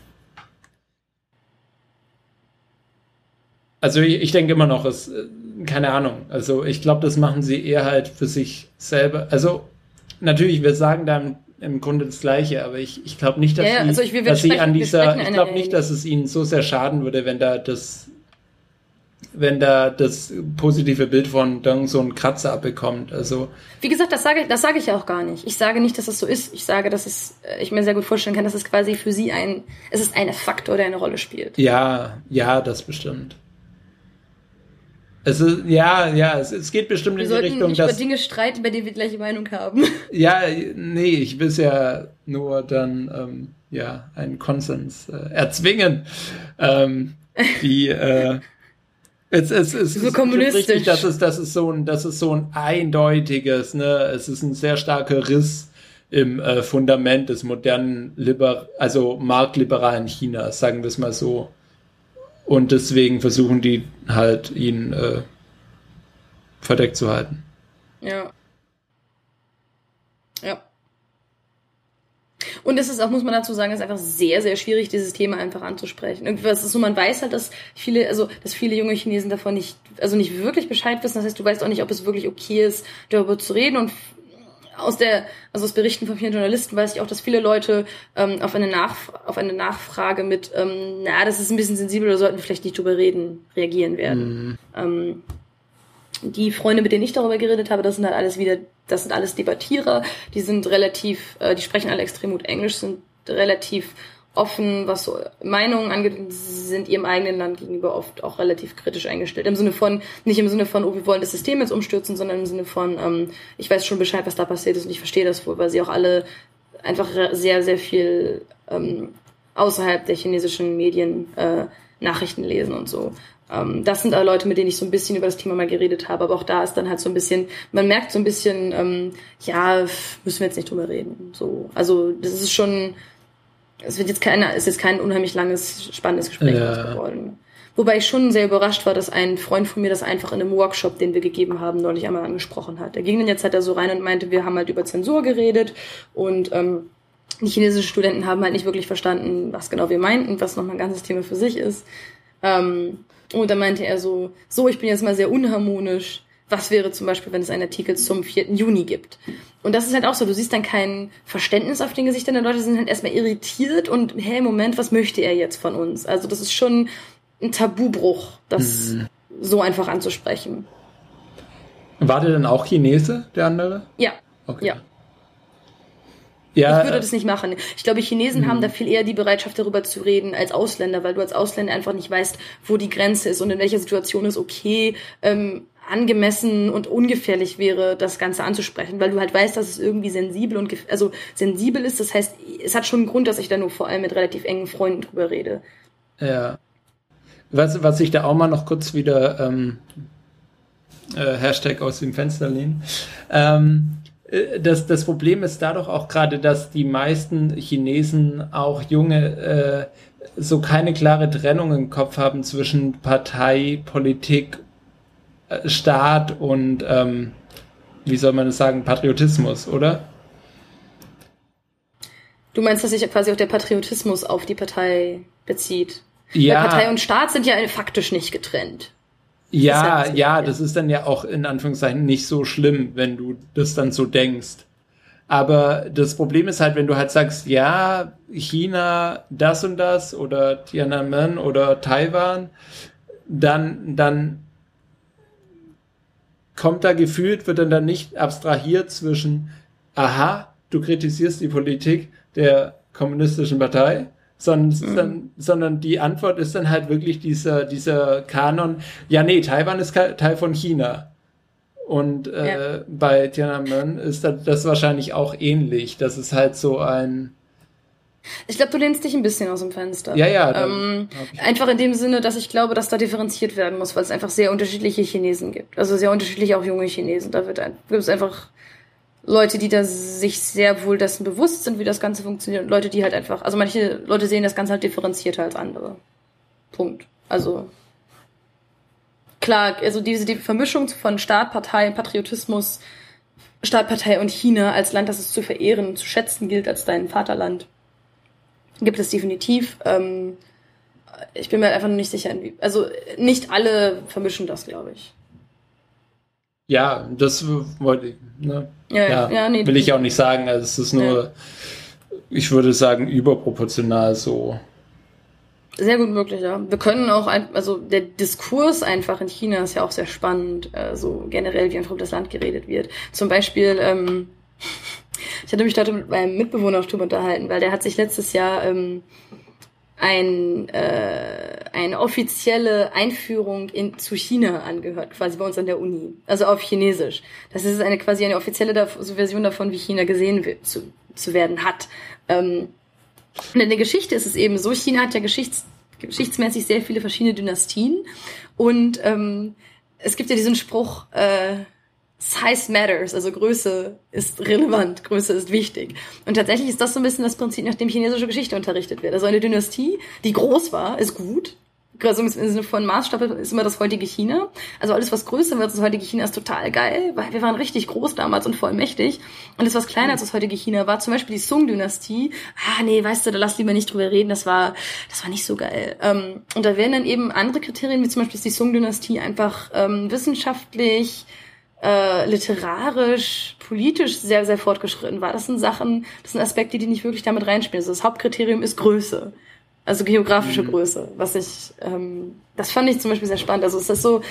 Also ich, ich denke immer noch, es, keine Ahnung, also ich glaube, das machen sie eher halt für sich selber. Also natürlich, wir sagen dann im Grunde das Gleiche, aber ich, ich glaube nicht, dass, ja, sie, also ich, dass sie an dieser, ich glaube nicht, dass es ihnen so sehr schaden würde, wenn da das, wenn da das positive Bild von Deng so einen Kratzer abbekommt. Also wie gesagt, das sage, das sage ich ja auch gar nicht. Ich sage nicht, dass es so ist. Ich sage, dass es, ich mir sehr gut vorstellen kann, dass es quasi für sie ein, es ist ein Faktor, der eine Rolle spielt. Ja, ja, das bestimmt. Es ist, ja, ja, es, es geht bestimmt wir in die Richtung, dass... Wir sollten nicht dass... über Dinge streiten, bei denen wir gleiche Meinung haben. Ja, nee, ich will es ja nur dann, ähm, ja, einen Konsens äh, erzwingen. Ähm, die, äh, es, es, es so ist kommunistisch. Richtig, dass es, dass es so ein, dass es so ein eindeutiges, ne, es ist ein sehr starker Riss im äh, Fundament des modernen, Liber also marktliberalen Chinas, sagen wir es mal so. Und deswegen versuchen die halt, ihn äh, verdeckt zu halten. Ja. Ja. Und es ist auch, muss man dazu sagen, es ist einfach sehr, sehr schwierig, dieses Thema einfach anzusprechen. Irgendwas ist so, man weiß halt, dass viele, also, dass viele junge Chinesen davon nicht, also nicht wirklich Bescheid wissen. Das heißt, du weißt auch nicht, ob es wirklich okay ist, darüber zu reden. Und aus der, also aus Berichten von vielen Journalisten weiß ich auch, dass viele Leute ähm, auf eine Nachf- auf eine Nachfrage mit, ähm, na, das ist ein bisschen sensibel, da sollten wir vielleicht nicht drüber reden, reagieren werden. Mhm. Ähm, die Freunde, mit denen ich darüber geredet habe, das sind halt alles wieder, das sind alles Debattierer, die sind relativ, äh, die sprechen alle extrem gut Englisch, sind relativ offen, was so Meinungen angeht, sind ihrem eigenen Land gegenüber oft auch relativ kritisch eingestellt. Im Sinne von, nicht im Sinne von, oh, wir wollen das System jetzt umstürzen, sondern im Sinne von, ähm, ich weiß schon Bescheid, was da passiert ist und ich verstehe das wohl, weil sie auch alle einfach sehr, sehr viel ähm, außerhalb der chinesischen Medien äh, Nachrichten lesen und so. Ähm, das sind alle Leute, mit denen ich so ein bisschen über das Thema mal geredet habe, aber auch da ist dann halt so ein bisschen, man merkt so ein bisschen, ähm, ja, müssen wir jetzt nicht drüber reden. So, also das ist schon, es wird jetzt kein, ist jetzt kein unheimlich langes, spannendes Gespräch ja. geworden. Wobei ich schon sehr überrascht war, dass ein Freund von mir das einfach in einem Workshop, den wir gegeben haben, neulich einmal angesprochen hat. Er ging dann jetzt halt da so rein und meinte, wir haben halt über Zensur geredet und ähm, die chinesischen Studenten haben halt nicht wirklich verstanden, was genau wir meinten, was nochmal ein ganzes Thema für sich ist. Ähm, und dann meinte er so, so, ich bin jetzt mal sehr unharmonisch. Was wäre zum Beispiel, wenn es einen Artikel zum vierten Juni gibt? Und das ist halt auch so, du siehst dann kein Verständnis auf den Gesichtern der Leute, die sind halt erstmal irritiert und, hey, Moment, was möchte er jetzt von uns? Also das ist schon ein Tabubruch, das mhm. so einfach anzusprechen. War der denn auch Chinese, der andere? Ja, okay. ja. Ja, ich würde das nicht machen. Ich glaube, Chinesen mh. haben da viel eher die Bereitschaft, darüber zu reden, als Ausländer, weil du als Ausländer einfach nicht weißt, wo die Grenze ist und in welcher Situation es okay, ähm, angemessen und ungefährlich wäre, das Ganze anzusprechen, weil du halt weißt, dass es irgendwie sensibel und gef- also sensibel ist. Das heißt, es hat schon einen Grund, dass ich da nur vor allem mit relativ engen Freunden drüber rede. Ja. Was, was ich da auch mal noch kurz wieder ähm, äh, Hashtag aus dem Fenster lehnen. Ähm, Das, das Problem ist dadurch auch gerade, dass die meisten Chinesen, auch junge, äh, so keine klare Trennung im Kopf haben zwischen Partei, Politik, äh, Staat und, ähm, wie soll man das sagen, Patriotismus, oder? Du meinst, dass sich ja quasi auch der Patriotismus auf die Partei bezieht? Ja. Weil Partei und Staat sind ja faktisch nicht getrennt. Ja, das ja, das ist dann ja auch in Anführungszeichen nicht so schlimm, wenn du das dann so denkst. Aber das Problem ist halt, wenn du halt sagst, ja, China das und das oder Tiananmen oder Taiwan, dann, dann kommt da gefühlt, wird dann dann nicht abstrahiert zwischen, aha, du kritisierst die Politik der kommunistischen Partei, Sondern, mhm. dann, sondern die Antwort ist dann halt wirklich dieser, dieser Kanon, ja nee, Taiwan ist Teil von China. Und äh, ja. bei Tiananmen ist das, das wahrscheinlich auch ähnlich. Das ist halt so ein... Ich glaube, du lehnst dich ein bisschen aus dem Fenster. Ja, ja. Ähm, einfach in dem Sinne, dass ich glaube, dass da differenziert werden muss, weil es einfach sehr unterschiedliche Chinesen gibt. Also sehr unterschiedliche auch junge Chinesen. Da wird ein, gibt es einfach Leute, die da sich sehr wohl dessen bewusst sind, wie das Ganze funktioniert. Und Leute, die halt einfach... Also manche Leute sehen das Ganze halt differenzierter als andere. Punkt. Also... Klar, also diese die Vermischung von Staat, Partei, Patriotismus, Staat, Partei und China als Land, das es zu verehren und zu schätzen gilt als dein Vaterland, gibt es definitiv. Ähm, ich bin mir halt einfach nur nicht sicher, inwie- also nicht alle vermischen das, glaube ich. Ja, das wollte ich, ne? Ja, ja, ja nee, will ich auch nicht sagen. Also es ist nur, ja. ich würde sagen, überproportional so. Sehr gut möglich, ja. Wir können auch, ein, also der Diskurs einfach in China ist ja auch sehr spannend, äh, so generell, wie einfach über das Land geredet wird. Zum Beispiel, ähm, ich hatte mich dort mit meinem Mitbewohner drüber unterhalten, weil der hat sich letztes Jahr ähm, ein, äh, eine offizielle Einführung in, zu China angehört, quasi bei uns an der Uni, also auf Chinesisch. Das ist eine quasi eine offizielle da- so Version davon, wie China gesehen wird, zu, zu werden hat. Ähm, Und in der Geschichte ist es eben so, China hat ja geschichts- geschichtsmäßig sehr viele verschiedene Dynastien und ähm, es gibt ja diesen Spruch, äh, Size matters, also Größe ist relevant, Größe ist wichtig. Und tatsächlich ist das so ein bisschen das Prinzip, nach dem chinesische Geschichte unterrichtet wird. Also eine Dynastie, die groß war, ist gut. Also im Sinne von Maßstab ist immer das heutige China. Also alles, was größer wird als das heutige China, ist total geil, weil wir waren richtig groß damals und voll mächtig. Und das, was kleiner als das heutige China war, zum Beispiel die Sung-Dynastie, ah nee, weißt du, da lass lieber nicht drüber reden, das war das war nicht so geil. Ähm, und da werden dann eben andere Kriterien, wie zum Beispiel, dass die Sung-Dynastie einfach ähm, wissenschaftlich, äh, literarisch, politisch sehr, sehr fortgeschritten war. Das sind Sachen, das sind Aspekte, die nicht wirklich damit reinspielen. Also das Hauptkriterium ist Größe. Also geografische mhm. Größe, was ich, ähm, das fand ich zum Beispiel sehr spannend. Also es ist so,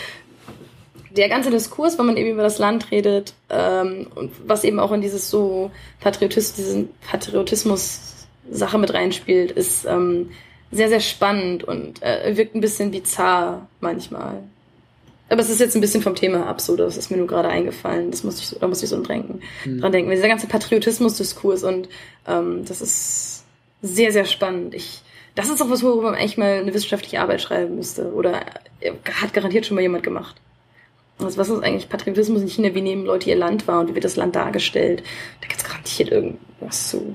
der ganze Diskurs, wenn man eben über das Land redet, ähm, und was eben auch in dieses so Patriotis- diesen Patriotismus-Sache mit reinspielt, ist ähm, sehr, sehr spannend und äh, wirkt ein bisschen bizarr manchmal. Aber es ist jetzt ein bisschen vom Thema ab, so, das ist mir nur gerade eingefallen. Das musste ich so, da musste ich so dran denken. Mhm. Dran denken. Dieser ganze Patriotismus-Diskurs und ähm, das ist sehr, sehr spannend. Ich Das ist auch was, worüber man eigentlich mal eine wissenschaftliche Arbeit schreiben müsste. Oder hat garantiert schon mal jemand gemacht. Also was ist eigentlich Patriotismus in China? Wie nehmen Leute ihr Land wahr und wie wird das Land dargestellt? Da gibt es garantiert irgendwas zu.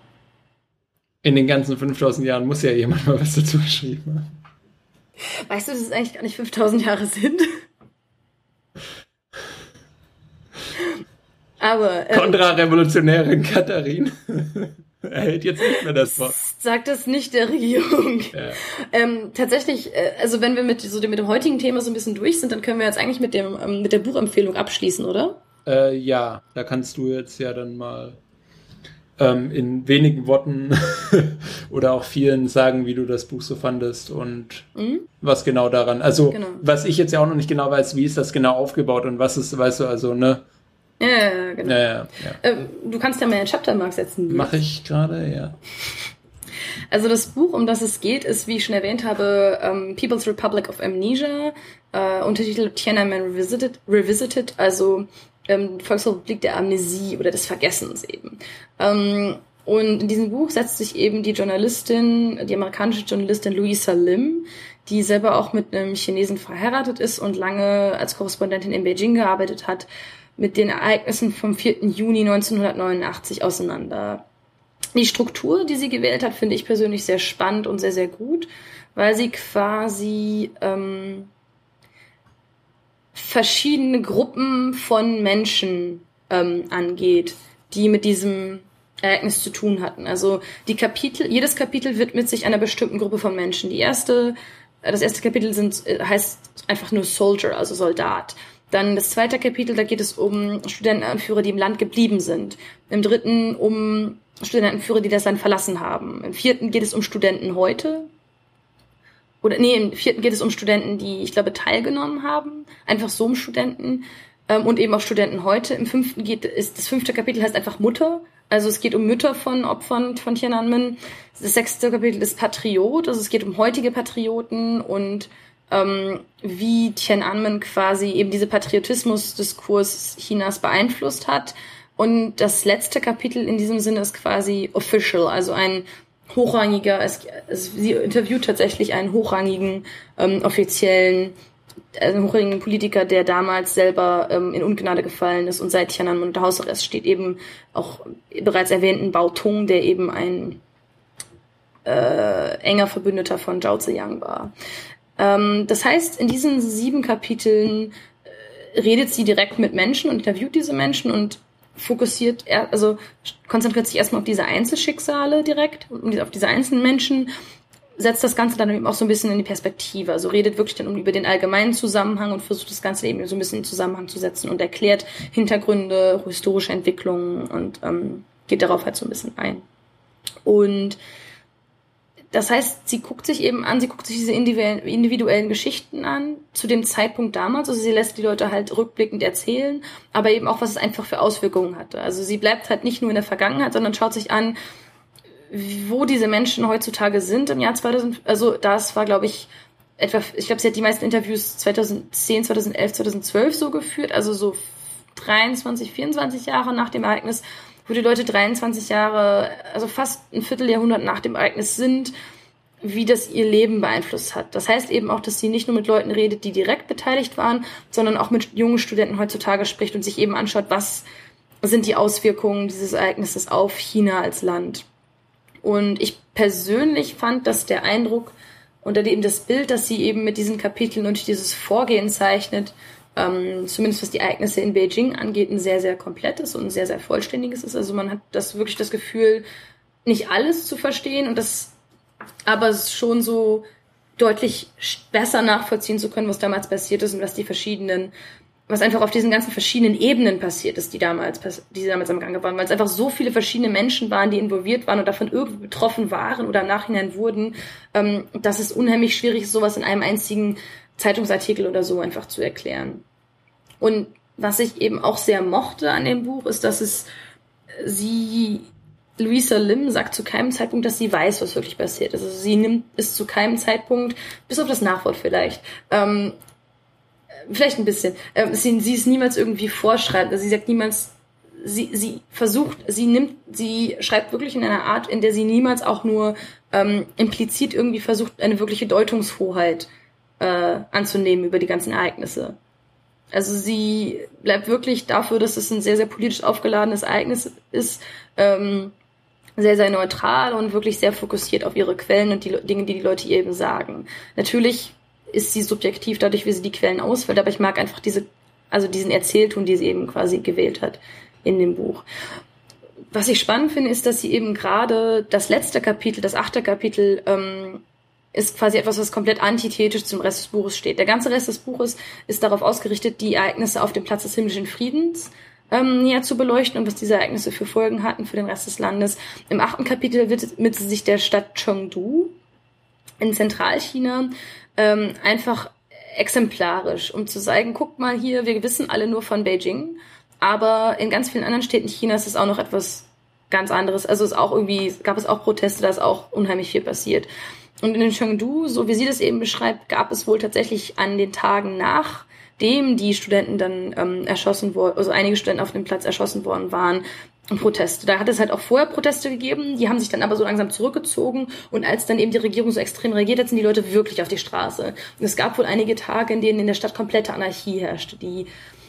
In den ganzen fünftausend Jahren muss ja jemand mal was dazu geschrieben haben. Weißt du, dass es eigentlich gar nicht fünftausend Jahre sind? Aber... Ähm, Kontrarevolutionärin Katharin erhält jetzt nicht mehr das Wort. Sagt das nicht der Regierung. Ja. Ähm, tatsächlich, äh, also wenn wir mit, so dem, mit dem heutigen Thema so ein bisschen durch sind, dann können wir jetzt eigentlich mit, dem, ähm, mit der Buchempfehlung abschließen, oder? Äh, ja, da kannst du jetzt ja dann mal ähm, in wenigen Worten oder auch vielen sagen, wie du das Buch so fandest und mhm. was genau daran, also genau. Was ich jetzt ja auch noch nicht genau weiß, wie ist das genau aufgebaut und was ist, weißt du, also, ne? Ja, ja, genau. Ja, ja, ja. Ähm, du kannst ja mal einen Chaptermark setzen. Mache ich gerade, ja. Also das Buch, um das es geht, ist, wie ich schon erwähnt habe, um, People's Republic of Amnesia, äh, Untertitel Tiananmen Revisited, Revisited also ähm, Volksrepublik der Amnesie oder des Vergessens eben. Ähm, und in diesem Buch setzt sich eben die Journalistin, die amerikanische Journalistin Louisa Lim, die selber auch mit einem Chinesen verheiratet ist und lange als Korrespondentin in Beijing gearbeitet hat, mit den Ereignissen vom vierten Juni neunzehnhundertneunundachtzig auseinander. Die Struktur, die sie gewählt hat, finde ich persönlich sehr spannend und sehr, sehr gut, weil sie quasi ähm, verschiedene Gruppen von Menschen ähm, angeht, die mit diesem Ereignis zu tun hatten. Also die Kapitel, jedes Kapitel widmet sich einer bestimmten Gruppe von Menschen. Die erste, das erste Kapitel sind, heißt einfach nur Soldier, also Soldat. Dann das zweite Kapitel, da geht es um Studentenanführer, die im Land geblieben sind. Im dritten um Studentenanführer, die das Land verlassen haben. Im vierten geht es um Studenten heute. Oder nee, im vierten geht es um Studenten, die, ich glaube, teilgenommen haben. Einfach so um Studenten. Ähm, und eben auch Studenten heute. Im fünften geht ist das fünfte Kapitel heißt einfach Mutter. Also es geht um Mütter von Opfern von Tiananmen. Das sechste Kapitel ist Patriot. Also es geht um heutige Patrioten und ähm, wie Tiananmen quasi eben diese Patriotismusdiskurs Chinas beeinflusst hat. Und das letzte Kapitel in diesem Sinne ist quasi official, also ein hochrangiger, es, es, sie interviewt tatsächlich einen hochrangigen ähm, offiziellen, einen hochrangigen Politiker, der damals selber ähm, in Ungnade gefallen ist und seit Tiananmen unter Hausarrest steht, eben auch bereits erwähnten Bao Tong, der eben ein äh, enger Verbündeter von Zhao Ziyang war. Ähm, das heißt, in diesen sieben Kapiteln äh, redet sie direkt mit Menschen und interviewt diese Menschen und fokussiert, er, also konzentriert sich erstmal auf diese Einzelschicksale direkt, auf diese einzelnen Menschen, setzt das Ganze dann eben auch so ein bisschen in die Perspektive, also redet wirklich dann über den allgemeinen Zusammenhang und versucht das Ganze eben so ein bisschen in Zusammenhang zu setzen und erklärt Hintergründe, historische Entwicklungen und ähm, geht darauf halt so ein bisschen ein. Und das heißt, sie guckt sich eben an, sie guckt sich diese individuellen Geschichten an, zu dem Zeitpunkt damals. Also sie lässt die Leute halt rückblickend erzählen, aber eben auch, was es einfach für Auswirkungen hatte. Also sie bleibt halt nicht nur in der Vergangenheit, sondern schaut sich an, wo diese Menschen heutzutage sind im Jahr zweitausend. Also das war, glaube ich, etwa, ich glaube, sie hat die meisten Interviews zweitausendzehn, zweitausendelf, zweitausendzwölf so geführt, also so dreiundzwanzig, vierundzwanzig Jahre nach dem Ereignis, wo die Leute dreiundzwanzig Jahre, also fast ein Vierteljahrhundert nach dem Ereignis sind, wie das ihr Leben beeinflusst hat. Das heißt eben auch, dass sie nicht nur mit Leuten redet, die direkt beteiligt waren, sondern auch mit jungen Studenten heutzutage spricht und sich eben anschaut, was sind die Auswirkungen dieses Ereignisses auf China als Land. Und ich persönlich fand, dass der Eindruck oder eben das Bild, das sie eben mit diesen Kapiteln und dieses Vorgehen zeichnet, Ähm, zumindest was die Ereignisse in Beijing angeht, ein sehr, sehr komplettes und ein sehr, sehr vollständiges ist. Also man hat das wirklich das Gefühl, nicht alles zu verstehen und das aber schon so deutlich besser nachvollziehen zu können, was damals passiert ist und was die verschiedenen, was einfach auf diesen ganzen verschiedenen Ebenen passiert ist, die damals, die damals am Gange waren, weil es einfach so viele verschiedene Menschen waren, die involviert waren und davon irgendwie betroffen waren oder im Nachhinein wurden, ähm, dass es unheimlich schwierig ist, sowas in einem einzigen Zeitungsartikel oder so einfach zu erklären. Und was ich eben auch sehr mochte an dem Buch, ist, dass es sie, Louisa Lim sagt zu keinem Zeitpunkt, dass sie weiß, was wirklich passiert ist. Also sie nimmt es zu keinem Zeitpunkt, bis auf das Nachwort vielleicht, ähm, vielleicht ein bisschen, ähm, sie, sie ist niemals irgendwie vorschreibt, also sie sagt niemals, sie, sie versucht, sie nimmt, sie schreibt wirklich in einer Art, in der sie niemals auch nur ähm, implizit irgendwie versucht, eine wirkliche Deutungshoheit äh, anzunehmen über die ganzen Ereignisse. Also sie bleibt wirklich dafür, dass es ein sehr, sehr politisch aufgeladenes Ereignis ist, ähm, sehr, sehr neutral und wirklich sehr fokussiert auf ihre Quellen und die Dinge, die die Leute ihr eben sagen. Natürlich ist sie subjektiv dadurch, wie sie die Quellen auswählt, aber ich mag einfach diese, also diesen Erzählton, die sie eben quasi gewählt hat in dem Buch. Was ich spannend finde, ist, dass sie eben gerade das letzte Kapitel, das achte Kapitel, ähm, ist quasi etwas, was komplett antithetisch zum Rest des Buches steht. Der ganze Rest des Buches ist darauf ausgerichtet, die Ereignisse auf dem Platz des himmlischen Friedens ähm, näher zu beleuchten und was diese Ereignisse für Folgen hatten für den Rest des Landes. Im achten Kapitel widmet sie sich der Stadt Chengdu in Zentralchina ähm, einfach exemplarisch, um zu sagen, guckt mal hier, wir wissen alle nur von Beijing, aber in ganz vielen anderen Städten Chinas ist auch noch etwas ganz anderes. Also es auch irgendwie, gab es auch Proteste, da ist auch unheimlich viel passiert. Und in Chengdu, so wie sie das eben beschreibt, gab es wohl tatsächlich an den Tagen nachdem die Studenten dann ähm, erschossen wurden, also einige Studenten auf dem Platz erschossen worden waren, Proteste. Da hat es halt auch vorher Proteste gegeben, die haben sich dann aber so langsam zurückgezogen und als dann eben die Regierung so extrem reagiert hat, sind die Leute wirklich auf die Straße. Und es gab wohl einige Tage, in denen in der Stadt komplette Anarchie herrschte. Die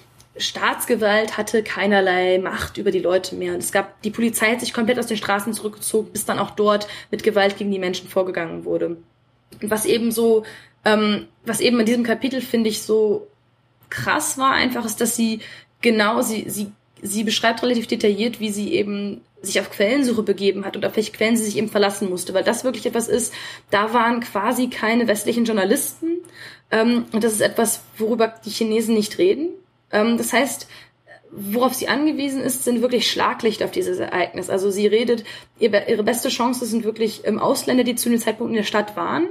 Staatsgewalt hatte keinerlei Macht über die Leute mehr. Und es gab, die Polizei hat sich komplett aus den Straßen zurückgezogen, bis dann auch dort mit Gewalt gegen die Menschen vorgegangen wurde. Und was eben so, ähm, was eben in diesem Kapitel, finde ich, so krass war einfach, ist, dass sie genau, sie, sie, sie beschreibt relativ detailliert, wie sie eben sich auf Quellensuche begeben hat und auf welche Quellen sie sich eben verlassen musste, weil das wirklich etwas ist, da waren quasi keine westlichen Journalisten, ähm, und das ist etwas, worüber die Chinesen nicht reden. Das heißt, worauf sie angewiesen ist, sind wirklich Schlaglicht auf dieses Ereignis. Also sie redet, ihre beste Chance sind wirklich Ausländer, die zu dem Zeitpunkt in der Stadt waren,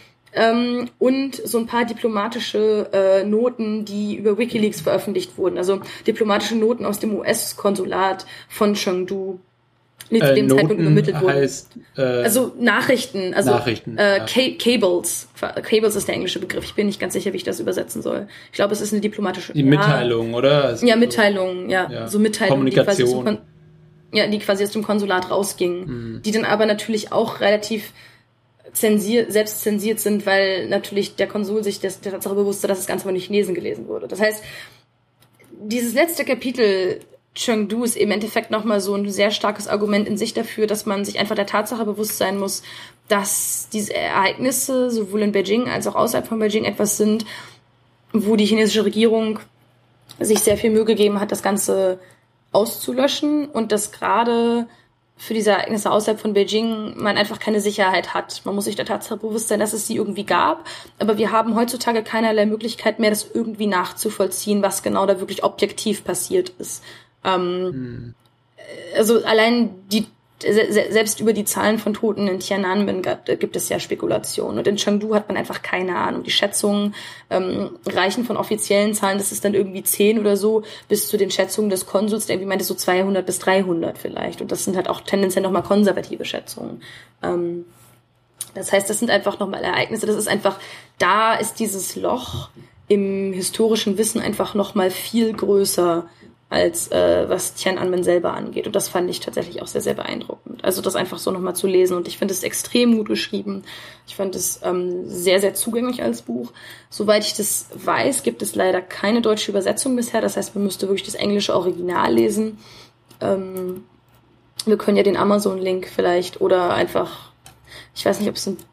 und so ein paar diplomatische Noten, die über WikiLeaks veröffentlicht wurden. Also diplomatische Noten aus dem U S-Konsulat von Chengdu. Nee, zu äh, dem Noten Zeitpunkt übermittelt wurden. Heißt, äh, also Nachrichten, also Nachrichten, äh, ja. Ca- Cables. Cables ist der englische Begriff. Ich bin nicht ganz sicher, wie ich das übersetzen soll. Ich glaube, es ist eine diplomatische... Die Mitteilung, ja, oder? Also, ja, Mitteilungen, ja. ja. So Mitteilungen, die quasi, zum Kommunikation. Kon- ja, die quasi aus dem Konsulat rausgingen. Mhm. Die dann aber natürlich auch relativ zensiert, selbst zensiert sind, weil natürlich der Konsul sich des, der Tatsache bewusst war, dass das Ganze von den Chinesen gelesen wurde. Das heißt, dieses letzte Kapitel Chengdu ist im Endeffekt nochmal so ein sehr starkes Argument in sich dafür, dass man sich einfach der Tatsache bewusst sein muss, dass diese Ereignisse sowohl in Beijing als auch außerhalb von Beijing etwas sind, wo die chinesische Regierung sich sehr viel Mühe gegeben hat, das Ganze auszulöschen und dass gerade für diese Ereignisse außerhalb von Beijing man einfach keine Sicherheit hat. Man muss sich der Tatsache bewusst sein, dass es sie irgendwie gab, aber wir haben heutzutage keinerlei Möglichkeit mehr, das irgendwie nachzuvollziehen, was genau da wirklich objektiv passiert ist. Ähm, hm. Also allein die se- selbst über die Zahlen von Toten in Tiananmen gibt es ja Spekulationen. Und in Chengdu hat man einfach keine Ahnung. Die Schätzungen ähm, reichen von offiziellen Zahlen, das ist dann irgendwie zehn oder so, bis zu den Schätzungen des Konsuls, der irgendwie meinte so zweihundert bis dreihundert vielleicht. Und das sind halt auch tendenziell nochmal konservative Schätzungen. Ähm, das heißt, das sind einfach nochmal Ereignisse. Das ist einfach, da ist dieses Loch im historischen Wissen einfach nochmal viel größer als äh, was Tiananmen selber angeht. Und das fand ich tatsächlich auch sehr, sehr beeindruckend. Also das einfach so nochmal zu lesen. Und ich finde es extrem gut geschrieben. Ich fand es ähm, sehr, sehr zugänglich als Buch. Soweit ich das weiß, gibt es leider keine deutsche Übersetzung bisher. Das heißt, man müsste wirklich das englische Original lesen. Ähm, wir können ja den Amazon-Link vielleicht oder einfach, ich weiß nicht, ob es ein...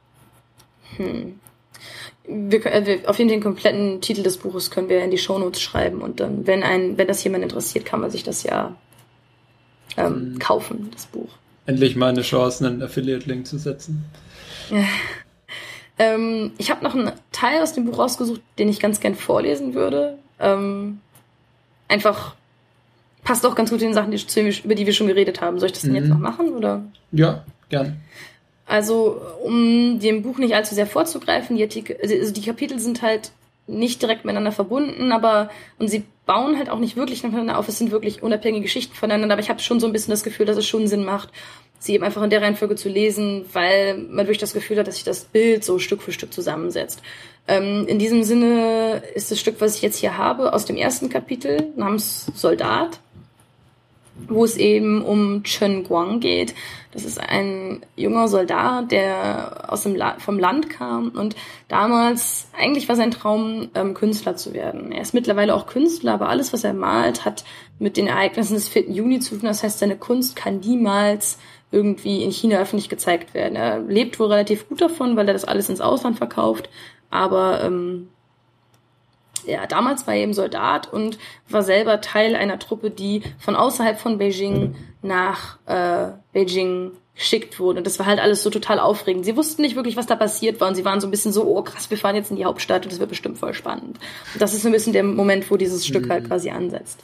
Hm... Wir, wir, auf jeden Fall den kompletten Titel des Buches können wir in die Shownotes schreiben und dann, wenn ein, wenn das jemand interessiert, kann man sich das ja ähm, kaufen, das Buch. Endlich mal eine Chance, einen Affiliate-Link zu setzen. Ja. Ähm, ich habe noch einen Teil aus dem Buch rausgesucht, den ich ganz gern vorlesen würde. Ähm, einfach passt auch ganz gut zu den Sachen, die, über die wir schon geredet haben. Soll ich das denn mhm. jetzt noch machen, oder? Ja, gern. Also, um dem Buch nicht allzu sehr vorzugreifen, die, Artikel, also die Kapitel sind halt nicht direkt miteinander verbunden, aber, und sie bauen halt auch nicht wirklich nacheinander auf, es sind wirklich unabhängige Geschichten voneinander, aber ich habe schon so ein bisschen das Gefühl, dass es schon Sinn macht, sie eben einfach in der Reihenfolge zu lesen, weil man wirklich das Gefühl hat, dass sich das Bild so Stück für Stück zusammensetzt. Ähm, in diesem Sinne ist das Stück, was ich jetzt hier habe, aus dem ersten Kapitel namens Soldat, wo es eben um Chen Guang geht. Das ist ein junger Soldat, der aus dem La- vom Land kam und damals, eigentlich war sein Traum, ähm, Künstler zu werden. Er ist mittlerweile auch Künstler, aber alles, was er malt, hat mit den Ereignissen des vierten Juni zu tun. Das heißt, seine Kunst kann niemals irgendwie in China öffentlich gezeigt werden. Er lebt wohl relativ gut davon, weil er das alles ins Ausland verkauft, aber ähm, ja, damals war er eben Soldat und war selber Teil einer Truppe, die von außerhalb von Beijing nach äh, Beijing geschickt wurde. Und das war halt alles so total aufregend. Sie wussten nicht wirklich, was da passiert war und sie waren so ein bisschen so, oh krass, wir fahren jetzt in die Hauptstadt und das wird bestimmt voll spannend. Und das ist so ein bisschen der Moment, wo dieses Stück halt quasi ansetzt.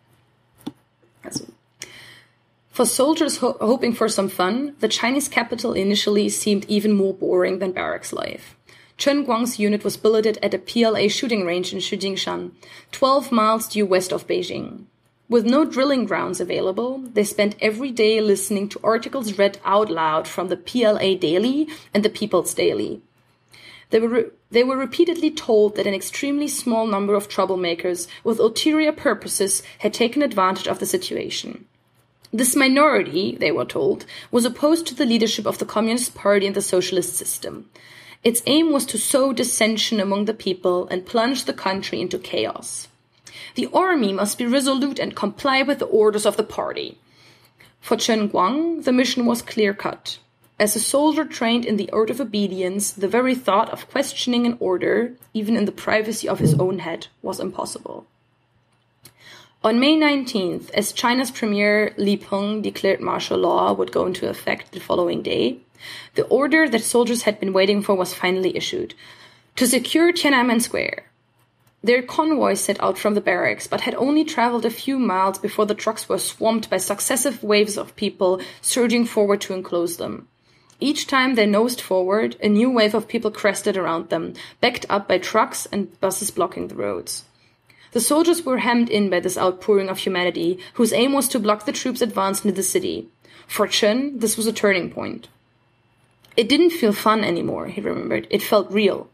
Also. For soldiers ho- hoping for some fun, the Chinese capital initially seemed even more boring than barracks life. Chen Guang's unit was billeted at a P L A shooting range in Shijingshan, twelve miles due west of Beijing. With no drilling grounds available, they spent every day listening to articles read out loud from the P L A Daily and the People's Daily. They were, re- they were repeatedly told that an extremely small number of troublemakers with ulterior purposes had taken advantage of the situation. This minority, they were told, was opposed to the leadership of the Communist Party and the socialist system. Its aim was to sow dissension among the people and plunge the country into chaos. The army must be resolute and comply with the orders of the party. For Chen Guang, the mission was clear-cut. As a soldier trained in the art of obedience, the very thought of questioning an order, even in the privacy of his own head, was impossible. On May nineteenth, as China's Premier Li Peng declared martial law would go into effect the following day, the order that soldiers had been waiting for was finally issued. To secure Tiananmen Square. Their convoy set out from the barracks, but had only traveled a few miles before the trucks were swamped by successive waves of people surging forward to enclose them. Each time they nosed forward, a new wave of people crested around them, backed up by trucks and buses blocking the roads. The soldiers were hemmed in by this outpouring of humanity, whose aim was to block the troops' advance into the city. For Chen, this was a turning point. It didn't feel fun anymore, he remembered. It felt real.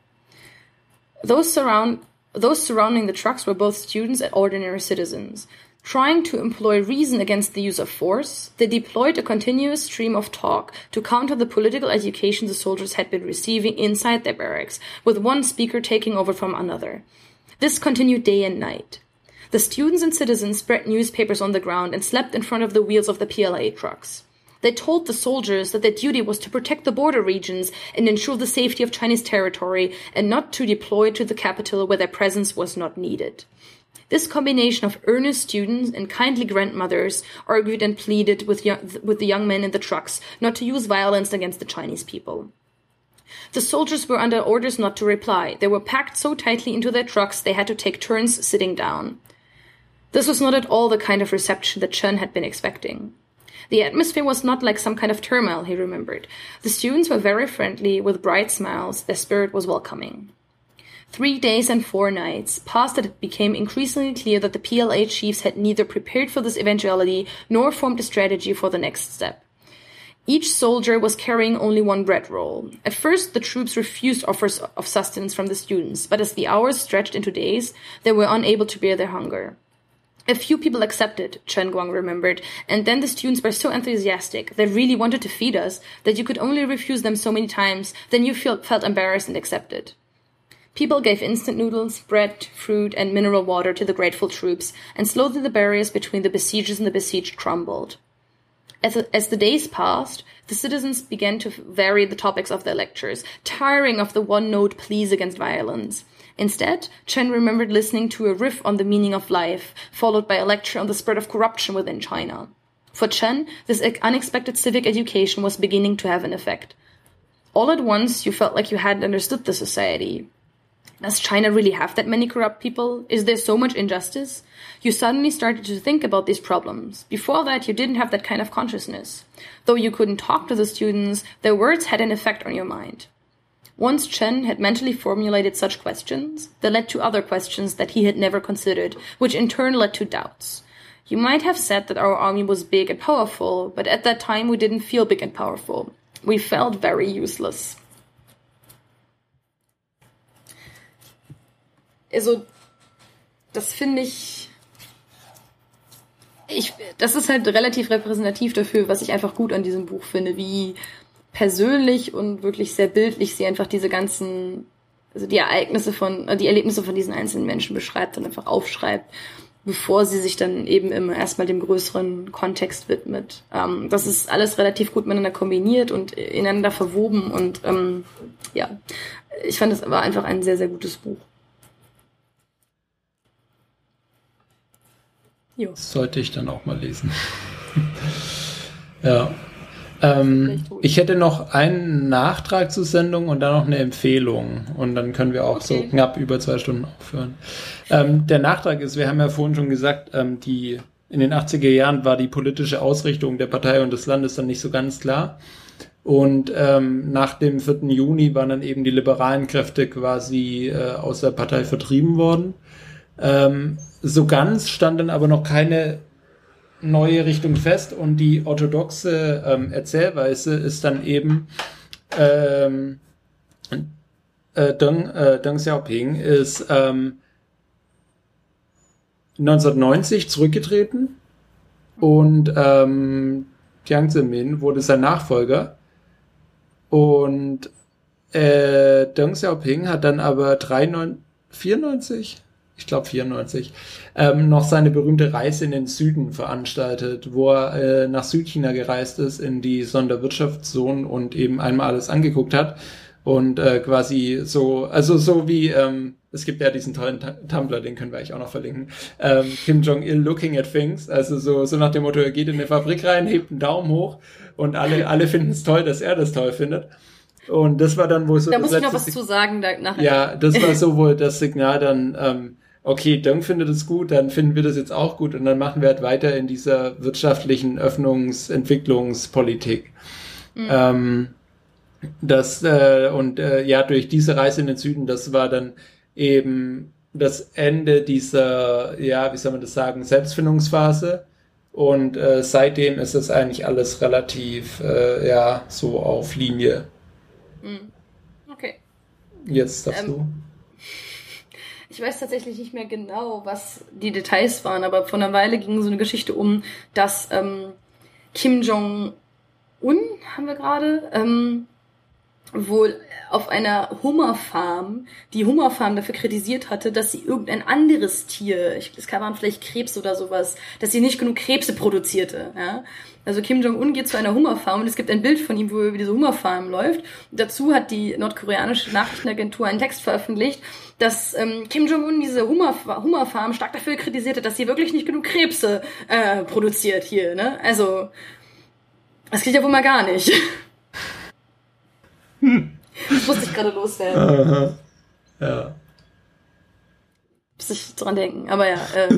Those surround those surrounding the trucks were both students and ordinary citizens. Trying to employ reason against the use of force, they deployed a continuous stream of talk to counter the political education the soldiers had been receiving inside their barracks, with one speaker taking over from another. This continued day and night. The students and citizens spread newspapers on the ground and slept in front of the wheels of the P L A trucks. They told the soldiers that their duty was to protect the border regions and ensure the safety of Chinese territory and not to deploy to the capital where their presence was not needed. This combination of earnest students and kindly grandmothers argued and pleaded with, young, with the young men in the trucks not to use violence against the Chinese people. The soldiers were under orders not to reply. They were packed so tightly into their trucks they had to take turns sitting down. This was not at all the kind of reception that Chen had been expecting. The atmosphere was not like some kind of turmoil, he remembered. The students were very friendly, with bright smiles. Their spirit was welcoming. Three days and four nights passed that it became increasingly clear that the P L A chiefs had neither prepared for this eventuality nor formed a strategy for the next step. Each soldier was carrying only one bread roll. At first, the troops refused offers of sustenance from the students, but as the hours stretched into days, they were unable to bear their hunger. A few people accepted, Chen Guang remembered, and then the students were so enthusiastic, they really wanted to feed us, that you could only refuse them so many times, then you felt, felt embarrassed and accepted. People gave instant noodles, bread, fruit, and mineral water to the grateful troops, and slowly the barriers between the besiegers and the besieged crumbled. As, as the days passed, the citizens began to vary the topics of their lectures, tiring of the one-note pleas against violence. Instead, Chen remembered listening to a riff on the meaning of life, followed by a lecture on the spread of corruption within China. For Chen, this unexpected civic education was beginning to have an effect. All at once, you felt like you hadn't understood the society. Does China really have that many corrupt people? Is there so much injustice? You suddenly started to think about these problems. Before that, you didn't have that kind of consciousness. Though you couldn't talk to the students, their words had an effect on your mind. Once Chen had mentally formulated such questions, they led to other questions that he had never considered, which in turn led to doubts. You might have said that our army was big and powerful, but at that time we didn't feel big and powerful. We felt very useless. Also, das finde ich, ich, das ist halt relativ repräsentativ dafür, was ich einfach gut an diesem Buch finde, wie persönlich und wirklich sehr bildlich sie einfach diese ganzen, also die Ereignisse von, die Erlebnisse von diesen einzelnen Menschen beschreibt und einfach aufschreibt, bevor sie sich dann eben immer erstmal dem größeren Kontext widmet. Ähm, das ist alles relativ gut miteinander kombiniert und ineinander verwoben und ähm, ja, ich fand es aber einfach ein sehr, sehr gutes Buch. Jo. Das sollte ich dann auch mal lesen. Ja. Ähm, ich hätte noch einen Nachtrag zur Sendung und dann noch eine Empfehlung. Und dann können wir auch okay. so knapp über zwei Stunden aufhören. Ähm, der Nachtrag ist, wir haben ja vorhin schon gesagt, ähm, die in den achtziger Jahren war die politische Ausrichtung der Partei und des Landes dann nicht so ganz klar. Und ähm, nach dem vierten Juni waren dann eben die liberalen Kräfte quasi äh, aus der Partei vertrieben worden. Ähm, so ganz stand dann aber noch keine neue Richtung fest und die orthodoxe ähm, Erzählweise ist dann eben ähm, äh, Deng, äh, Deng Xiaoping ist ähm, neunzehnhundertneunzig zurückgetreten und ähm, Jiang Zemin wurde sein Nachfolger und äh, Deng Xiaoping hat dann aber vierundneunzig ich glaube vierundneunzig, ähm, noch seine berühmte Reise in den Süden veranstaltet, wo er äh, nach Südchina gereist ist, in die Sonderwirtschaftszone und eben einmal alles angeguckt hat und äh, quasi so, also so wie, ähm, es gibt ja diesen tollen T- Tumblr, den können wir eigentlich auch noch verlinken, ähm, Kim Jong-il looking at things, also so, so nach dem Motto, er geht in eine Fabrik rein, hebt einen Daumen hoch und alle, alle finden es toll, dass er das toll findet. Und das war dann wohl so... Da muss ich noch was Sig- zu sagen da, nachher. Ja, das war so wohl das Signal dann, ähm, okay, Deng findet es gut, dann finden wir das jetzt auch gut und dann machen wir halt weiter in dieser wirtschaftlichen Öffnungs-, Entwicklungspolitik. Mhm. Ähm, das, äh, und äh, ja, durch diese Reise in den Süden, das war dann eben das Ende dieser, ja, wie soll man das sagen, Selbstfindungsphase Und äh, seitdem ist es eigentlich alles relativ, äh, ja, so auf Linie. Okay. Jetzt darfst ähm, du. Ich weiß tatsächlich nicht mehr genau, was die Details waren, aber vor einer Weile ging so eine Geschichte um, dass ähm, Kim Jong-un, haben wir gerade, ähm, wohl auf einer Hummerfarm, die Hummerfarm dafür kritisiert hatte, dass sie irgendein anderes Tier, ich, es waren vielleicht Krebs oder sowas, dass sie nicht genug Krebse produzierte, ja. Also Kim Jong-un geht zu einer Hummerfarm und es gibt ein Bild von ihm, wo er über diese Hummerfarm läuft. Und dazu hat die nordkoreanische Nachrichtenagentur einen Text veröffentlicht, dass ähm, Kim Jong-un diese Hummer, Hummerfarm stark dafür kritisierte, dass sie wirklich nicht genug Krebse äh, produziert hier, ne. Also, das geht ja wohl mal gar nicht. Hm. Das musste ich gerade loswerden. Aha. Ja. Muss ich dran denken, aber ja. Äh.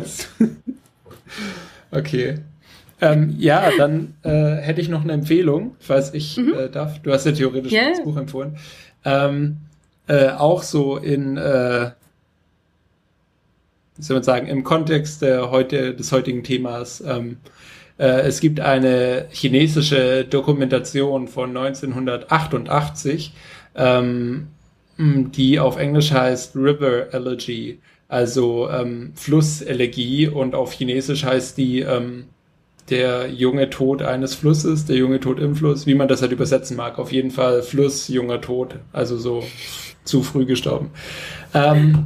Okay. Ähm, ja, dann äh, hätte ich noch eine Empfehlung, falls ich mhm. äh, darf. Du hast ja theoretisch yeah. das Buch empfohlen. Ähm, äh, auch so in, äh, wie soll man sagen, im Kontext der heute, des heutigen Themas. Ähm, äh, es gibt eine chinesische Dokumentation von neunzehnhundertachtundachtzig, ähm, die auf Englisch heißt River Elegy, also ähm, Flusselegie, und auf Chinesisch heißt die ähm, der junge Tod eines Flusses, der junge Tod im Fluss, wie man das halt übersetzen mag. Auf jeden Fall Fluss, junger Tod, also so zu früh gestorben. Ähm,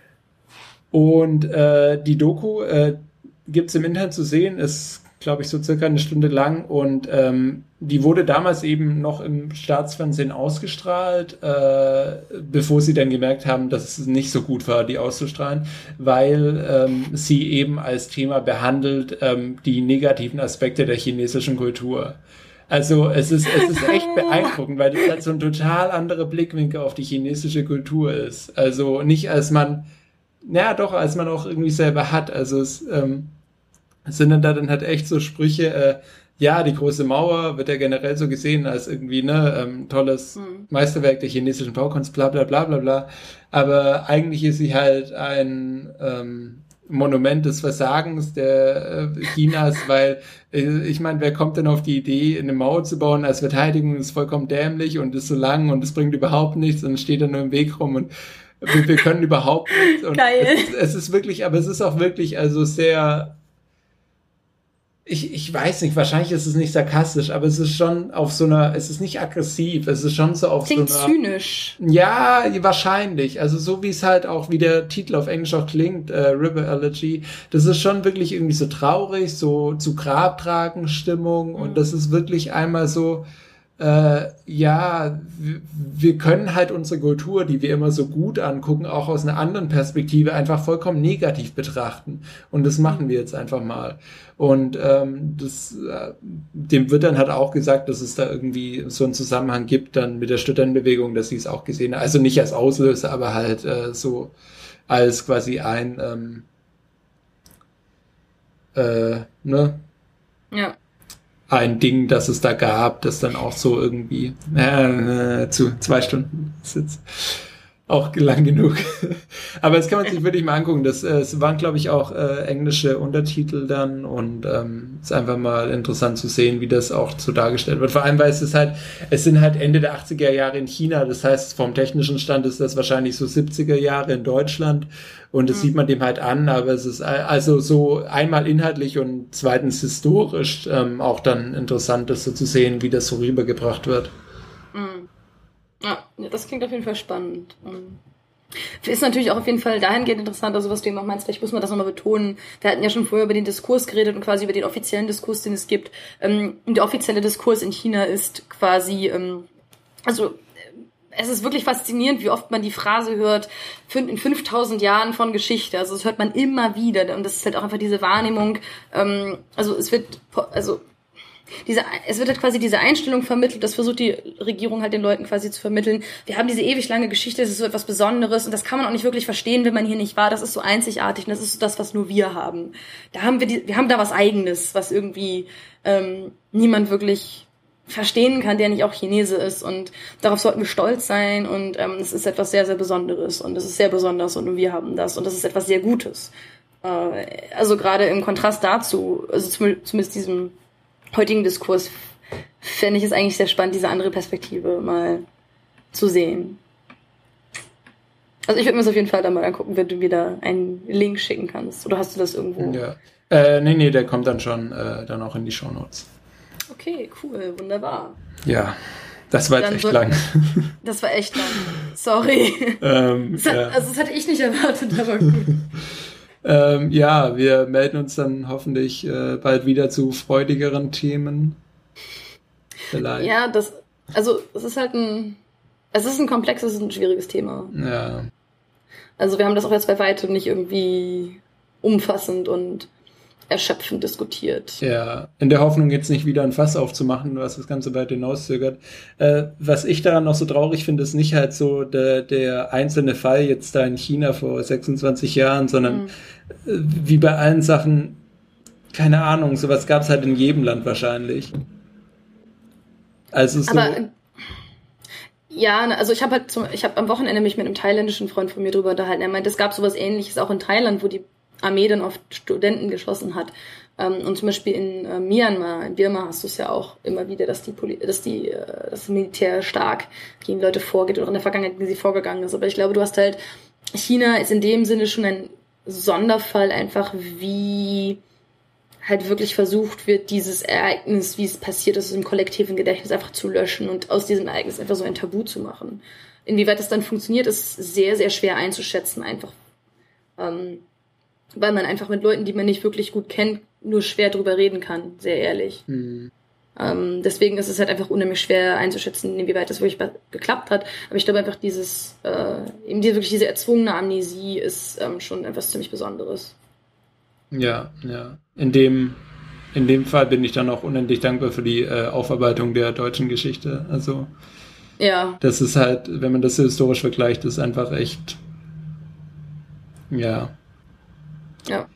und äh, die Doku äh, gibt es im Internet zu sehen, ist, glaube ich, so circa eine Stunde lang, und ähm, die wurde damals eben noch im Staatsfernsehen ausgestrahlt, äh, bevor sie dann gemerkt haben, dass es nicht so gut war, die auszustrahlen, weil ähm, sie eben als Thema behandelt ähm, die negativen Aspekte der chinesischen Kultur. Also es ist, es ist echt beeindruckend, weil das halt so ein total anderer Blickwinkel auf die chinesische Kultur ist. Also nicht als man, naja doch, als man auch irgendwie selber hat. Also es ähm, sind dann da dann halt echt so Sprüche, äh, ja, die große Mauer wird ja generell so gesehen als irgendwie, ne, ähm, tolles mhm. Meisterwerk der chinesischen Baukunst, bla bla bla bla bla. Aber eigentlich ist sie halt ein ähm, Monument des Versagens der äh, Chinas, weil äh, ich meine, wer kommt denn auf die Idee, eine Mauer zu bauen als Verteidigung, ist vollkommen dämlich und ist so lang und es bringt überhaupt nichts und steht dann nur im Weg rum und wir, wir können überhaupt nichts. Und Geil. Es, es ist wirklich, aber es ist auch wirklich, also sehr, Ich, ich weiß nicht, wahrscheinlich ist es nicht sarkastisch, aber es ist schon auf so einer, es ist nicht aggressiv, es ist schon so auf Klingt so einer... zynisch. Ja, wahrscheinlich. Also so wie es halt auch, wie der Titel auf Englisch auch klingt, äh, River Elegy, das ist schon wirklich irgendwie so traurig, so zu Grabtragen Stimmung, mhm. und das ist wirklich einmal so, äh, ja, wir, wir können halt unsere Kultur, die wir immer so gut angucken, auch aus einer anderen Perspektive einfach vollkommen negativ betrachten. Und das machen wir jetzt einfach mal. Und ähm, das, äh, dem wird dann halt auch gesagt, dass es da irgendwie so einen Zusammenhang gibt dann mit der Studentenbewegung, dass sie es auch gesehen haben. Also nicht als Auslöser, aber halt äh, so als quasi ein ähm, äh, ne? Ja. Ein Ding, das es da gab, das dann auch so irgendwie äh, zu zwei Stunden sitzt. Auch lang genug. Aber das kann man sich wirklich mal angucken. Das, äh, es waren, glaube ich, auch äh, englische Untertitel dann, und ähm, ist einfach mal interessant zu sehen, wie das auch so dargestellt wird. Vor allem, weil es ist halt, es sind halt Ende der achtziger Jahre in China, das heißt, vom technischen Stand ist das wahrscheinlich so siebziger Jahre in Deutschland, und das mhm. sieht man dem halt an, aber es ist also so einmal inhaltlich und zweitens historisch ähm, auch dann interessant, das so zu sehen, wie das so rübergebracht wird. Mhm. Ja, das klingt auf jeden Fall spannend. Ist natürlich auch auf jeden Fall dahingehend interessant, also was du eben auch meinst, vielleicht muss man das nochmal betonen. Wir hatten ja schon vorher über den Diskurs geredet und quasi über den offiziellen Diskurs, den es gibt. Und der offizielle Diskurs in China ist quasi, also es ist wirklich faszinierend, wie oft man die Phrase hört, in fünftausend Jahren von Geschichte. Also das hört man immer wieder, und das ist halt auch einfach diese Wahrnehmung, also es wird, also Diese, es wird halt quasi diese Einstellung vermittelt, das versucht die Regierung halt den Leuten quasi zu vermitteln. Wir haben diese ewig lange Geschichte, das ist so etwas Besonderes, und das kann man auch nicht wirklich verstehen, wenn man hier nicht war. Das ist so einzigartig, und das ist so das, was nur wir haben. Da haben wir die, wir haben da was Eigenes, was irgendwie ähm, niemand wirklich verstehen kann, der nicht auch Chinese ist, und darauf sollten wir stolz sein, und ähm, es ist etwas sehr, sehr Besonderes, und es ist sehr besonders, und nur wir haben das, und das ist etwas sehr Gutes. Äh, also gerade im Kontrast dazu, also zum, zumindest diesem heutigen Diskurs, fände ich es eigentlich sehr spannend, diese andere Perspektive mal zu sehen. Also ich würde mir das auf jeden Fall dann mal angucken, wenn du mir da einen Link schicken kannst. Oder hast du das irgendwo? Ja. Äh, nee, nee, der kommt dann schon äh, dann auch in die Shownotes. Okay, cool, wunderbar. Ja, das war jetzt Dann echt soll- lang. Das war echt lang. Sorry. ähm, Das hat, ja. Also das hatte ich nicht erwartet, aber gut. Ähm, ja, wir melden uns dann hoffentlich äh, bald wieder zu freudigeren Themen. Vielleicht. Ja, das, also es ist halt ein, es ist ein komplexes und schwieriges Thema. Ja. Also wir haben das auch jetzt bei weitem nicht irgendwie umfassend und erschöpfend diskutiert. Ja, in der Hoffnung, jetzt nicht wieder ein Fass aufzumachen, was das Ganze weit hinauszögert. Äh, was ich daran noch so traurig finde, ist nicht halt so der, der einzelne Fall jetzt da in China vor sechsundzwanzig Jahren, sondern mhm. äh, wie bei allen Sachen, keine Ahnung, sowas gab es halt in jedem Land wahrscheinlich. Also so. Aber ja, also ich habe halt zum, ich habe am Wochenende mich mit einem thailändischen Freund von mir drüber unterhalten. Er meint, es gab sowas Ähnliches auch in Thailand, wo die Armee dann auf Studenten geschossen hat. Und zum Beispiel in äh, Myanmar, in Birma hast du es ja auch immer wieder, dass die Poli- dass die äh, das Militär stark gegen Leute vorgeht oder in der Vergangenheit gegen sie vorgegangen ist. Aber ich glaube, du hast halt, China ist in dem Sinne schon ein Sonderfall, einfach wie halt wirklich versucht wird, dieses Ereignis, wie es passiert ist, im kollektiven Gedächtnis einfach zu löschen und aus diesem Ereignis einfach so ein Tabu zu machen. Inwieweit das dann funktioniert, ist sehr, sehr schwer einzuschätzen, einfach ähm, weil man einfach mit Leuten, die man nicht wirklich gut kennt, nur schwer drüber reden kann, sehr ehrlich. Mhm. Ähm, deswegen ist es halt einfach unheimlich schwer einzuschätzen, inwieweit das wirklich geklappt hat. Aber ich glaube einfach, dieses, äh, eben die, wirklich diese erzwungene Amnesie ist ähm, schon etwas ziemlich Besonderes. Ja, ja. In dem, in dem Fall bin ich dann auch unendlich dankbar für die äh, Aufarbeitung der deutschen Geschichte. Also, ja. Das ist halt, wenn man das historisch vergleicht, ist einfach echt, ja. Ja.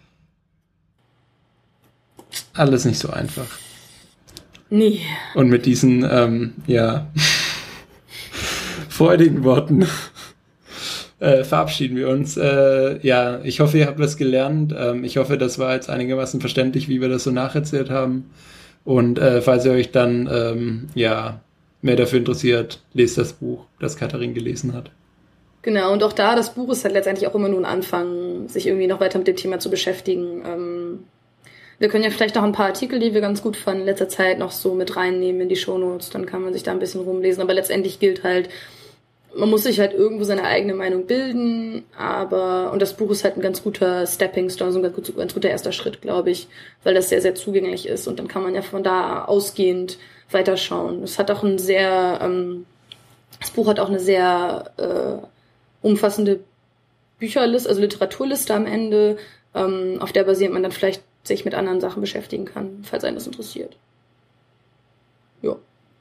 Alles nicht so einfach. Nee. Und mit diesen, ähm, ja, freudigen Worten äh, verabschieden wir uns. Äh, ja, ich hoffe, ihr habt was gelernt. Ähm, ich hoffe, das war jetzt einigermaßen verständlich, wie wir das so nacherzählt haben. Und äh, falls ihr euch dann, ähm, ja, mehr dafür interessiert, lest das Buch, das Katharin gelesen hat. Genau, und auch da, das Buch ist halt letztendlich auch immer nur ein Anfang, sich irgendwie noch weiter mit dem Thema zu beschäftigen. Ähm, wir können ja vielleicht noch ein paar Artikel, die wir ganz gut fanden, in letzter Zeit noch so mit reinnehmen in die Shownotes, dann kann man sich da ein bisschen rumlesen. Aber letztendlich gilt halt, man muss sich halt irgendwo seine eigene Meinung bilden, aber, und das Buch ist halt ein ganz guter Stepping Stone, so ein ganz, ganz guter erster Schritt, glaube ich, weil das sehr, sehr zugänglich ist und dann kann man ja von da ausgehend weiterschauen. Es hat auch ein sehr, ähm, das Buch hat auch eine sehr, äh, umfassende Bücherliste, also Literaturliste am Ende, ähm, auf der basierend man dann vielleicht sich mit anderen Sachen beschäftigen kann, falls einen das interessiert. Ja.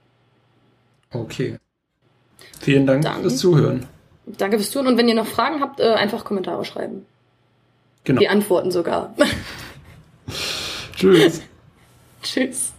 Okay. Vielen Dank dann, fürs Zuhören. Danke fürs Zuhören und wenn ihr noch Fragen habt, äh, einfach Kommentare schreiben. Genau. Wir antworten sogar. Tschüss. Tschüss.